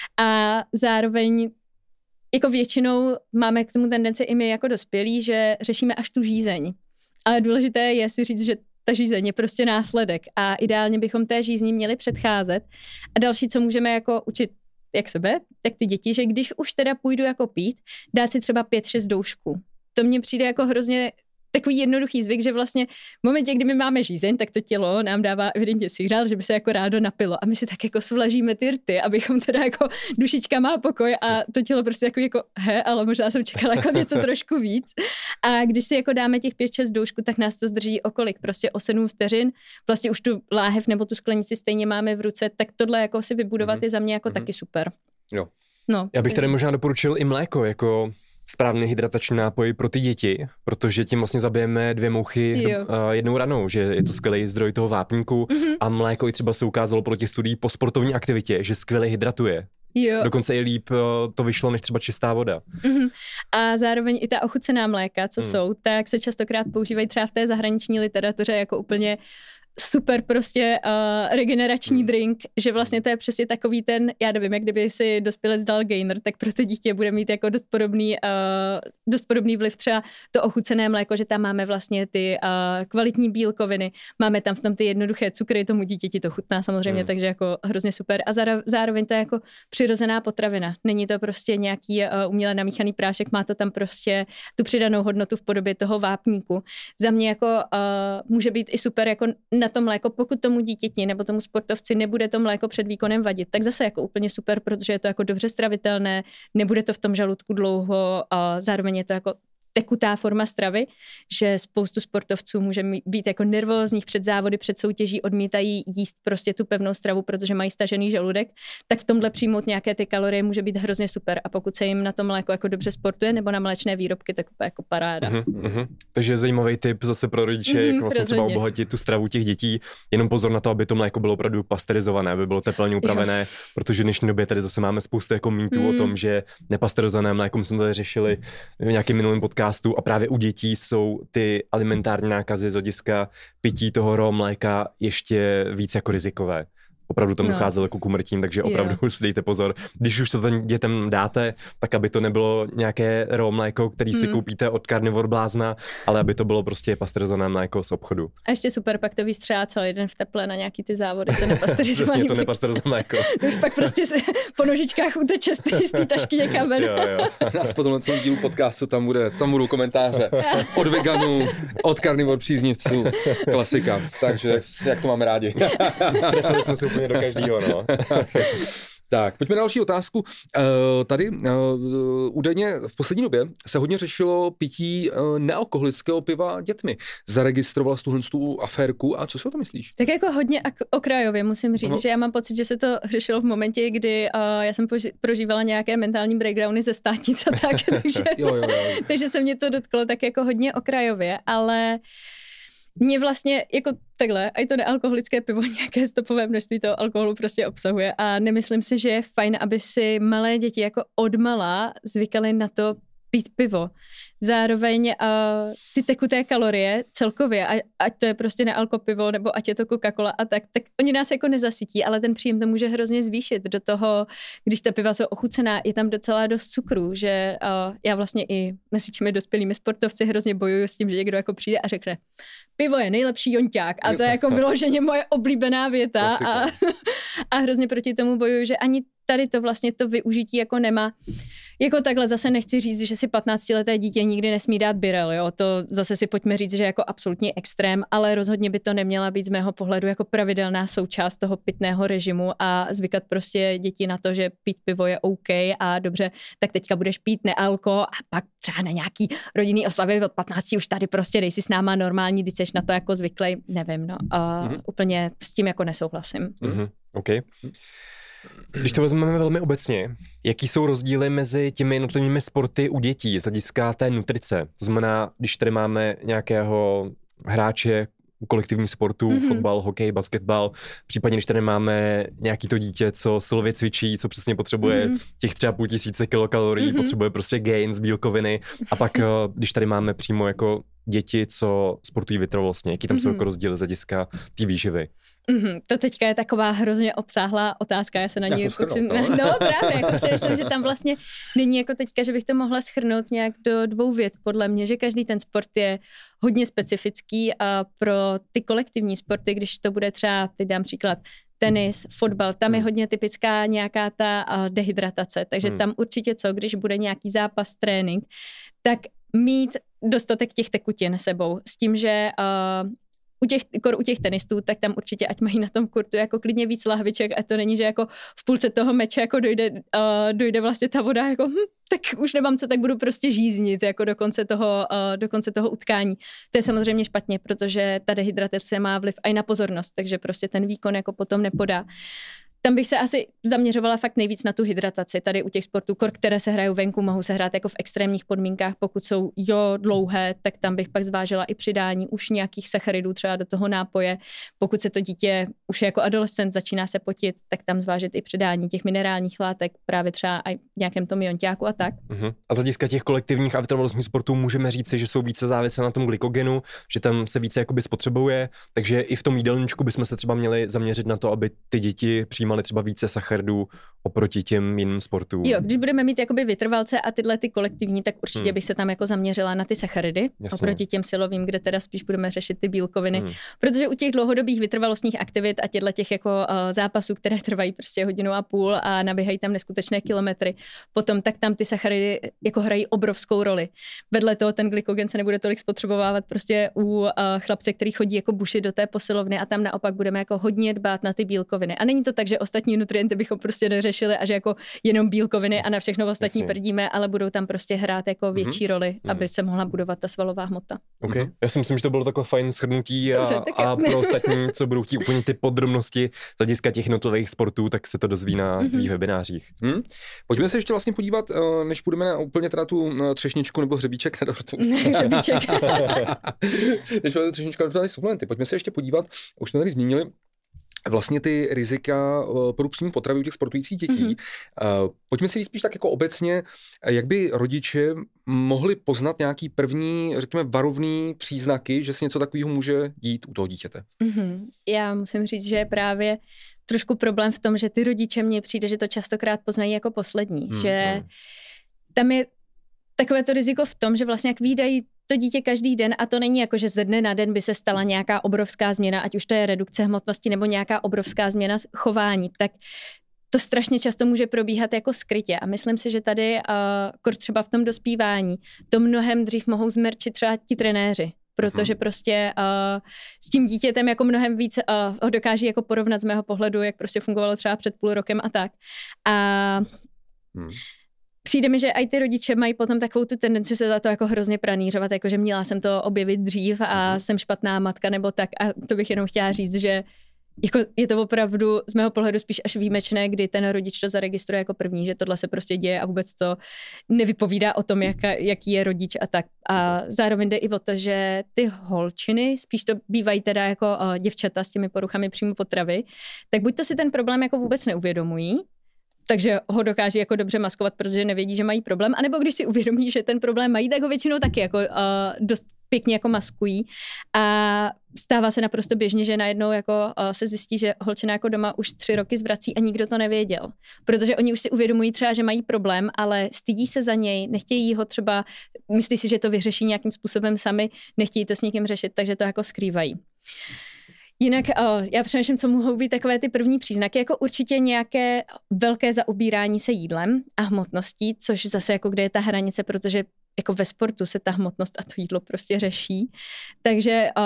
A zároveň jako většinou máme k tomu tendenci i my jako dospělí, že řešíme až tu žízeň. Ale důležité je si říct, že ta žízeň je prostě následek a ideálně bychom té žízni měli předcházet. A další, co můžeme jako učit jak sebe, tak ty děti, že když už teda půjdu jako pít, dát si třeba pět, šest doušků. To mně přijde jako hrozně takový jednoduchý zvyk, že vlastně v momentě, kdy my máme žízeň, tak to tělo nám dává evidentně signál, že by se jako rádo napilo a my si tak jako svlažíme ty rty, abychom teda jako dušička má pokoj a to tělo prostě jako, jako he, ale možná jsem čekala jako něco trošku víc. A když si jako dáme těch pět, šest doušků, tak nás to zdrží o kolik? Prostě o sedm vteřin. Vlastně už tu láhev nebo tu sklenici stejně máme v ruce, tak tohle jako si vybudovat mm-hmm. je za mě jako mm-hmm. taky super. Jo. No. Já bych tady možná doporučil i mléko, jako správný hydratační nápoj pro ty děti, protože tím vlastně zabijeme dvě mouchy uh, jednou ranou, že je to skvělý zdroj toho vápníku mm-hmm. a mléko i třeba se ukázalo podle těch studií po sportovní aktivitě, že skvěle hydratuje. Jo. Dokonce i líp uh, to vyšlo než třeba čistá voda. Mm-hmm. A zároveň i ta ochucená mléka, co mm. jsou, tak se častokrát používají třeba v té zahraniční literatuře jako úplně super prostě uh, regenerační hmm. drink, že vlastně to je přesně takový ten, já nevím, jak kdyby si dospělec dal gainer, tak pro to dítě bude mít jako dost podobný, uh, dost podobný vliv třeba to ochucené mléko, že tam máme vlastně ty uh, kvalitní bílkoviny, máme tam v tom ty jednoduché cukry, tomu dítěti to chutná samozřejmě, hmm. takže jako hrozně super a zároveň to je jako přirozená potravina. Není to prostě nějaký uh, uměle namíchaný prášek, má to tam prostě tu přidanou hodnotu v podobě toho vápníku. Za mě jako uh, může být i super jako na to mléko, pokud tomu dítěti nebo tomu sportovci nebude to mléko před výkonem vadit, tak zase jako úplně super, protože je to jako dobře stravitelné, nebude to v tom žaludku dlouho a zároveň je to jako tekutá forma stravy, že spoustu sportovců může být jako nervózních před závody, před soutěží, odmítají jíst prostě tu pevnou stravu, protože mají stažený žaludek, tak v tomhle přijmout nějaké ty kalorie může být hrozně super a pokud se jim na to mléko jako dobře sportuje nebo na mléčné výrobky, tak jako paráda. Uh-huh, uh-huh. Takže zajímavý tip zase pro rodiče, uh-huh, jak vlastně třeba obohatit tu stravu těch dětí, jenom pozor na to, aby to mléko bylo opravdu pasterizované, aby bylo teplně upravené, jo. Protože v dnešní době tady zase máme spoustu jako mýtů uh-huh. o tom, že nepasterizované mléko, my jsme tady řešili v nějakém minulém podcastu a právě u dětí jsou ty alimentární nákazy z hlediska pití toho raw mléka ještě víc jako rizikové. Opravdu tam docházelo jako k úmrtím, takže opravdu yeah. si dejte pozor. Když už to ten dětem dáte, tak aby to nebylo nějaké raw mléko, který mm. si koupíte od Carnivore blázna, ale aby to bylo prostě pasterizované mléko z obchodu. A ještě super, pak to vystřelá celý den v teple na nějaký ty závody, to nepasterizované. Přesně to nepasterizované mléko. To už pak prostě se po nožičkách uteče z té tašky někam ven. Jo, jo. Nás po tomhle dílu podcastu tam, bude, tam budou komentáře od veganů, od Carnivore příznivců, klasika. Takže jak to máme rádi. Trefili jsme si úplně do každého, no. Tak, pojďme na další otázku. Uh, tady uh, údajně v poslední době se hodně řešilo pití uh, nealkoholického piva dětmi. Zaregistrovala jsi tuhle tu aférku a co si o to myslíš? Tak jako hodně ak- okrajově musím říct, no. že já mám pocit, že se to řešilo v momentě, kdy uh, já jsem poži- prožívala nějaké mentální breakdowny ze státnic a tak, takže, jo, jo, jo. takže se mě to dotklo tak jako hodně okrajově, ale mě vlastně jako takhle, a i to nealkoholické pivo nějaké stopové množství toho alkoholu prostě obsahuje a nemyslím si, že je fajn, aby si malé děti jako odmala zvykaly na to pít pivo. Zároveň uh, ty tekuté kalorie celkově, a, ať to je prostě nealko pivo, nebo ať je to Coca-Cola a tak, tak oni nás jako nezasytí, ale ten příjem to může hrozně zvýšit. Do toho, když ta piva jsou ochucená, je tam docela dost cukru, že uh, já vlastně i mezi těmi dospělými sportovci hrozně bojuju s tím, že někdo jako přijde a řekne, pivo je nejlepší jonťák a to je jako vyloženě moje oblíbená věta a, a hrozně proti tomu bojuju, že ani tady to vlastně to využití jako nemá. Jako takhle zase nechci říct, že si patnáctileté dítě nikdy nesmí dát birel, jo, to zase si pojďme říct, že jako absolutní extrém, ale rozhodně by to neměla být z mého pohledu jako pravidelná součást toho pitného režimu a zvykat prostě děti na to, že pít pivo je OK a dobře, tak teďka budeš pít nealko a pak třeba na nějaký rodinný oslavě od patnácti už tady prostě dej si s náma normální, když seš na to jako zvyklej, nevím, no, a mm-hmm. úplně s tím jako nesouhlasím. Mm-hmm. OK. Když to vezmeme velmi obecně, jaký jsou rozdíly mezi těmi jednotlivými sporty u dětí z hlediska té nutrice? To znamená, když tady máme nějakého hráče kolektivních sportů, mm-hmm. fotbal, hokej, basketbal, případně když tady máme nějaký to dítě, co silově cvičí, co přesně potřebuje mm-hmm. těch třeba půl tisíce kilokalorií, mm-hmm. potřebuje prostě gains, bílkoviny a pak když tady máme přímo jako děti, co sportují vytrvalostně, jaký tam mm-hmm. jsou jako rozdíly z hlediska té výživy? Mm-hmm, to teďka je taková hrozně obsáhlá otázka, já se na ní pokusím. No právě, jako přemýšlím, že tam vlastně není jako teďka, že bych to mohla shrnout nějak do dvou vět, podle mě, že každý ten sport je hodně specifický a pro ty kolektivní sporty, když to bude třeba, teď dám příklad, tenis, fotbal, tam je hodně typická nějaká ta dehydratace, takže hmm. tam určitě co, když bude nějaký zápas, trénink, tak mít dostatek těch tekutin sebou s tím, že uh, u těch, kor, u těch tenistů, tak tam určitě, ať mají na tom kurtu jako klidně víc lahviček a to není, že jako v půlce toho meče jako dojde, uh, dojde vlastně ta voda jako hm, tak už nemám co, tak budu prostě žíznit jako do konce toho, uh, do konce toho utkání. To je samozřejmě špatně, protože ta dehydratace má vliv i na pozornost, takže prostě ten výkon jako potom nepodá. Tam bych se asi zaměřovala fakt nejvíc na tu hydrataci. Tady u těch sportů, které se hrajou venku, mohou se hrát jako v extrémních podmínkách. Pokud jsou jo dlouhé, tak tam bych pak zvážila i přidání už nějakých sacharidů třeba do toho nápoje. Pokud se to dítě už jako adolescent začíná se potit, tak tam zvážit i přidání těch minerálních látek, právě třeba i v nějakém tom jonťáku a tak. Uh-huh. A z hlediska těch kolektivních a vytrvalostních sportů můžeme říci, že jsou více závislé na tom glykogenu, že tam se více jakoby spotřebuje, takže i v tom jídelníčku bychom se třeba měli zaměřit na to, aby ty děti přijímaly třeba více sacharidů oproti těm jiným sportům. Jo, když budeme mít jakoby vytrvalce a tyhle ty kolektivní, tak určitě hmm. bych se tam jako zaměřila na ty sacharidy Jasně. oproti těm silovým, kde teda spíš budeme řešit ty bílkoviny, hmm. protože u těch dlouhodobých vytrvalostních aktivit a těchto těch jako uh, zápasů, které trvají prostě hodinu a půl a naběhají tam neskutečné kilometry, potom tak tam ty sacharidy jako hrají obrovskou roli. Vedle toho ten glykogen se nebude tolik spotřebovávat prostě u uh, chlapce, který chodí jako buši do té posilovny a tam naopak budeme jako hodně dbát na ty bílkoviny. A není to tak, že ostatní nutrienty bychom prostě neřešili a že jako jenom bílkoviny a na všechno ostatní Jasně. prdíme, ale budou tam prostě hrát jako větší mm-hmm. roli, aby se mohla budovat ta svalová hmota. OK. Já si myslím, že to bylo takhle fajn shrnutí a, Dobře, a pro ostatní, co budou chtít úplně ty podrobnosti z hlediska těch jednotlivých sportů, tak se to dozví na mm-hmm. tvých webinářích. Hmm. Pojďme se ještě vlastně podívat, než půjdeme na úplně teda tu třešničku nebo hřebíček na dortu. Hřebíček. Než půjdeme třešničku na dortu, suplementy. Pojďme se ještě podívat, už jsme tady zmínili, vlastně ty rizika poruch příjmu potravy u těch sportujících dětí. Mm-hmm. Pojďme si říct spíš tak jako obecně, jak by rodiče mohli poznat nějaký první, řekněme, varovný příznaky, že se něco takového může dít u toho dítěte. Mm-hmm. Já musím říct, že je právě trošku problém v tom, že ty rodiče mně přijde, že to častokrát poznají jako poslední, mm-hmm. že tam je takové to riziko v tom, že vlastně jak výdají to dítě každý den a to není jako, že ze dne na den by se stala nějaká obrovská změna, ať už to je redukce hmotnosti nebo nějaká obrovská změna chování, tak to strašně často může probíhat jako skrytě a myslím si, že tady uh, třeba v tom dospívání to mnohem dřív mohou zmerčit třeba ti trenéři, protože prostě uh, s tím dítětem jako mnohem víc uh, ho dokáží jako porovnat z mého pohledu, jak prostě fungovalo třeba před půl rokem a tak. A hmm. přijde mi, že i ty rodiče mají potom takovou tu tendenci se za to jako hrozně pranířovat, jako že měla jsem to objevit dřív a hmm. jsem špatná matka nebo tak, a to bych jenom chtěla říct, že jako je to opravdu z mého pohledu spíš až výjimečné, kdy ten rodič to zaregistruje jako první, že tohle se prostě děje a vůbec to nevypovídá o tom, jak, jaký je rodič a tak. A zároveň jde i o to, že ty holčiny, spíš to bývají teda jako uh, děvčata s těmi poruchami příjmu potravy, tak buď to si ten problém jako vůbec neuvědomují, takže ho dokáží jako dobře maskovat, protože nevědí, že mají problém, anebo když si uvědomí, že ten problém mají, tak ho většinou taky jako uh, dost pěkně jako maskují a stává se naprosto běžně, že najednou jako uh, se zjistí, že holčina jako doma už tři roky zvrací a nikdo to nevěděl, protože oni už si uvědomují třeba, že mají problém, ale stydí se za něj, nechtějí ho třeba, myslí si, že to vyřeší nějakým způsobem sami, nechtějí to s někým řešit, takže to jako skrývají. Jinak uh, já přemýšlím, co mohou být takové ty první příznaky, jako určitě nějaké velké zaobírání se jídlem a hmotností, což zase jako kde je ta hranice, protože jako ve sportu se ta hmotnost a to jídlo prostě řeší. Takže uh,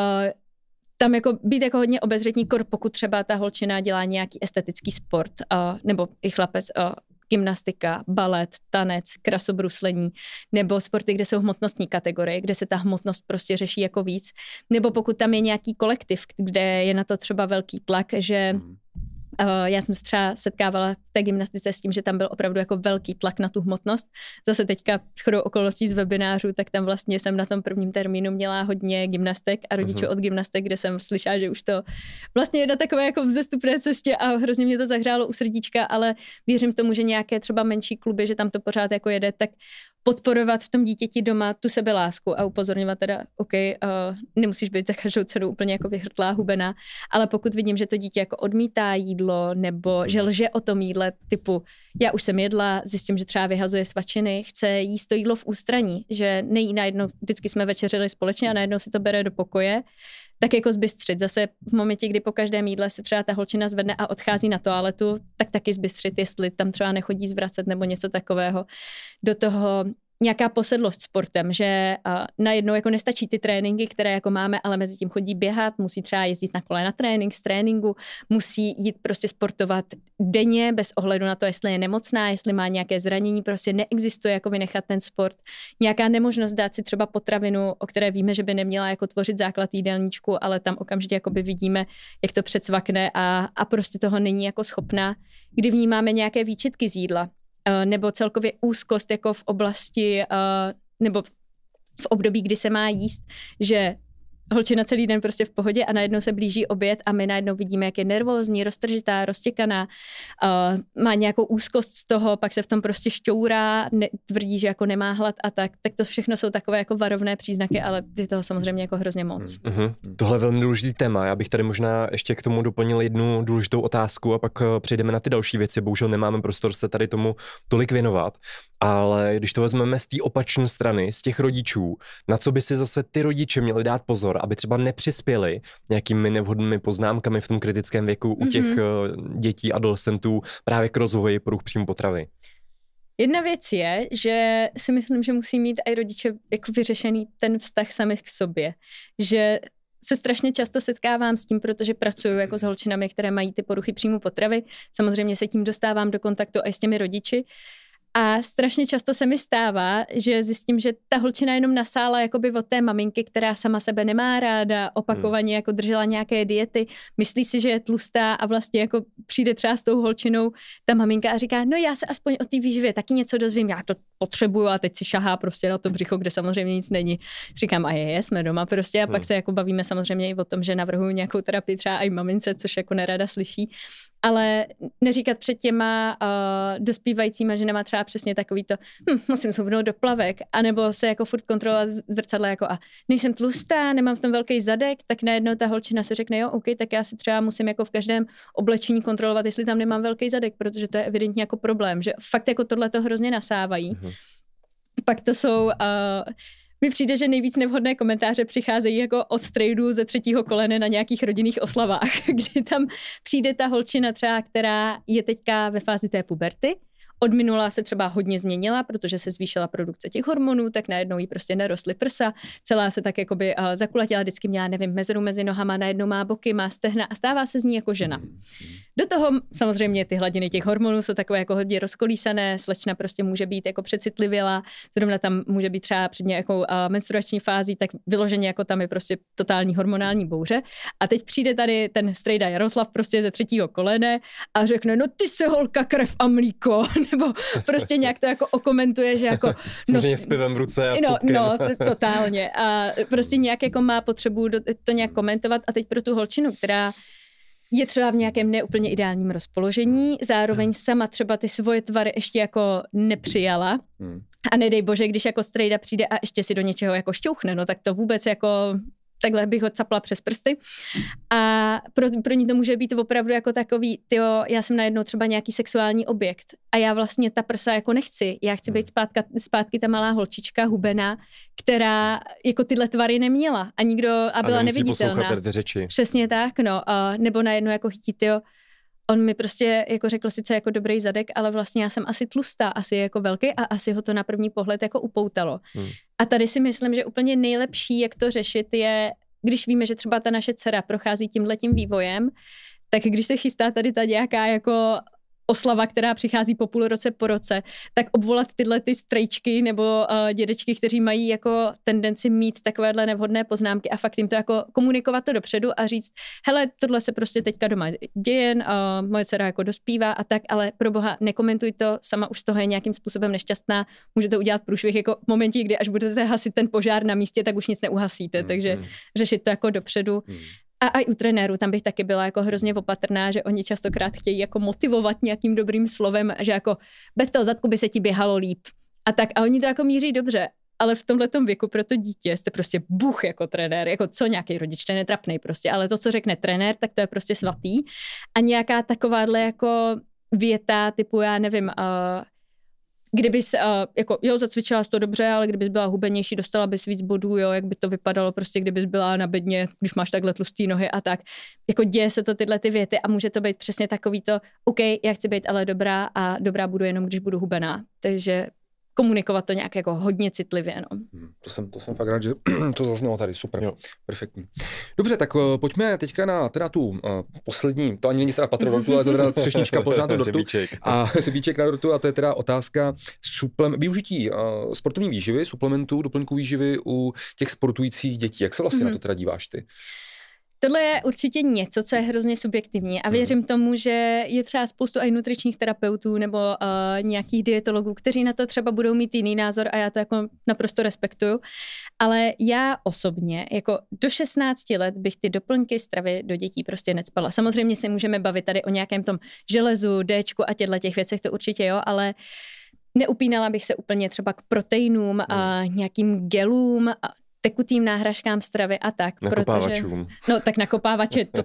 tam jako být jako hodně obezřetní, pokud třeba ta holčina dělá nějaký estetický sport, uh, nebo i chlapec, uh, gymnastika, balet, tanec, krasobruslení, nebo sporty, kde jsou hmotnostní kategorie, kde se ta hmotnost prostě řeší jako víc, nebo pokud tam je nějaký kolektiv, kde je na to třeba velký tlak, že uh, já jsem se třeba setkávala v té gymnastice s tím, že tam byl opravdu jako velký tlak na tu hmotnost. Zase teďka shodou okolností z webinářů, tak tam vlastně jsem na tom prvním termínu měla hodně gymnastek a rodičů uh-huh. od gymnastek, kde jsem slyšela, že už to vlastně je na takové jako vzestupné cestě a hrozně mě to zahřálo u srdíčka, ale věřím tomu, že nějaké třeba menší kluby, že tam to pořád jako jede, tak podporovat v tom dítěti doma tu sebelásku a upozorňovat teda, OK, uh, nemusíš být za každou cenu úplně jako vyhrtlá, hubená, ale pokud vidím, že to dítě jako odmítá jídlo nebo že lže o tom jídle, typu já už jsem jedla, zjistím, že třeba vyhazuje svačiny, chce jíst to jídlo v ústraní, že nejí najednou, vždycky jsme večeřili společně a najednou si to bere do pokoje, tak jako zbystřit. Zase v momentě, kdy po každém jídle se třeba ta holčina zvedne a odchází na toaletu, tak taky zbystřit, jestli tam třeba nechodí zvracet nebo něco takového. Do toho nějaká posedlost sportem, že uh, najednou jako nestačí ty tréninky, které jako máme, ale mezi tím chodí běhat, musí třeba jezdit na kole na trénink, z tréninku, musí jít prostě sportovat denně, bez ohledu na to, jestli je nemocná, jestli má nějaké zranění, prostě neexistuje jako vynechat ten sport. Nějaká nemožnost dát si třeba potravinu, o které víme, že by neměla jako tvořit základ jídelníčku, ale tam okamžitě jakoby vidíme, jak to předsvakne a, a prostě toho není jako schopná. Kdy vnímáme nějaké výčitky z jídla, nebo celkově úzkost jako v oblasti, nebo v období, kdy se má jíst, že holčina celý den prostě v pohodě a najednou se blíží oběd a my najednou vidíme, jak je nervózní, roztržitá, roztěkaná, uh, má nějakou úzkost z toho, pak se v tom prostě šťourá, ne, tvrdí, že jako nemá hlad a tak, tak to všechno jsou takové jako varovné příznaky, ale je toho samozřejmě jako hrozně moc. Mm-hmm. Tohle je velmi důležitý téma, já bych tady možná ještě k tomu doplnil jednu důležitou otázku a pak přejdeme na ty další věci, bohužel nemáme prostor se tady tomu tolik věnovat, ale když to vezmeme z té opačné strany, z těch rodičů, na co by si zase ty rodiče měli dát pozor, aby třeba nepřispěli nějakými nevhodnými poznámkami v tom kritickém věku u těch mm-hmm. dětí, adolescentů právě k rozvoji poruch příjmu potravy. Jedna věc je, že si myslím, že musí mít i rodiče jako vyřešený ten vztah sami k sobě, že se strašně často setkávám s tím, protože pracuju jako s holčinami, které mají ty poruchy příjmu potravy. Samozřejmě se tím dostávám do kontaktu i s těmi rodiči. A strašně často se mi stává, že zjistím, že ta holčina jenom nasála jakoby od té maminky, která sama sebe nemá ráda, opakovaně jako držela nějaké diety, myslí si, že je tlustá a vlastně jako přijde třeba s tou holčinou ta maminka a říká, no já se aspoň o té výživě taky něco dozvím, já to potřebuju a teď si šahá prostě na to břicho, kde samozřejmě nic není. Říkám, a je, je, jsme doma prostě a hmm. pak se jako bavíme samozřejmě i o tom, že navrhuju nějakou terapii třeba i mamince, což jako nerada slyší. Ale neříkat před těma uh, dospívajícíma ženama třeba přesně takový to, hm, musím zhubnout do plavek, anebo se jako furt kontrolovat v zrcadle jako a nejsem tlustá, nemám v tom velký zadek, tak najednou ta holčina se řekne, jo, OK, tak já si třeba musím jako v každém oblečení kontrolovat, jestli tam nemám velký zadek, protože to je evidentně jako problém, že fakt jako tohle to hrozně nasávají. Mm-hmm. Pak to jsou... Uh, Mně přijde, že nejvíc nevhodné komentáře přicházejí jako od strejdů ze třetího kolene na nějakých rodinných oslavách, kdy tam přijde ta holčina třeba, která je teďka ve fázi té puberty, od minula se třeba hodně změnila, protože se zvýšila produkce těch hormonů, tak najednou jí prostě nerostly prsa, celá se tak jakoby uh, zakulatila, vždycky měla, nevím, mezeru mezi nohama, najednou má boky, má stehna a stává se z ní jako žena. Do toho samozřejmě ty hladiny těch hormonů jsou takové jako hodně rozkolísané, slečna prostě může být jako přecitlivělá, zrovna tam může být třeba před nějakou uh, menstruační fází, tak vyloženě jako tam je prostě totální hormonální bouře. A teď přijde tady ten strejda Jaroslav prostě ze třetího kolene a řekne, no ty se holka krev a mlíko, nebo prostě nějak to jako okomentuje, že jako... Samozřejmě no, s pivem v ruce a s No, kupkem. no t- totálně. A prostě nějak jako má potřebu do, to nějak komentovat a teď pro tu holčinu, která je třeba v nějakém neúplně ideálním rozpoložení, zároveň sama třeba ty svoje tvary ještě jako nepřijala. Hmm. A nedej bože, když jako strejda přijde a ještě si do něčeho jako šťouchne, no tak to vůbec jako... Takhle bych ho capla přes prsty. A pro, pro ní to může být opravdu jako takový, tyjo, já jsem najednou třeba nějaký sexuální objekt a já vlastně ta prsa jako nechci. Já chci být zpátka, zpátky ta malá holčička hubená, která jako tyhle tvary neměla a nikdo a byla a neviditelná. Řeči. Přesně tak, no. A nebo najednou jako chytí, tyjo, on mi prostě jako řekl sice jako dobrý zadek, ale vlastně já jsem asi tlustá, asi jako velký a asi ho to na první pohled jako upoutalo. Hmm. A tady si myslím, že úplně nejlepší, jak to řešit, je, když víme, že třeba ta naše dcera prochází tímhletím vývojem, tak když se chystá tady ta nějaká jako oslava, která přichází po půl roce po roce, tak obvolat tyhle ty strejčky nebo uh, dědečky, kteří mají jako tendenci mít takovéhle nevhodné poznámky a fakt jim to jako komunikovat to dopředu a říct, hele, tohle se prostě teďka doma děje, uh, moje dcera jako dospívá a tak, ale pro boha nekomentuj to, sama už z toho je nějakým způsobem nešťastná, můžete udělat průšvih jako v momentě, kdy až budete hasit ten požár na místě, tak už nic neuhasíte, mm, takže mm. řešit to jako dopředu. Mm. A i u trenérů, tam bych taky byla jako hrozně opatrná, že oni častokrát chtějí jako motivovat nějakým dobrým slovem, že jako bez toho zadku by se ti běhalo líp. A tak, a oni to jako míří dobře, ale v tomhletom věku pro to dítě jste prostě buch jako trenér, jako co nějaký rodič, ten je trapnej prostě, ale to, co řekne trenér, tak to je prostě svatý. A nějaká takováhle jako věta typu, já nevím, uh, kdybys, uh, jako, jo, zacvičila jsi to dobře, ale kdybys byla hubenější, dostala bys víc bodů, jo, jak by to vypadalo, prostě kdybys byla na bedně, když máš takhle tlustý nohy a tak. Jako děje se to tyhle ty věty a může to být přesně takový to, OK, já chci být ale dobrá a dobrá budu jenom, když budu hubená. Takže komunikovat to nějak jako hodně citlivě, no. Hmm, to jsem, to jsem fakt rád, že to zaznělo tady, super, jo. Perfektní. Dobře, tak uh, pojďme teďka na teda tu uh, poslední, to ani není teda patro dortu, ale to teda třešnička položená do dortu. A řebíček na dortu a to je teda otázka suplem, využití uh, sportovní výživy, suplementů, doplňků výživy u těch sportujících dětí. Jak se vlastně mm-hmm. na to teda díváš ty? Tohle je určitě něco, co je hrozně subjektivní a věřím tomu, že je třeba spoustu i nutričních terapeutů nebo uh, nějakých dietologů, kteří na to třeba budou mít jiný názor a já to jako naprosto respektuju. Ale já osobně jako do šestnácti let bych ty doplňky stravy do dětí prostě necpala. Samozřejmě se můžeme bavit tady o nějakém tom železu, Dčku a těchto těch věcech, to určitě jo, ale neupínala bych se úplně třeba k proteinům a nějakým gelům a tekutým náhražkám stravy a tak. Protože, no tak nakopávače, to,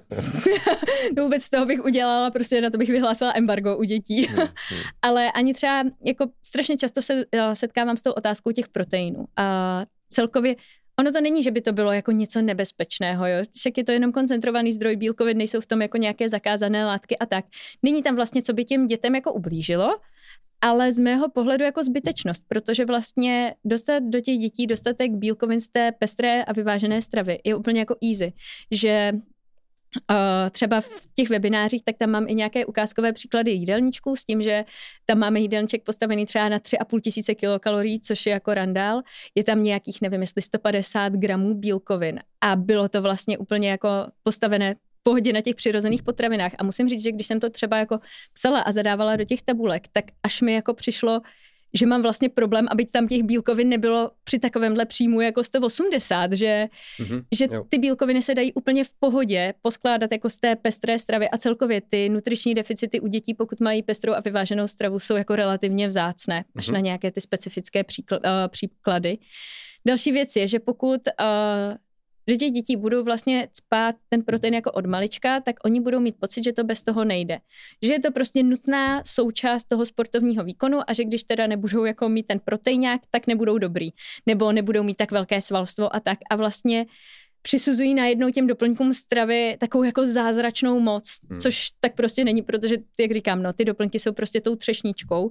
to vůbec z toho bych udělala, prostě na to bych vyhlásila embargo u dětí. Hmm, hmm. Ale ani třeba, jako strašně často se setkávám s tou otázkou těch proteinů. A celkově, ono to není, že by to bylo jako něco nebezpečného, jo. Však je to jenom koncentrovaný zdroj bílkovin, nejsou v tom jako nějaké zakázané látky a tak. Není tam vlastně, co by těm dětem jako ublížilo, ale z mého pohledu jako zbytečnost, protože vlastně dostat do těch dětí dostatek bílkovin z té pestré a vyvážené stravy je úplně jako easy, že uh, třeba v těch webinářích, tak tam mám i nějaké ukázkové příklady jídelníčků s tím, že tam máme jídelníček postavený třeba na tři a půl tisíce kilokalorií, což je jako randál, je tam nějakých, nevím, jestli sto padesát gramů bílkovin a bylo to vlastně úplně jako postavené pohodě na těch přirozených potravinách. A musím říct, že když jsem to třeba jako psala a zadávala do těch tabulek, tak až mi jako přišlo, že mám vlastně problém, aby tam těch bílkovin nebylo při takovémhle příjmu jako sto osmdesát, že, mm-hmm, že ty bílkoviny se dají úplně v pohodě poskládat jako z té pestré stravy a celkově ty nutriční deficity u dětí, pokud mají pestrou a vyváženou stravu, jsou jako relativně vzácné, až mm-hmm. na nějaké ty specifické příkl- uh, příklady. Další věc je, že pokud uh, že těch dětí budou vlastně cpát ten protein jako od malička, tak oni budou mít pocit, že to bez toho nejde. Že je to prostě nutná součást toho sportovního výkonu a že když teda nebudou jako mít ten proteinák, tak nebudou dobrý. Nebo nebudou mít tak velké svalstvo a tak. A vlastně přisuzují najednou těm doplňkům stravy takovou jako zázračnou moc, hmm. což tak prostě není, protože, jak říkám, no, ty doplňky jsou prostě tou třešničkou.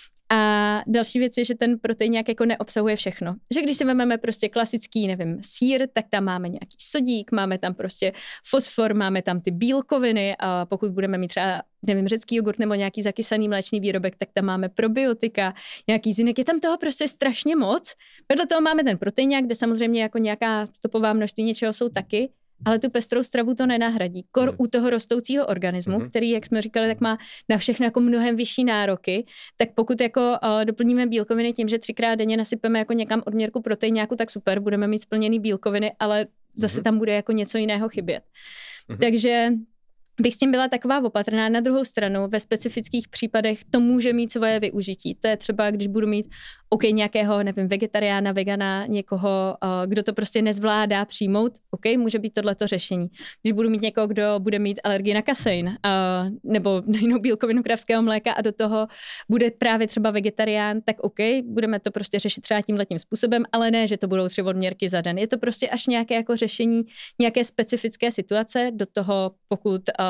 A další věc je, že ten protein nějak jako neobsahuje všechno. Že když si vezmeme prostě klasický, nevím, sýr, tak tam máme nějaký sodík, máme tam prostě fosfor, máme tam ty bílkoviny a pokud budeme mít třeba, nevím, řecký jogurt nebo nějaký zakysaný mléčný výrobek, tak tam máme probiotika, nějaký zinek. Je tam toho prostě strašně moc. Vedle toho máme ten protein, kde samozřejmě jako nějaká stopová množství něčeho jsou taky, ale tu pestrou stravu to nenahradí. Kor mm. u toho rostoucího organismu, mm. který, jak jsme říkali, tak má na všechno jako mnohem vyšší nároky, tak pokud jako uh, doplníme bílkoviny tím, že třikrát denně nasypeme jako někam odměrku proteináku, tak super, budeme mít splněný bílkoviny, ale zase mm. tam bude jako něco jiného chybět. Mm. Takže bych s tím byla taková opatrná. Na druhou stranu, ve specifických případech to může mít svoje využití. To je třeba, když budu mít OK, nějakého, nevím, vegetariána, vegana, někoho, uh, kdo to prostě nezvládá přijmout, OK, může být tohleto řešení. Když budu mít někoho, kdo bude mít alergii na kasein, uh, nebo na jinou bílkovinu kravského mléka a do toho bude právě třeba vegetarián, tak OK, budeme to prostě řešit třeba tímhletím způsobem, ale ne, že to budou tři odměrky za den. Je to prostě až nějaké jako řešení nějaké specifické situace, do toho, pokud uh,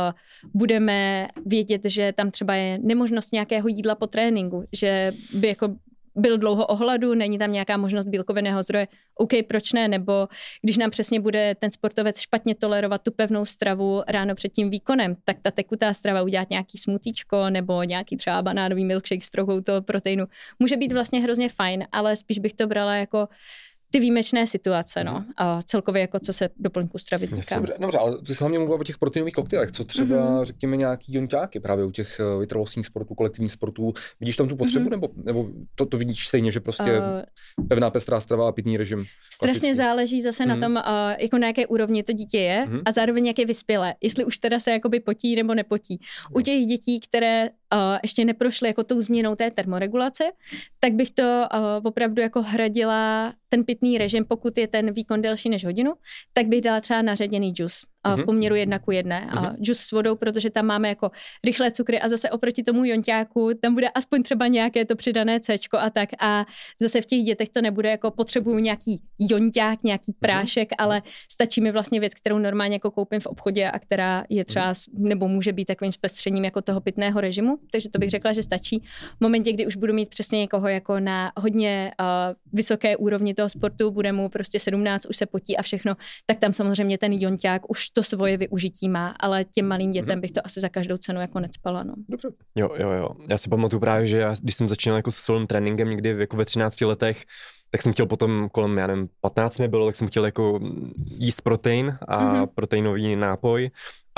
budeme vědět, že tam třeba je nemožnost nějakého jídla po tréninku, že by jako byl dlouho o hladu, není tam nějaká možnost bílkovinného zdroje, OK, proč ne, nebo když nám přesně bude ten sportovec špatně tolerovat tu pevnou stravu ráno před tím výkonem, tak ta tekutá strava, udělat nějaký smutíčko nebo nějaký třeba banánový milkshake s trochou toho proteinu, může být vlastně hrozně fajn, ale spíš bych to brala jako ty výjimečné situace, no, a celkově jako co se doplňku stravy týká. Dobře, dobře, ale ty jsi hlavně mluvila o těch proteinových koktejlech, co třeba, mm-hmm. řekněme, nějaký jonťáky právě u těch vytrvalostních sportů, kolektivních sportů. Vidíš tam tu potřebu, mm-hmm. nebo, nebo to, to vidíš stejně, že prostě uh, pevná pestrá strava a pitný režim? Strašně klasický. Záleží zase mm-hmm. na tom, uh, jako na jaké úrovni to dítě je mm-hmm. a zároveň jak je vyspělé, jestli už teda se jakoby potí nebo nepotí. U těch dětí, které uh, ještě neprošly jako tou změnou té termoregulace, tak bych to uh, opravdu jako hradila ten pitný režim, pokud je ten výkon delší než hodinu, tak bych dala třeba naředěný džus a v poměru jedna ku jedné. A džus s vodou, protože tam máme jako rychlé cukry a zase oproti tomu jonťáku, tam bude aspoň třeba nějaké to přidané céčko a tak. A zase v těch dětech to nebude jako potřebuju nějaký jonťák, nějaký prášek, ale stačí mi vlastně věc, kterou normálně jako koupím v obchodě a která je třeba, nebo může být takovým zpestřením jako toho pitného režimu. Takže to bych řekla, že stačí. V momentě, kdy už budu mít přesně někoho jako na hodně uh, vysoké úrovni toho sportu, bude mu prostě sedmnáct, už se potí a všechno, tak tam samozřejmě ten jonťák už to svoje využití má, ale těm malým dětem bych to asi za každou cenu jako necpala, no. Dobře. Jo, jo, jo. Já si pamatuju právě, že já, když jsem začínal jako s silovým tréninkem někdy jako ve třinácti letech, tak jsem chtěl potom kolem, já nevím, patnáct mi bylo, tak jsem chtěl jako jíst protein a mm-hmm. proteinový nápoj.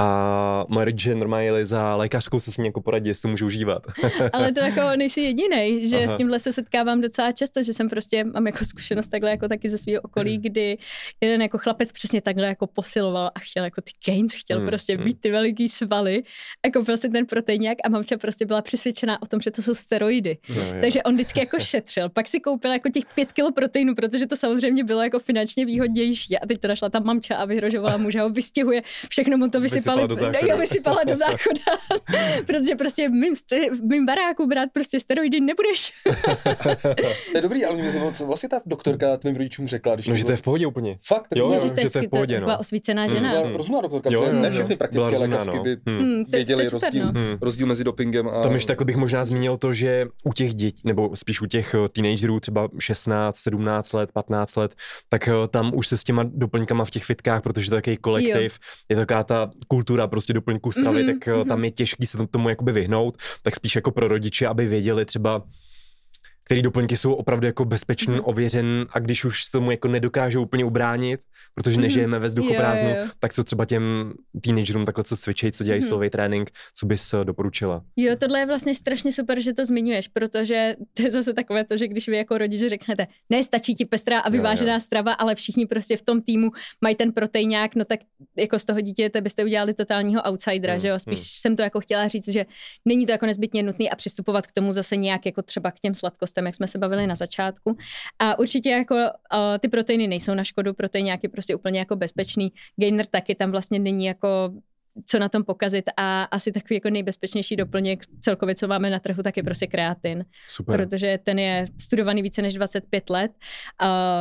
A moje rodiče normálně jeli za lékařskou se s ní jako poradit, jestli to můžu užívat. Ale to jako nejsi jedinej, že Aha. s tímhle se setkávám docela často, že jsem prostě, mám jako zkušenost takhle jako taky ze svého okolí, kdy jeden jako chlapec přesně takhle jako posiloval a chtěl jako ty gains, chtěl hmm. prostě být ty veliký svaly, jako prostě ten proteinák a mamča prostě byla přesvědčená o tom, že to jsou steroidy. No, takže on vždycky jako šetřil. Pak si koupil jako těch pět kilo proteinu, protože to samozřejmě bylo jako finančně výhodnější. A teď to našla ta mamča a vyhrožovala mu, že ho vystěhuje, všechno mu to vysypalo. Vysypala do záchoda. Jo, vysypala do záchoda. Protože prostě v mým, v mým baráku brát prostě steroidy nebudeš. To je dobrý, ale mě zajímalo, co vlastně ta doktorka tvým rodičům řekla. Když no, že to je v pohodě úplně. Fakt? Jo, Ježiš, že to je v pohodě, no. Taková osvícená žena. Byla rozumná doktorka, jo, protože jo, ne jo. všechny praktické rozumná, lékařky no. by hmm. věděli to, to rozdíl, super, no. hmm. rozdíl mezi dopingem a... To myž takhle bych možná zmínil to, že u těch dětí, nebo spíš u těch teenagerů třeba šestnáct, sedmnáct let, patnáct let, tak tam už se s těma doplňkama v těch fitkách, protože to je takový kolektiv, jo. je taková ta kultura prostě doplňků stravy, mm-hmm. tak mm-hmm. tam je těžký se tomu jakoby vyhnout, tak spíš jako pro rodiče, aby věděli třeba, který doplňky jsou opravdu jako bezpečný, mm-hmm. ověřen a když už se tomu jako nedokážou úplně ubránit, protože nežijeme ve vzduchoprázdnu, jo, jo. tak co třeba těm teenagerům takhle co cvičej, co dělají mm-hmm. silový trénink, co bys doporučila? Jo, tohle je vlastně strašně super, že to zmiňuješ, protože to je zase takové to, že když vy jako rodiče řeknete, ne, stačí ti pestrá a vyvážená jo, jo. strava, ale všichni prostě v tom týmu mají ten proteinák, no tak jako z toho dítěte byste udělali totálního outsidera, mm, že jo, spíš mm. jsem to jako chtěla říct, že není to jako nezbytně nutný a přistupovat k tomu zase nějak jako třeba k těm sladkostem, jak jsme se bavili na začátku. A určitě jako uh, ty proteiny nejsou na škodu, proteináky prostě úplně jako bezpečný. Gainer taky tam vlastně není jako co na tom pokazit a asi takový jako nejbezpečnější doplněk celkově, co máme na trhu, tak je prostě kreatin. Super. Protože ten je studovaný více než dvacet pět let. Uh,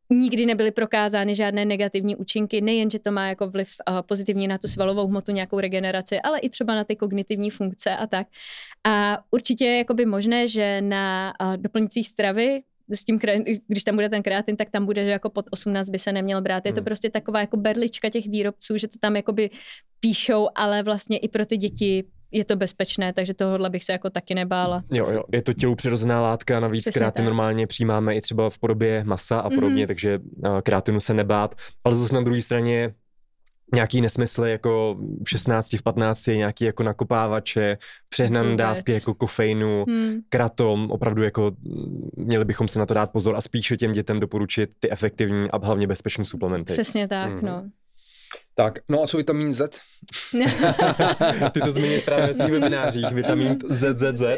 nikdy nebyly prokázány žádné negativní účinky, nejen, že to má jako vliv uh, pozitivní na tu svalovou hmotu, nějakou regeneraci, ale i třeba na ty kognitivní funkce a tak. A určitě je jakoby možné, že na uh, doplňující stravy, s tím, když tam bude ten kreatin, tak tam bude, že jako pod osmnáct by se neměl brát. Je to prostě taková jako berlička těch výrobců, že to tam jakoby píšou, ale vlastně i pro ty děti je to bezpečné, takže tohohle bych se jako taky nebála. Jo, jo, je to tělu přirozená látka, navíc přesně kreatin tak. Normálně přijímáme i třeba v podobě masa a podobně, mm-hmm. takže uh, kreatinu se nebát, ale zase na druhé straně nějaký nesmysly jako v šestnácti, v patnácti, nějaký jako nakopávače, přehnané Vůbec. dávky jako kofeinu, hmm. kratom, opravdu jako měli bychom se na to dát pozor a spíše těm dětem doporučit ty efektivní a hlavně bezpečné suplementy. Přesně tak, hmm. no. Tak, no a co vitamin Z? Ty to zmíníš právě ve svých webinářích, vitamin Z Z Z.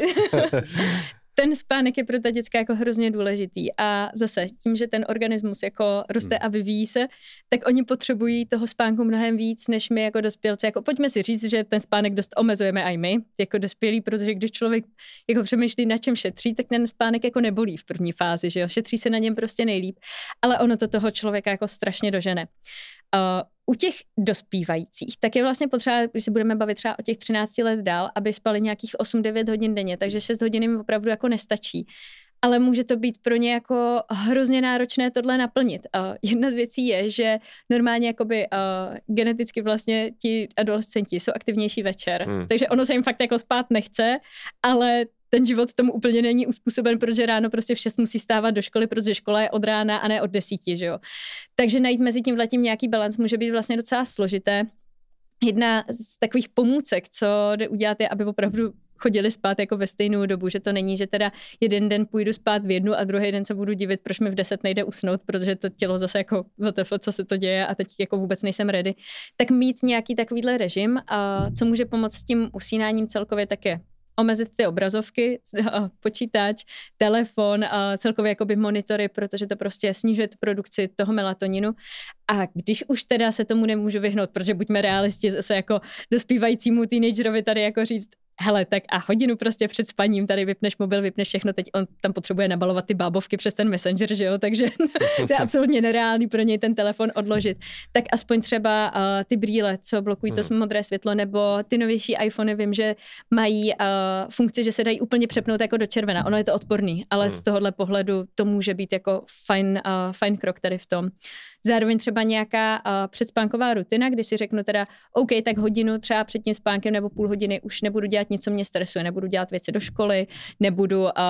Ten spánek je pro ta děcka jako hrozně důležitý a zase tím, že ten organismus jako roste a vyvíjí se, tak oni potřebují toho spánku mnohem víc, než my jako dospělci. Jako pojďme si říct, že ten spánek dost omezujeme i my, jako dospělí, protože když člověk jako přemýšlí, na čem šetří, tak ten spánek jako nebolí v první fázi, že jo, šetří se na něm prostě nejlíp, ale ono to toho člověka jako strašně dožene. Uh, u těch dospívajících, tak je vlastně potřeba, když se budeme bavit třeba o těch třinácti let dál, aby spali nějakých osm devět hodin denně, takže šest hodin jim opravdu jako nestačí. Ale může to být pro ně jako hrozně náročné tohle naplnit. Uh, jedna z věcí je, že normálně jakoby uh, geneticky vlastně ti adolescenti jsou aktivnější večer, hmm. takže ono se jim fakt jako spát nechce, ale ten život tomu úplně není uspůsoben, protože ráno prostě v šest musí stávat do školy, protože škola je od rána a ne od desíti, že jo. Takže najít mezi tímhletím nějaký balans může být vlastně docela složité. Jedna z takových pomůcek, co jde udělat, je, aby opravdu chodili spát jako ve stejnou dobu, že to není, že teda jeden den půjdu spát v jednu a druhý den se budu divit, proč mi v deset nejde usnout, protože to tělo zase jako W T F, co se to děje a teď jako vůbec nejsem ready. Tak mít nějaký takovýhle režim, a co může pomoct s tím usínáním celkově, tak je omezit ty obrazovky, počítač, telefon, celkově jakoby monitory, protože to prostě snižuje produkci toho melatoninu. A když už teda se tomu nemůžu vyhnout, protože buďme realisti, zase jako dospívajícímu teenagerovi tady jako říct, hele, tak a hodinu prostě před spaním tady vypneš mobil, vypneš všechno, teď on tam potřebuje nabalovat ty bábovky přes ten Messenger, že jo, takže to je absolutně nereálný pro něj ten telefon odložit. Tak aspoň třeba uh, ty brýle, co blokují to modré světlo, nebo ty novější iPhony, vím, že mají uh, funkci, že se dají úplně přepnout jako do červena. Ono je to odporný, ale z tohohle pohledu to může být jako fajn, uh, fajn krok tady v tom. Zároveň třeba nějaká uh, předspánková rutina, kdy si řeknu teda, OK, tak hodinu třeba před tím spánkem nebo půl hodiny už nebudu dělat nic, co mě stresuje, nebudu dělat věci do školy, nebudu, uh,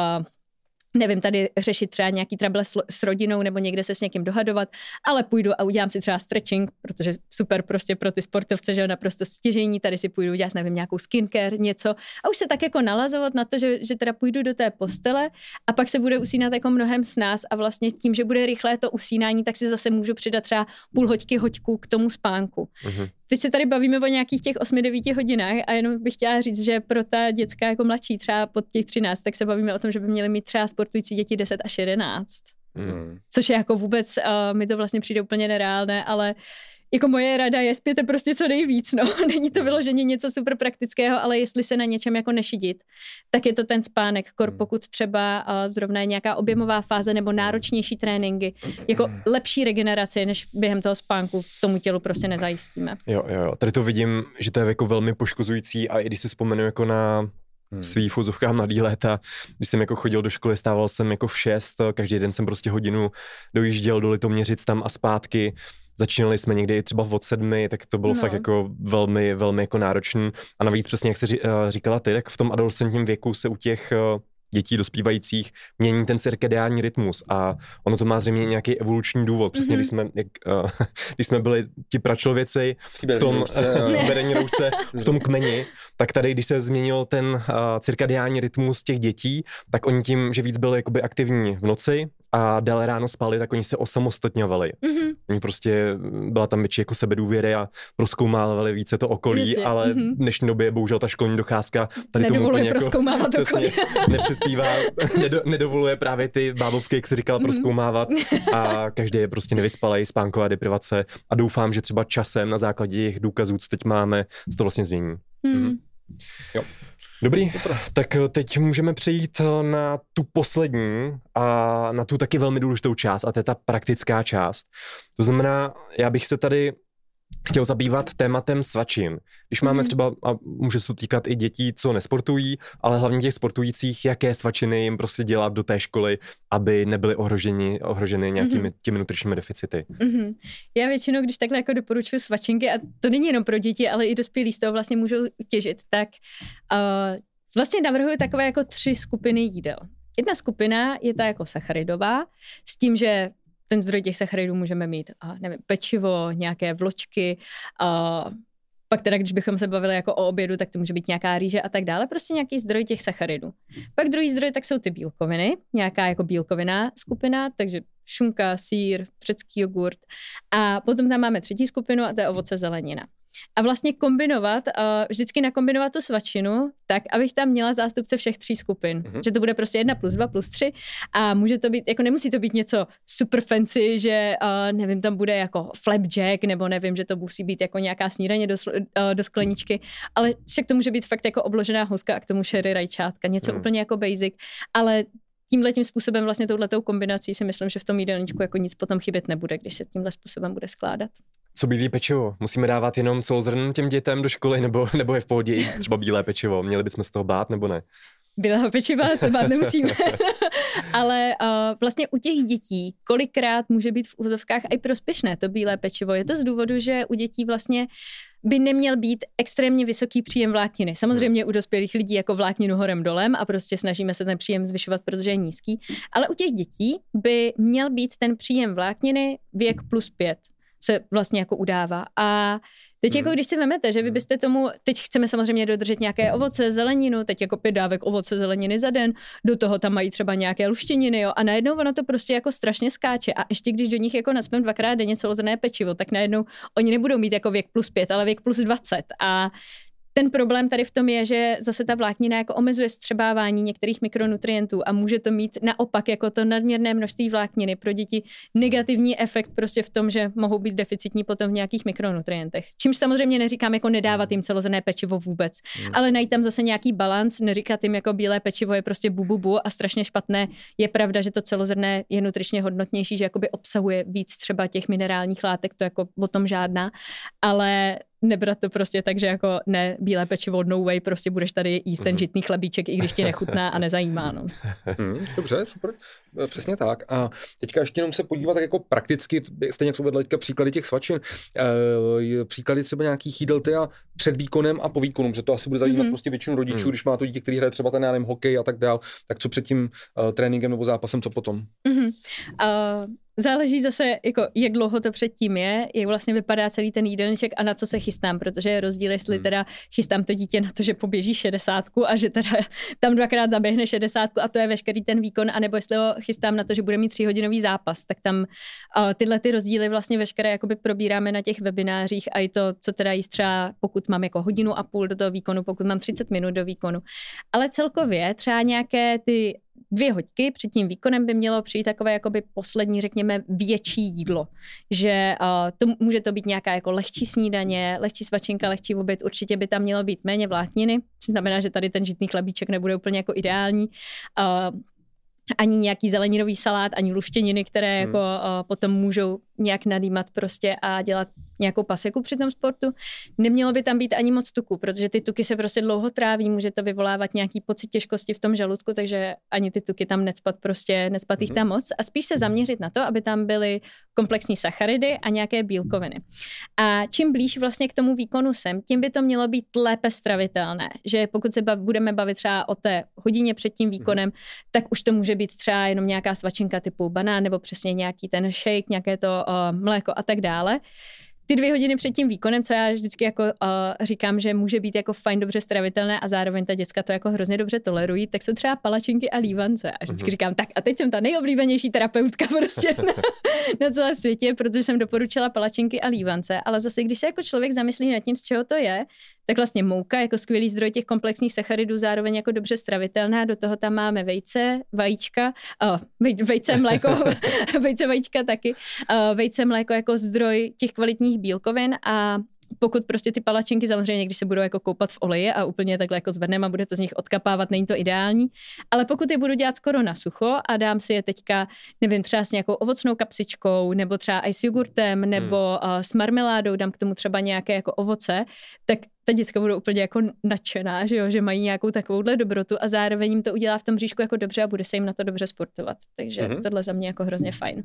nevím, tady řešit třeba nějaký trouble s, s rodinou nebo někde se s někým dohadovat, ale půjdu a udělám si třeba stretching, protože super prostě pro ty sportovce, že je naprosto stěžejní, tady si půjdu udělat, nevím, nějakou skincare, něco a už se tak jako nalazovat na to, že, že teda půjdu do té postele a pak se bude usínat jako mnohem s nás a vlastně tím, že bude rychlé to usínání, tak si zase můžu přidat třeba půl hoďky, hoďku k tomu spánku. Uh-huh. Teď se tady bavíme o nějakých těch osmi devíti hodinách a jenom bych chtěla říct, že pro ta děcka jako mladší, třeba pod těch třináct, tak se bavíme o tom, že by měly mít třeba sportující děti deset až jedenáct. Mm. Což je jako vůbec, uh, mi to vlastně přijde úplně nereálné, ale jako moje rada je spěte prostě co nejvíc, no. Není to vyloženě něco super praktického, ale jestli se na něčem jako nešidit, tak je to ten spánek, kor pokud třeba uh, zrovna je nějaká objemová fáze nebo náročnější tréninky, jako lepší regenerace, než během toho spánku tomu tělu prostě nezajistíme. Jo, jo, jo. Tady to vidím, že to je jako velmi poškozující a i když si vzpomenu jako na Hmm. svý fuzovkách mladý léta, když jsem jako chodil do školy, stával jsem jako v šest, každý den jsem prostě hodinu dojížděl do Litoměřic tam a zpátky, začínali jsme někdy třeba od sedmi, tak to bylo no. fakt jako velmi, velmi jako náročný a navíc přesně jak jsi říkala ty, tak v tom adolescentním věku se u těch dětí dospívajících mění ten cirkadiální rytmus a ono to má zřejmě nějaký evoluční důvod. Přesně mm-hmm. když jsme, jak, uh, když jsme byli ti pračlověci v tom vedení roušce, v tom kmeni, tak tady, když se změnil ten uh, cirkadiální rytmus těch dětí, tak oni tím, že víc byli jakoby aktivní v noci a déle ráno spali, tak oni se osamostatňovali. Mm-hmm. Oni prostě, byla tam větší jako sebedůvěry a prozkoumávali více to okolí, Jasně. ale mm-hmm. v dnešní době bohužel ta školní docházka tady tomu úplně prozkoumávat jako, okolí. nepřispívá, nedo, nedovoluje právě ty bábovky, jak jsi říkala, mm-hmm. prozkoumávat a každý je prostě nevyspalej, spánková deprivace a doufám, že třeba časem na základě těch důkazů, co teď máme, se to vlastně změní. Mm. Jo. Dobrý, tak teď můžeme přejít na tu poslední a na tu taky velmi důležitou část, a to je ta praktická část. To znamená, já bych se tady chtěl zabývat tématem svačin. Když máme třeba, a může se to týkat i dětí, co nesportují, ale hlavně těch sportujících, jaké svačiny jim prostě dělat do té školy, aby nebyly ohroženi, ohroženy nějakými těmi nutričními deficity. Mm-hmm. Já většinou, když takhle jako doporučuji svačinky, a to není jenom pro děti, ale i dospělí z toho vlastně můžou těžit, tak uh, vlastně navrhuji takové jako tři skupiny jídel. Jedna skupina je ta jako sacharidová, s tím, že ten zdroj těch sacharidů můžeme mít, a nevím, pečivo, nějaké vločky, a pak teda, když bychom se bavili jako o obědu, tak to může být nějaká rýže a tak dále, prostě nějaký zdroj těch sacharidů. Pak druhý zdroj, tak jsou ty bílkoviny, nějaká jako bílkoviná skupina, takže šunka, sýr, řecký jogurt. A potom tam máme třetí skupinu a to je ovoce, zelenina. A vlastně kombinovat, uh, vždycky nakombinovat tu svačinu tak, abych tam měla zástupce všech tří skupin. Mm-hmm. Že to bude prostě jedna plus dva plus tři a může to být, jako nemusí to být něco super fancy, že uh, nevím, tam bude jako flapjack, nebo nevím, že to musí být jako nějaká snídaně do, uh, do skleničky, ale však to může být fakt jako obložená houska a k tomu sherry rajčátka, něco mm. úplně jako basic, ale tímhletím způsobem, vlastně touhletou kombinací si myslím, že v tom jídelníčku jako nic potom chybět nebude, když se tímhle způsobem bude skládat. Co bílé pečivo? Musíme dávat jenom celozrnné těm dětem do školy, nebo, nebo je v pohodě i třeba bílé pečivo? Měli bychom z toho bát, nebo ne? Bílého pečiva se bát nemusíme. Ale uh, vlastně u těch dětí kolikrát může být v úzovkách i prospěšné to bílé pečivo. Je to z důvodu, že u dětí vlastně by neměl být extrémně vysoký příjem vlákniny. Samozřejmě u dospělých lidí jako vlákninu horem dolem a prostě snažíme se ten příjem zvyšovat, protože je nízký. Ale u těch dětí by měl být ten příjem vlákniny věk plus pět. Se vlastně jako udává. A teď jako když si vemete, že vy byste tomu, teď chceme samozřejmě dodržet nějaké ovoce, zeleninu, teď jako pět dávek ovoce, zeleniny za den, do toho tam mají třeba nějaké luštěniny, jo, a najednou ono to prostě jako strašně skáče a ještě když do nich jako nacpem dvakrát denně celozrnné pečivo, tak najednou oni nebudou mít jako věk plus pět, ale věk plus dvacet a ten problém tady v tom je, že zase ta vláknina jako omezuje vstřebávání některých mikronutrientů a může to mít naopak jako to nadměrné množství vlákniny pro děti negativní efekt prostě v tom, že mohou být deficitní potom v nějakých mikronutrientech. Čímž samozřejmě neříkám jako nedávat jim celozrnné pečivo vůbec, mm. ale najít tam zase nějaký balans, neříkat jim jako bílé pečivo je prostě bububu a strašně špatné. Je pravda, že to celozrnné je nutričně hodnotnější, že jakoby obsahuje víc třeba těch minerálních látek, to jako o tom žádná, ale nebrat to prostě tak, že jako ne, bílé pečivo, no way, prostě budeš tady jíst ten žitný chlebíček, i když tě nechutná a nezajímá. No. Hmm, dobře, super, přesně tak. A teďka ještě jenom se podívat tak jako prakticky, stejně jak jsou vedle teďka příklady těch svačin, e, příklady třeba nějakých jídel teda před výkonem a po výkonu, protože to asi bude zajímat mm-hmm. prostě většinu rodičů, mm. když má to dítě, který hraje třeba ten, já nevím, hokej a tak dál, tak co před tím uh, tréninkem nebo zápasem, co potom? Mm-hmm. Uh... Záleží zase, jako, jak dlouho to předtím je, jak vlastně vypadá celý ten jídelníček a na co se chystám, protože je rozdíl, jestli hmm. teda chystám to dítě na to, že poběží šedesátku a že teda tam dvakrát zaběhne šedesátku a to je veškerý ten výkon, anebo jestli ho chystám na to, že bude mít tříhodinový zápas, tak tam uh, tyhle ty rozdíly vlastně veškeré jakoby probíráme na těch webinářích a i to, co teda jíst třeba, pokud mám jako hodinu a půl do toho výkonu, pokud mám třicet minut do výkonu. Ale celkově třeba nějaké ty dvě hoďky před tím výkonem by mělo přijít takové jakoby poslední, řekněme, větší jídlo. Že uh, to může to být nějaká jako lehčí snídaně, lehčí svačinka, lehčí oběd, určitě by tam mělo být méně vlákniny, což znamená, že tady ten žitný chlebíček nebude úplně jako ideální. Uh, ani nějaký zeleninový salát, ani luštěniny, které hmm. jako uh, potom můžou nějak nadýmat prostě a dělat nějakou paseku při tom sportu. Nemělo by tam být ani moc tuku, protože ty tuky se prostě dlouho tráví, může to vyvolávat nějaký pocit těžkosti v tom žaludku, takže ani ty tuky tam necpat prostě, necpat jich tam moc a spíš se zaměřit na to, aby tam byly komplexní sacharidy a nějaké bílkoviny. A čím blíž vlastně k tomu výkonu jsem, tím by to mělo být lépe stravitelné, že pokud se bav, budeme bavit třeba o té hodině před tím výkonem, tak už to může být třeba jenom nějaká svačinka typu banán nebo přesně nějaký ten shake, nějaké to uh, mléko a tak dále. Ty dvě hodiny před tím výkonem, co já vždycky jako uh, říkám, že může být jako fajn dobře stravitelné a zároveň ta děcka to jako hrozně dobře tolerují, tak jsou třeba palačinky a lívance. A vždycky říkám, tak a teď jsem ta nejoblíbenější terapeutka prostě na, na celém světě, protože jsem doporučila palačinky a lívance, ale zase když se jako člověk zamyslí nad tím, z čeho to je, tak vlastně mouka jako skvělý zdroj těch komplexních sacharidů, zároveň jako dobře stravitelná, do toho tam máme vejce, vajíčka, oh, vej, vejce, mléko, vejce, vajíčka taky, uh, vejce, mléko jako zdroj těch kvalitních bílkovin a pokud prostě ty palačinky samozřejmě, když se budou jako koupat v oleji a úplně takhle jako zvedneme a bude to z nich odkapávat, není to ideální, ale pokud je budu dělat skoro na sucho a dám si je teďka, nevím, třeba s nějakou ovocnou kapsičkou, nebo třeba i s jogurtem, nebo hmm. uh, s marmeládou, dám k tomu třeba nějaké jako ovoce, tak ta děcka budou úplně jako nadšená, že jo, že mají nějakou takovouhle dobrotu a zároveň jim to udělá v tom bříšku jako dobře a bude se jim na to dobře sportovat. Takže mm-hmm. tohle za mě jako hrozně fajn.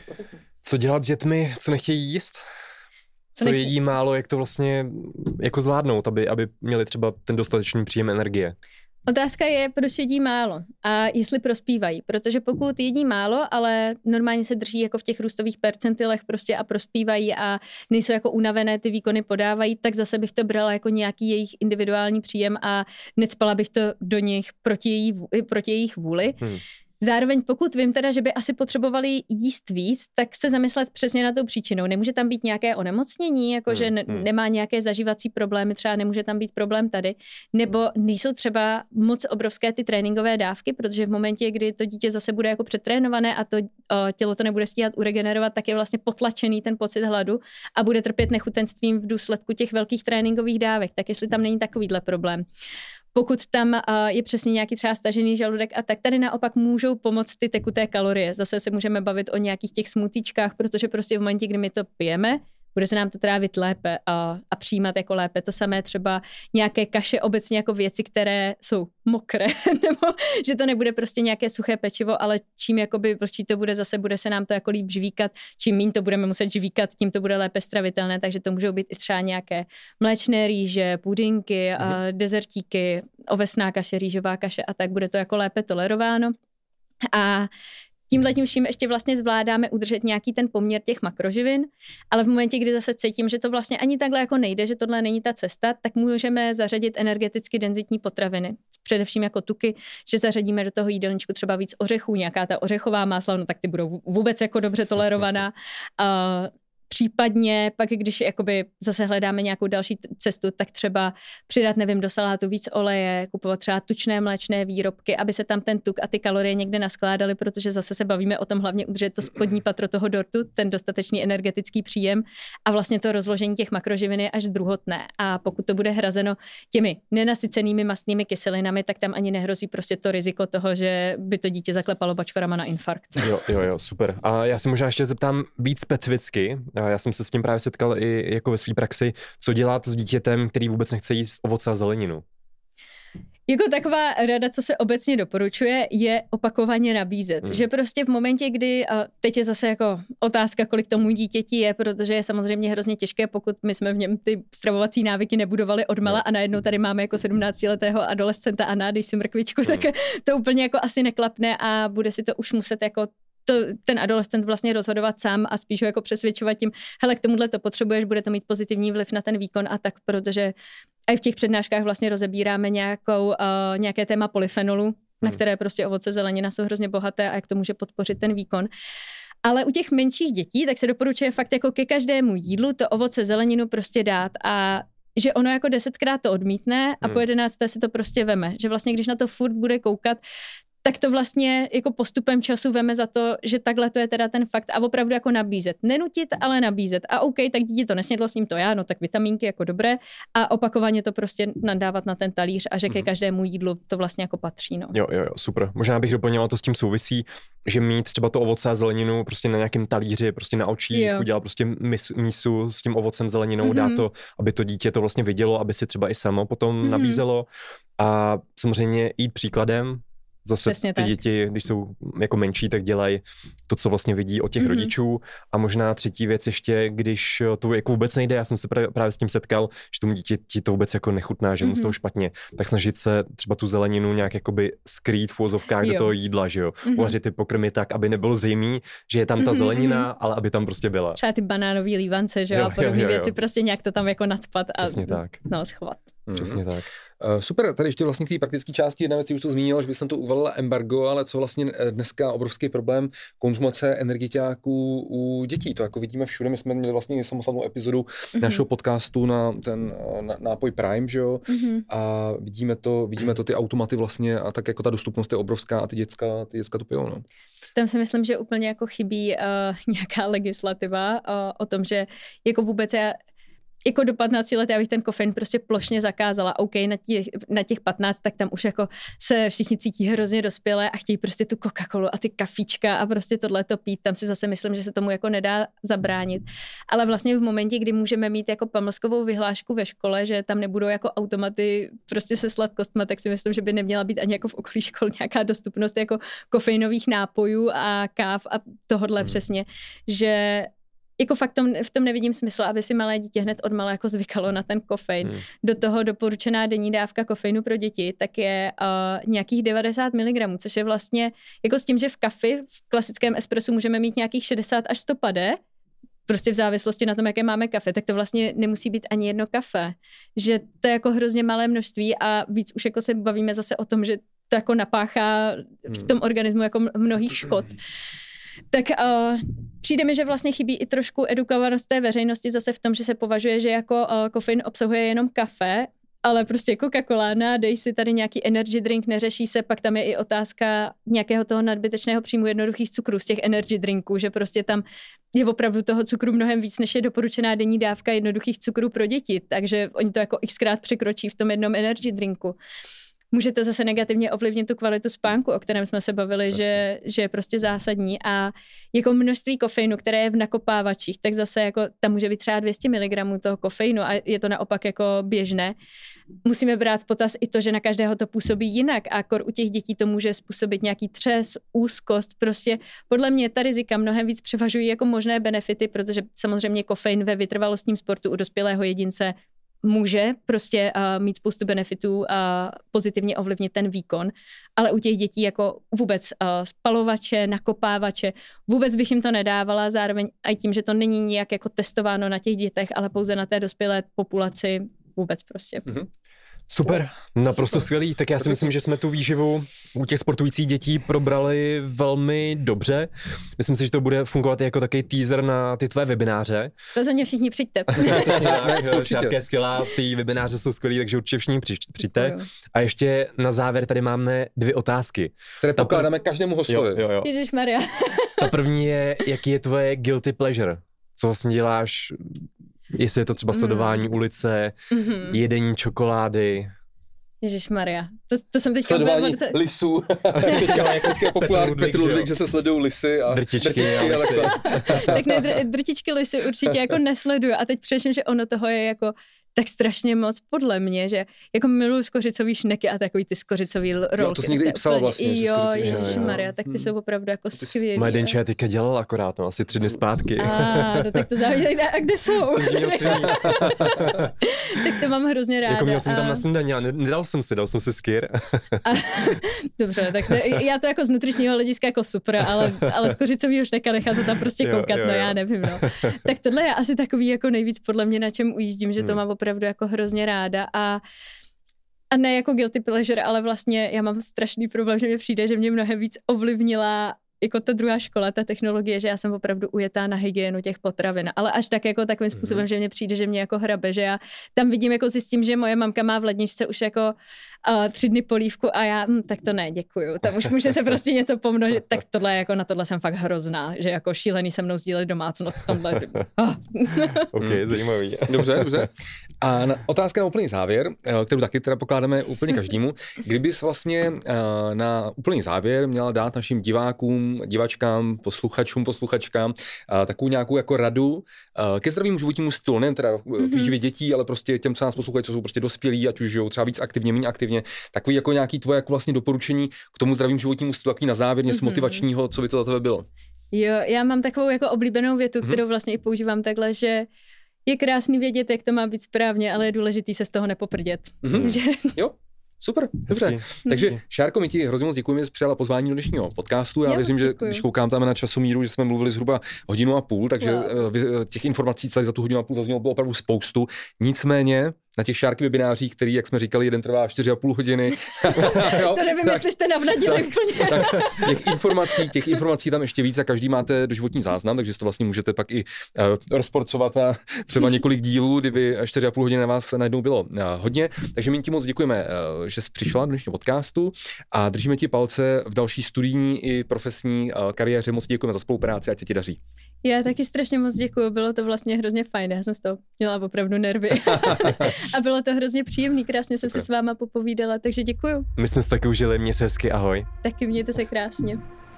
Co dělat s dětmi, co nechtějí jíst? Co nechtějí... jedí málo, jak to vlastně jako zvládnout, aby, aby měli třeba ten dostatečný příjem energie? Otázka je, proč jedí málo a jestli prospívají, protože pokud jedí málo, ale normálně se drží jako v těch růstových percentilech prostě a prospívají a nejsou jako unavené, ty výkony podávají, tak zase bych to brala jako nějaký jejich individuální příjem a necpala bych to do nich proti, její, proti jejich vůli. Hmm. Zároveň pokud vím teda, že by asi potřebovali jíst víc, tak se zamyslet přesně na tou příčinou. Nemůže tam být nějaké onemocnění, jako že ne- nemá nějaké zažívací problémy, třeba nemůže tam být problém tady, nebo nejsou třeba moc obrovské ty tréninkové dávky, protože v momentě, kdy to dítě zase bude jako přetrénované a to o, tělo to nebude stíhat uregenerovat, tak je vlastně potlačený ten pocit hladu a bude trpět nechutenstvím v důsledku těch velkých tréninkových dávek. Tak jestli tam není takovýhle problém. Pokud tam uh, je přesně nějaký třeba stažený žaludek a tak tady naopak můžou pomoct ty tekuté kalorie. Zase se můžeme bavit o nějakých těch smoothiečkách, protože prostě v momentě, kdy my to pijeme, bude se nám to trávit lépe a, a přijímat jako lépe. To samé třeba nějaké kaše, obecně jako věci, které jsou mokré, nebo že to nebude prostě nějaké suché pečivo, ale čím jakoby vlhčí to bude, zase bude se nám to jako líp žvíkat, čím míň to budeme muset žvíkat, tím to bude lépe stravitelné, takže to můžou být i třeba nějaké mléčné rýže, pudinky, mm-hmm. a dezertíky, ovesná kaše, rýžová kaše a tak bude to jako lépe tolerováno. A tímhletím vším ještě vlastně zvládáme udržet nějaký ten poměr těch makroživin, ale v momentě, kdy zase cítím, že to vlastně ani takhle jako nejde, že tohle není ta cesta, tak můžeme zařadit energeticky denzitní potraviny. Především jako tuky, že zařadíme do toho jídelníčku třeba víc ořechů, nějaká ta ořechová másla, no tak ty budou vůbec jako dobře tolerovaná. Uh, Případně pak, když jakoby zase hledáme nějakou další cestu, tak třeba přidat, nevím, do salátu víc oleje, kupovat třeba tučné mléčné výrobky, aby se tam ten tuk a ty kalorie někde naskládaly, protože zase se bavíme o tom hlavně udržet to spodní patro toho dortu, ten dostatečný energetický příjem a vlastně to rozložení těch makroživin je až druhotné. A pokud to bude hrazeno těmi nenasycenými mastnými kyselinami, tak tam ani nehrozí prostě to riziko toho, že by to dítě zaklepalo bačkorama na infarkt. Jo, jo, jo, super. A já se možná ještě zeptám víc specificky. Já jsem se s tím právě setkal i jako ve své praxi, co dělat s dítětem, který vůbec nechce jíst ovoce a zeleninu. Jako taková rada, co se obecně doporučuje, je opakovaně nabízet. Hmm. Že prostě v momentě, kdy, a teď je zase jako otázka, kolik tomu dítěti je, protože je samozřejmě hrozně těžké, pokud my jsme v něm ty stravovací návyky nebudovali odmala a najednou tady máme jako sedmnáctiletého adolescenta a dej si mrkvičku, hmm. tak to úplně jako asi neklapne a bude si to už muset jako to, ten adolescent vlastně rozhodovat sám a spíš ho jako přesvědčovat tím, hele, k tomuhle to potřebuješ, bude to mít pozitivní vliv na ten výkon a tak, protože i v těch přednáškách vlastně rozebíráme nějakou, uh, nějaké téma polyfenolu, hmm. na které prostě ovoce, zelenina jsou hrozně bohaté a jak to může podpořit ten výkon. Ale u těch menších dětí, tak se doporučuje fakt jako ke každému jídlu to ovoce, zeleninu prostě dát a že ono jako desetkrát to odmítne a hmm. po jedenácté si to prostě veme. Že vlastně, když na to furt bude koukat, tak to vlastně jako postupem času veme za to, že takhle to je teda ten fakt a opravdu jako nabízet. Nenutit, ale nabízet. A OK, tak dítě to nesnědlo, s ním to já, no tak vitamínky jako dobré a opakovaně to prostě nadávat na ten talíř a že ke každému jídlu to vlastně jako patří. No. Jo, jo, jo, super. Možná bych doplňoval, to s tím souvisí, že mít třeba to ovoce a zeleninu prostě na nějakém talíři, prostě na očích, jo. udělat prostě mis, mísu s tím ovocem, zeleninou, mm-hmm. dát to, aby to dítě to vlastně vidělo, aby si třeba i samo potom mm-hmm. nabízelo a samozřejmě jít příkladem. Zase Přesně ty tak. děti, když jsou jako menší, tak dělají to, co vlastně vidí od těch mm-hmm. rodičů. A možná třetí věc ještě, když to jako vůbec nejde, já jsem se právě, právě s tím setkal, že tomu dítěti to vůbec jako nechutná, že mu mm-hmm. z toho špatně, tak snažit se třeba tu zeleninu nějak jakoby skrýt v uvozovkách do toho jídla, že jo. Mm-hmm. Uvařit ty pokrmy tak, aby nebylo zřejmý, že je tam ta mm-hmm. zelenina, ale aby tam prostě byla. Třeba ty banánový lívance, že jo, a podobné věci, prostě nějak to tam jako nacpat a Přesně tak. no, schovat. Mm-hmm. Přesně tak. Uh, super, tady ještě vlastně k té praktické části jedna věc, už to zmínil, že bys tam to uvalila embargo, ale co vlastně dneska obrovský problém konzumace energetiáků u dětí, to jako vidíme všude, my jsme měli vlastně samostatnou epizodu mm-hmm. našeho podcastu na ten na, nápoj Prime, že jo, mm-hmm. a vidíme to, vidíme to ty automaty vlastně a tak jako ta dostupnost je obrovská a ty děcka, ty děcka to pijou, no. Tam si myslím, že úplně jako chybí uh, nějaká legislativa uh, o tom, že jako vůbec je jako do patnácti let já bych ten kofein prostě plošně zakázala. OK, na těch, na těch patnáct, tak tam už jako se všichni cítí hrozně dospělé a chtějí prostě tu Coca-Colu a ty kafíčka a prostě tohleto pít. Tam si zase myslím, že se tomu jako nedá zabránit. Ale vlastně v momentě, kdy můžeme mít jako pamlskovou vyhlášku ve škole, že tam nebudou jako automaty prostě se sladkostma, tak si myslím, že by neměla být ani jako v okolí škol nějaká dostupnost jako kofeinových nápojů a káv a tohodle hmm. přesně, že jako fakt tom, v tom nevidím smysl, aby si malé dítě hned odmala jako zvykalo na ten kofein. Hmm. Do toho doporučená denní dávka kofeinu pro děti, tak je uh, nějakých devadesát miligramů, což je vlastně jako s tím, že v kafi, v klasickém espressu můžeme mít nějakých šedesát až sto pade, prostě v závislosti na tom, jaké máme kafe, tak to vlastně nemusí být ani jedno kafe. Že to je jako hrozně malé množství a víc už jako se bavíme zase o tom, že to jako napáchá v tom organismu jako mnohých škod. Tak uh, přijde mi, že vlastně chybí i trošku edukovanost té veřejnosti zase v tom, že se považuje, že jako uh, kofein obsahuje jenom kafe, ale prostě Coca-Cola, nádej si tady nějaký energy drink, neřeší se, pak tam je i otázka nějakého toho nadbytečného příjmu jednoduchých cukrů z těch energy drinků, že prostě tam je opravdu toho cukru mnohem víc, než je doporučená denní dávka jednoduchých cukrů pro děti, takže oni to jako xkrát překročí v tom jednom energy drinku. Může to zase negativně ovlivnit tu kvalitu spánku, o kterém jsme se bavili, že, že je prostě zásadní a jako množství kofeinu, které je v nakopávačích, tak zase jako tam může být třeba dvě stě miligramů toho kofeinu a je to naopak jako běžné. Musíme brát v potaz i to, že na každého to působí jinak a kor u těch dětí to může způsobit nějaký třes, úzkost, prostě podle mě ta rizika mnohem víc převažují jako možné benefity, protože samozřejmě kofein ve vytrvalostním sportu u dospělého jedince může prostě uh, mít spoustu benefitů a uh, pozitivně ovlivnit ten výkon, ale u těch dětí jako vůbec uh, spalovače, nakopávače, vůbec bych jim to nedávala, zároveň i tím, že to není nijak jako testováno na těch dětech, ale pouze na té dospělé populaci vůbec prostě. Mm-hmm. Super, naprosto super. Skvělý. Tak já si myslím, že jsme tu výživu u těch sportujících dětí probrali velmi dobře. Myslím si, že to bude fungovat jako takový teaser na ty tvé webináře. Rozhodně všichni přijďte. Šárka je skvělá, ty webináře jsou skvělý, takže určitě všichni přijďte. A ještě na závěr tady máme dvě otázky. Které pokládáme pr... každému hostovi. Jo, jo, jo. Ježišmarja. Ta první je, jaký je tvoje guilty pleasure? Co vlastně děláš? Jestli je to třeba sledování mm. ulice, mm-hmm. jedení čokolády. Ježišmarja, to, to jsem teď... Sledování velice... lisů. teďka, teďka je populární Petr Ludvík, že se sledují lisy a drtičky. drtičky a lisy. Tak ne, dr- drtičky lisy určitě jako nesleduju a teď především, že ono toho je jako tak strašně moc podle mě, že jako miluji skořicový šneky a takový ty skořicový rolky. Jo, to jsi někdy i psal vlastně. Jo, ježišmarja, tak ty jsou opravdu jako skvělý. Moje denče já teďka dělal akorát, no, asi tři dny zpátky. A, no, tak to závidí, a kde jsou? Tak to mám hrozně ráda. Jako měl jsem tam na snídaní, ale nedal jsem si, dal jsem si skyr. Dobře, tak to, já to jako z nutričního hlediska jako super, ale, ale z kořicovýho šneka nechat to tam prostě koukat, jo, jo, jo. No já nevím, no. Tak tohle je asi takový jako nejvíc podle mě, na čem ujíždím, že to hmm. mám opravdu jako hrozně ráda a a ne jako guilty pleasure, ale vlastně já mám strašný problém, že mi přijde, že mě mnohem víc ovlivnila jako ta druhá škola, ta technologie, že já jsem opravdu ujetá na hygienu těch potravin, ale až tak jako takovým způsobem, mm-hmm. že mě přijde, že mě jako hrabe, že já tam vidím, jako zjistím, že moje mamka má v ledničce už jako uh, tři dny polívku a já, hm, tak to ne, děkuju, tam už může se prostě něco pomnožit, tak tohle jako na tohle jsem fakt hrozná, že jako šílený se mnou sdílet domácnost v tomhle. Oh. Ok, zajímavý. Dobře, dobře. A na, otázka na úplný závěr, kterou taky teda pokládáme úplně každému. Kdybys vlastně na úplný závěr měla dát našim divákům, divačkám, posluchačům, posluchačkám takovou nějakou jako radu ke zdravému životnímu stylu, ne teda k výživě dětí, ale prostě těm, co nás poslouchají, co jsou prostě dospělí, ať už žijou třeba víc aktivně, méně aktivně, takový jako nějaký tvoje jako vlastně doporučení k tomu zdravému životnímu stylu, takový na závěr něco motivačního, co by to za tebe bylo? Jo, já mám takovou jako oblíbenou větu, mm-hmm. kterou vlastně i používám takhle, že je krásný vědět, jak to má být správně, ale je důležitý se z toho nepoprdět. Mm-hmm. Že... Jo, super, dobře. Hezky. Takže Šárko, my ti hrozně moc děkujeme, že jsi přijala pozvání do dnešního podcastu. Já, Já věřím, že když koukám tam na časomíru, že jsme mluvili zhruba hodinu a půl, takže wow. těch informací tady za tu hodinu a půl zaznělo bylo opravdu spoustu. Nicméně na těch Šárky webinářích, který, jak jsme říkali, jeden trvá čtyři a půl hodiny. Jo, to nevím, tak, jestli jste navnadili úplně. Tak, těch informací, těch informací tam ještě víc a každý máte doživotní záznam, takže si to vlastně můžete pak i uh, rozporcovat na třeba několik dílů, kdyby čtyři a půl hodiny na vás najednou bylo uh, hodně. Takže my ti moc děkujeme, uh, že jsi přišla do dnešního podcastu a držíme ti palce v další studijní i profesní uh, kariéře. Moc děkujeme za spolupráci, ať se ti daří. Já taky strašně moc děkuju, bylo to vlastně hrozně fajn, já jsem z toho měla opravdu nervy. A bylo to hrozně příjemný, krásně jsem se s váma popovídala, takže děkuju. My jsme se taky užili, měj se hezky, ahoj. Taky mějte se krásně.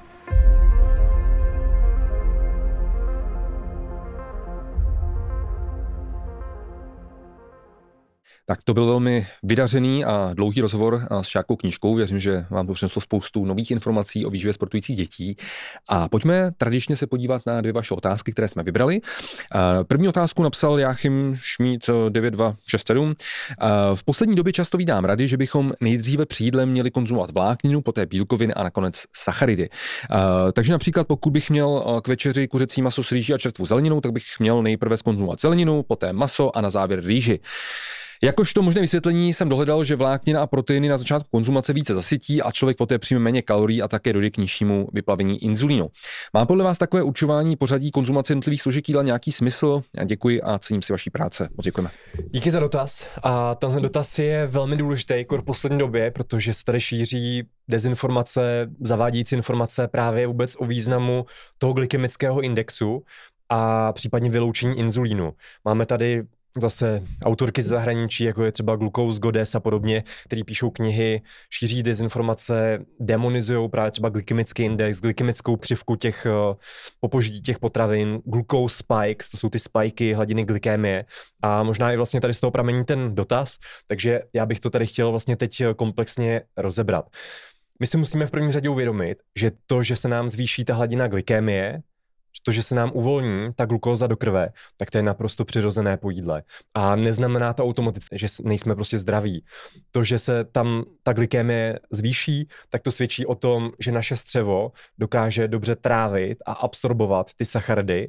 Tak to byl velmi vydařený a dlouhý rozhovor s Šárkou Knížkou. Věřím, že vám to přineslo spoustu nových informací o výživě sportujících dětí. A pojďme tradičně se podívat na dvě vaše otázky, které jsme vybrali. První otázku napsal Jáchym Šmíd devět dva šest sedm. V poslední době často vídám rady, že bychom nejdříve při jídle měli konzumovat vlákninu, poté bílkoviny a nakonec sacharidy. Takže například pokud bych měl k večeři kuřecí maso s rýží a čerstvou zeleninou, tak bych měl nejprve zkonzumovat zeleninu, poté maso a na závěr rýži. Jakožto možné vysvětlení jsem dohledal, že vláknina a proteiny na začátku konzumace více zasytí a člověk poté přijme méně kalorií a také dojde k nižšímu vyplavení inzulínu. Má podle vás takové určování pořadí konzumace jednotlivých složek jídla nějaký smysl? Já děkuji a cením si vaší práce. Moc děkujeme. Díky za dotaz. A tenhle dotaz je velmi důležitý v poslední době, protože se tady šíří dezinformace, zavádějící informace právě vůbec o významu toho glykemického indexu a případně vyloučení inzulínu. Máme tady zase autorky z zahraničí, jako je třeba Glucose Goddess a podobně, který píšou knihy, šíří dezinformace, demonizují právě třeba glykemický index, glykemickou křivku těch uh, po požití těch potravin, glucose spikes, to jsou ty spiky hladiny glykémie a možná i vlastně tady z toho pramení ten dotaz, takže já bych to tady chtěl vlastně teď komplexně rozebrat. My si musíme v první řadě uvědomit, že to, že se nám zvýší ta hladina glykémie, to, že se nám uvolní ta glukóza do krve, tak to je naprosto přirozené po jídle. A neznamená to automaticky, že nejsme prostě zdraví. To, že se tam ta glykémie zvýší, tak to svědčí o tom, že naše střevo dokáže dobře trávit a absorbovat ty sacharidy.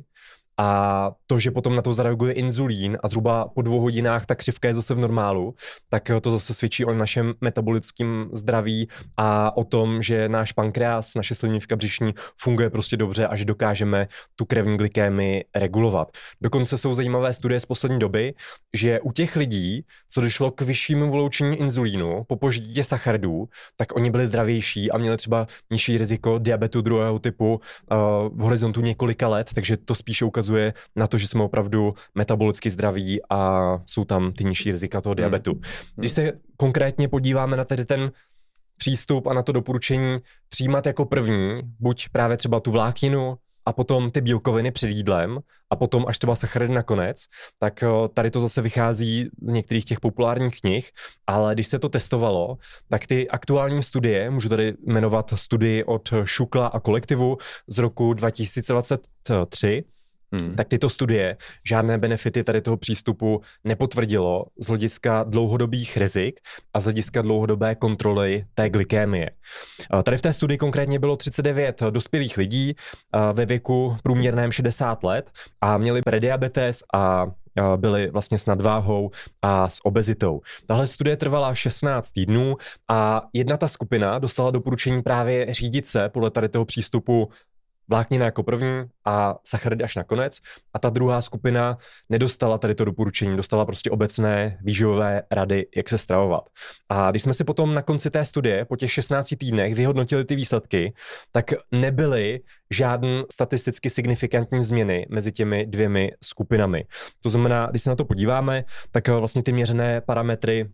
A to, že potom na to zareaguje inzulín a zhruba po dvou hodinách ta křivka je zase v normálu, tak to zase svědčí o našem metabolickém zdraví a o tom, že náš pankreas, naše slinivka břišní funguje prostě dobře a že dokážeme tu krevní glykémii regulovat. Dokonce jsou zajímavé studie z poslední doby, že u těch lidí, co došlo k vyššímu vyloučení inzulínu po požití těch sacharidů, tak oni byli zdravější a měli třeba nižší riziko diabetu druhého typu uh, v horizontu několika let, takže to spíše ukazuje na to, že jsme opravdu metabolicky zdraví a jsou tam ty nižší rizika toho diabetu. Když se konkrétně podíváme na tedy ten přístup a na to doporučení přijímat jako první, buď právě třeba tu vlákninu a potom ty bílkoviny před jídlem a potom až třeba sacharidy nakonec, tak tady to zase vychází z některých těch populárních knih, ale když se to testovalo, tak ty aktuální studie, můžu tady jmenovat studii od Šukla a kolektivu z roku dva tisíce dvacet tři, Hmm. tak tyto studie žádné benefity tady toho přístupu nepotvrdilo z hlediska dlouhodobých rizik a z hlediska dlouhodobé kontroly té glykémie. Tady v té studii konkrétně bylo třicet devět dospělých lidí ve věku průměrném šedesát let a měli prediabetes a byli vlastně s nadváhou a s obezitou. Tahle studie trvala šestnáct týdnů a jedna ta skupina dostala doporučení právě řídit se podle tady toho přístupu vláknina jako první a sacharidy až nakonec. A ta druhá skupina nedostala tady to doporučení, dostala prostě obecné výživové rady, jak se stravovat. A když jsme si potom na konci té studie, po těch šestnácti týdnech vyhodnotili ty výsledky, tak nebyly žádné statisticky signifikantní změny mezi těmi dvěmi skupinami. To znamená, když se na to podíváme, tak vlastně ty měřené parametry,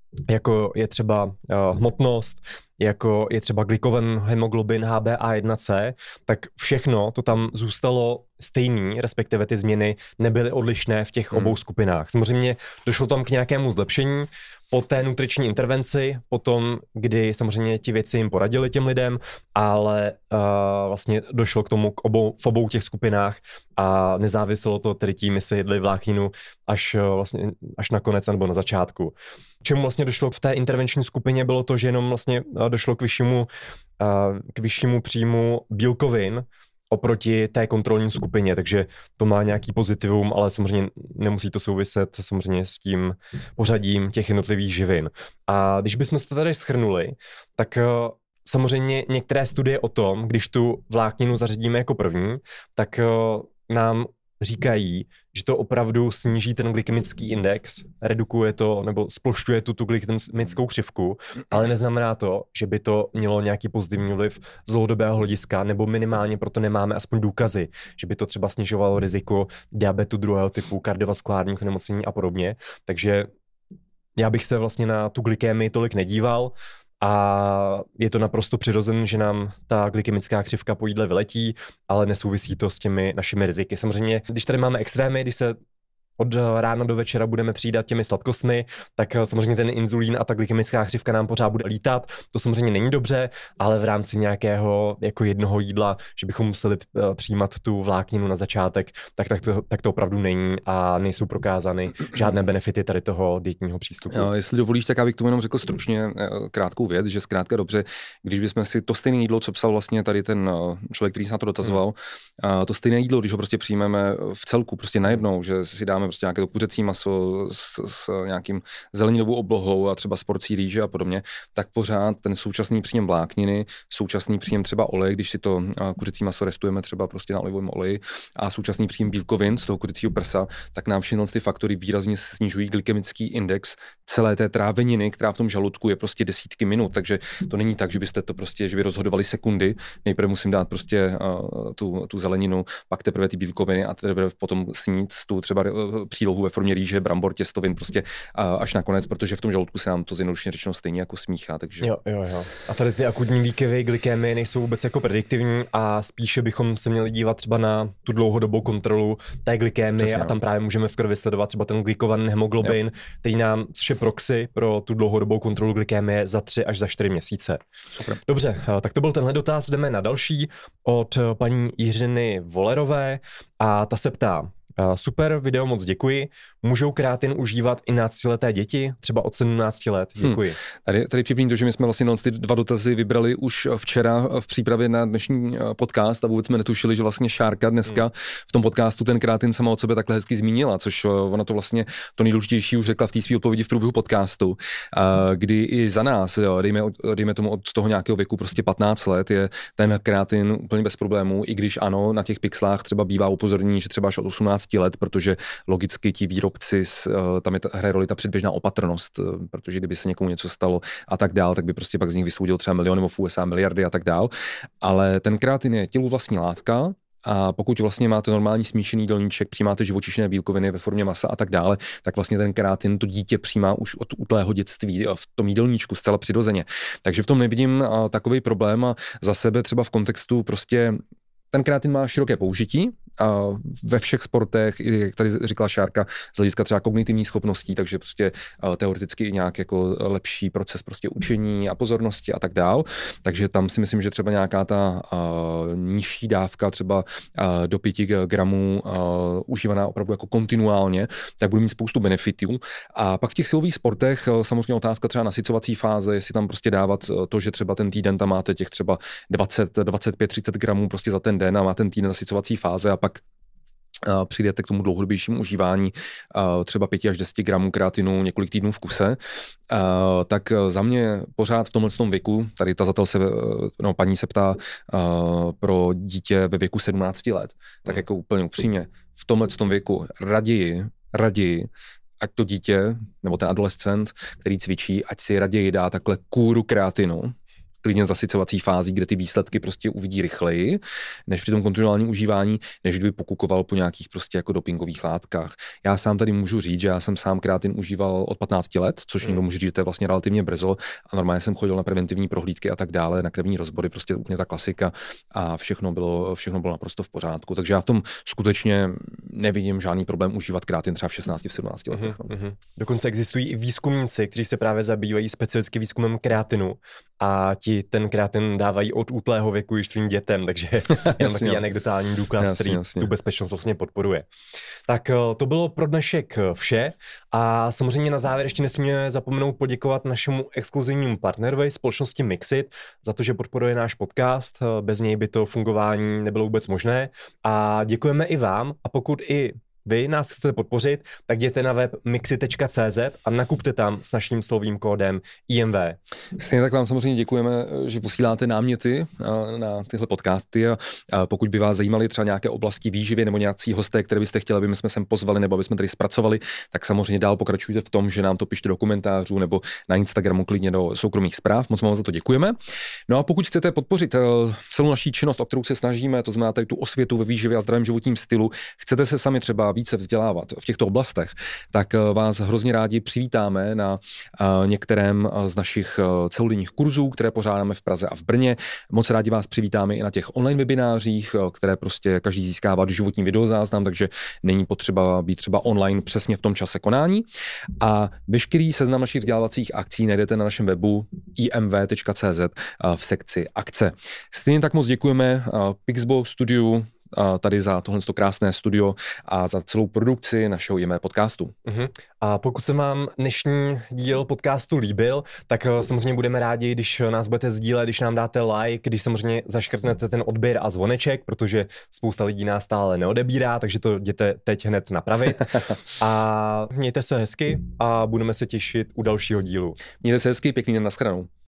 jako je třeba uh, hmotnost, jako je třeba glykogen, hemoglobin, H b A jedna C, tak všechno to tam zůstalo stejný, respektive ty změny nebyly odlišné v těch obou hmm. skupinách. Samozřejmě došlo tam k nějakému zlepšení po té nutriční intervenci, potom, kdy samozřejmě ti věci jim poradili těm lidem, ale uh, vlastně došlo k tomu k obou, v obou těch skupinách a nezáviselo to tedy tím, jestli jedli vlákninu až, uh, vlastně, až na konec nebo na začátku. Čemu vlastně došlo v té intervenční skupině bylo to, že jenom vlastně došlo k vyššímu, uh, k vyššímu příjmu bílkovin oproti té kontrolní skupině, takže to má nějaký pozitivum, ale samozřejmě nemusí to souviset samozřejmě s tím pořadím těch jednotlivých živin. A když bychom to tady shrnuli, tak uh, samozřejmě některé studie o tom, když tu vlákninu zařadíme jako první, tak uh, nám říkají, že to opravdu sníží ten glykemický index, redukuje to nebo splošťuje tu, tu glykemickou křivku, ale neznamená to, že by to mělo nějaký pozitivní vliv z dlouhodobého hlediska, nebo minimálně proto nemáme aspoň důkazy, že by to třeba snižovalo riziko diabetu druhého typu, kardiovaskulárních onemocnění a podobně. Takže já bych se vlastně na tu glykémii tolik nedíval, a je to naprosto přirozené, že nám ta glykemická křivka po jídle vyletí, ale nesouvisí to s těmi našimi riziky. Samozřejmě, když tady máme extrémy, když se od rána do večera budeme přijídat těmi sladkostmi, tak samozřejmě ten inzulín a ta glykemická křivka nám pořád bude lítat. To samozřejmě není dobře, ale v rámci nějakého jako jednoho jídla, že bychom museli přijímat tu vlákninu na začátek, tak, tak, to, tak to opravdu není a nejsou prokázány žádné benefity tady toho dietního přístupu. Jo, jestli dovolíš, tak já bych tomu jenom řekl stručně krátkou věc, že zkrátka dobře, když bychom si to stejné jídlo, co psal vlastně tady ten člověk, který se na to dotazoval, hmm. to stejné jídlo, když ho prostě přijmeme v celku, prostě najednou, že si dáme prostě nějaké to kuřecí maso s, s nějakým zeleninovou oblohou a třeba s porcí rýže a podobně, tak pořád ten současný příjem vlákniny, současný příjem třeba olej, když si to kuřecí maso restujeme třeba prostě na olivovém oleji a současný příjem bílkovin z toho kuřecího prsa, tak nám všechny ty faktory výrazně snižují glykemický index celé té tráveniny, která v tom žaludku je prostě desítky minut, takže to není tak, že byste to prostě, že by rozhodovali sekundy, nejprve musím dát prostě uh, tu, tu zeleninu, pak teprve ty bílkoviny a teprve potom snít tu třeba přílohu ve formě rýže, brambor, těstovin, prostě až nakonec, protože v tom žaludku se nám to zjednodušeně řečeno stejně jako smíchá, takže... Jo, jo, jo. A tady ty akutní výkyvy glykémie nejsou vůbec jako prediktivní a spíše bychom se měli dívat třeba na tu dlouhodobou kontrolu té glykémie. Přesně, a tam právě můžeme v krvi sledovat třeba ten glykovaný hemoglobin, jo. který nám, což je proxy pro tu dlouhodobou kontrolu glykémie za tři až za čtyři měsíce. Super. Dobře, tak to byl tenhle dotaz, jdeme na další od paní Jiřiny Volerové a ta se ptá: super video, moc děkuji. Můžou kreatin užívat i náctileté děti, třeba od sedmnácti let? Děkuji. Hmm. Tady, tady připomínám to, že my jsme vlastně ty dva dotazy vybrali už včera v přípravě na dnešní podcast a vůbec jsme netušili, že vlastně Šárka dneska hmm. v tom podcastu ten kreatin sama od sebe takhle hezky zmínila, což ona to vlastně to nejdůležitější už řekla v té své odpovědi v průběhu podcastu, kdy i za nás, jo, dejme, dejme tomu od toho nějakého věku prostě patnáct let, je ten kreatin úplně bez problémů, i když ano, na těch pixlách třeba bývá upozornění, že třeba až od osmnácti let, protože logicky ti výrobci, tam je ta, hraje roli ta předběžná opatrnost, protože kdyby se někomu něco stalo a tak dál, tak by prostě pak z nich vysoudil třeba miliony v U S A, miliardy a tak dál. Ale ten kreatin je tělu vlastní látka, a pokud vlastně máte normální smíšený jídelníček, přijímáte živočišné bílkoviny ve formě masa a tak dále, tak vlastně ten kreatin to dítě přijímá už od útlého dětství v tom jídelníčku zcela přirozeně. Takže v tom nevidím takový problém a za sebe třeba v kontextu prostě ten kreatin má široké použití a ve všech sportech, jak tady říkala Šárka, z hlediska třeba kognitivních schopností, takže prostě teoreticky i nějak jako lepší proces prostě učení a pozornosti a tak dál. Takže tam si myslím, že třeba nějaká ta uh, nižší dávka třeba uh, do pěti gramů uh, užívaná opravdu jako kontinuálně, tak bude mít spoustu benefitů. A pak v těch silových sportech uh, samozřejmě otázka třeba nasycovací fáze, jestli tam prostě dávat to, že třeba ten týden tam máte těch třeba dvacet, dvacet pět, třicet gramů prostě za ten den a má ten týden nasycovací fáze a pak Uh, přijdete k tomu dlouhodobějšímu užívání uh, třeba pět až deset gramů kreatinu několik týdnů v kuse, uh, tak za mě pořád v tomhle tom věku, tady tazatel se, no paní se ptá uh, pro dítě ve věku sedmnácti let, tak jako úplně upřímně, v tomhle tom věku raději, raději, ať to dítě, nebo ten adolescent, který cvičí, ať si raději dá takhle kůru kreatinu, klidně zasycovací fází, kde ty výsledky prostě uvidí rychleji, než při tom kontinuálním užívání, než kdyby pokukoval po nějakých prostě jako dopingových látkách. Já sám tady můžu říct, že já jsem sám kreatin užíval od patnácti let, což někdo může říct, že to je vlastně relativně brzo a normálně jsem chodil na preventivní prohlídky a tak dále, na krevní rozbory, prostě úplně ta klasika a všechno bylo, všechno bylo naprosto v pořádku. Takže já v tom skutečně nevidím žádný problém užívat kreatin třeba v šestnácti, v sedmnácti letech. Mm-hmm. No. Dokonce existují i výzkumníci, kteří se právě zabývají specificky výzkumem kreatinu a ti ten kreatin dávají od útlého věku již svým dětem, takže jenom takový anekdotální důkaz, jasně, který jasně. tu bezpečnost vlastně podporuje. Tak to bylo pro dnešek vše a samozřejmě na závěr ještě nesmíme zapomenout poděkovat našemu exkluzivnímu partnerovi společnosti Mixit za to, že podporuje náš podcast, bez něj by to fungování nebylo vůbec možné a děkujeme i vám a pokud i vy nás chcete podpořit, tak jděte na web mixi tečka cé zet a nakupte tam s naším slovým kódem I M V. Stejně tak vám samozřejmě děkujeme, že posíláte náměty na tyhle podcasty a pokud by vás zajímaly třeba nějaké oblasti výživy nebo nějací hosté, které byste chtěli, aby my jsme sem pozvali nebo aby jsme tady zpracovali, tak samozřejmě dál pokračujte v tom, že nám to pište do komentářů nebo na Instagramu klidně do soukromých zpráv. Moc vám za to děkujeme. No a pokud chcete podpořit celou naší činnost, o kterou se snažíme, to znamená tady tu osvětu ve výživě a zdravém životním stylu, chcete se sami třeba více vzdělávat v těchto oblastech, tak vás hrozně rádi přivítáme na některém z našich celodenních kurzů, které pořádáme v Praze a v Brně. Moc rádi vás přivítáme i na těch online webinářích, které prostě každý získává do životní videozáznam, takže není potřeba být třeba online přesně v tom čase konání. A veškerý seznam našich vzdělávacích akcí najdete na našem webu i m v tečka cé zet v sekci akce. Stejně tak moc děkujeme Pixbo Studiu tady za tohle krásné studio a za celou produkci našeho I M V podcastu. Uh-huh. A pokud se vám dnešní díl podcastu líbil, tak samozřejmě budeme rádi, když nás budete sdílet, když nám dáte like, když samozřejmě zaškrtnete ten odběr a zvoneček, protože spousta lidí nás stále neodebírá, takže to jděte teď hned napravit. A mějte se hezky a budeme se těšit u dalšího dílu. Mějte se hezky, pěkný den, nashledanou.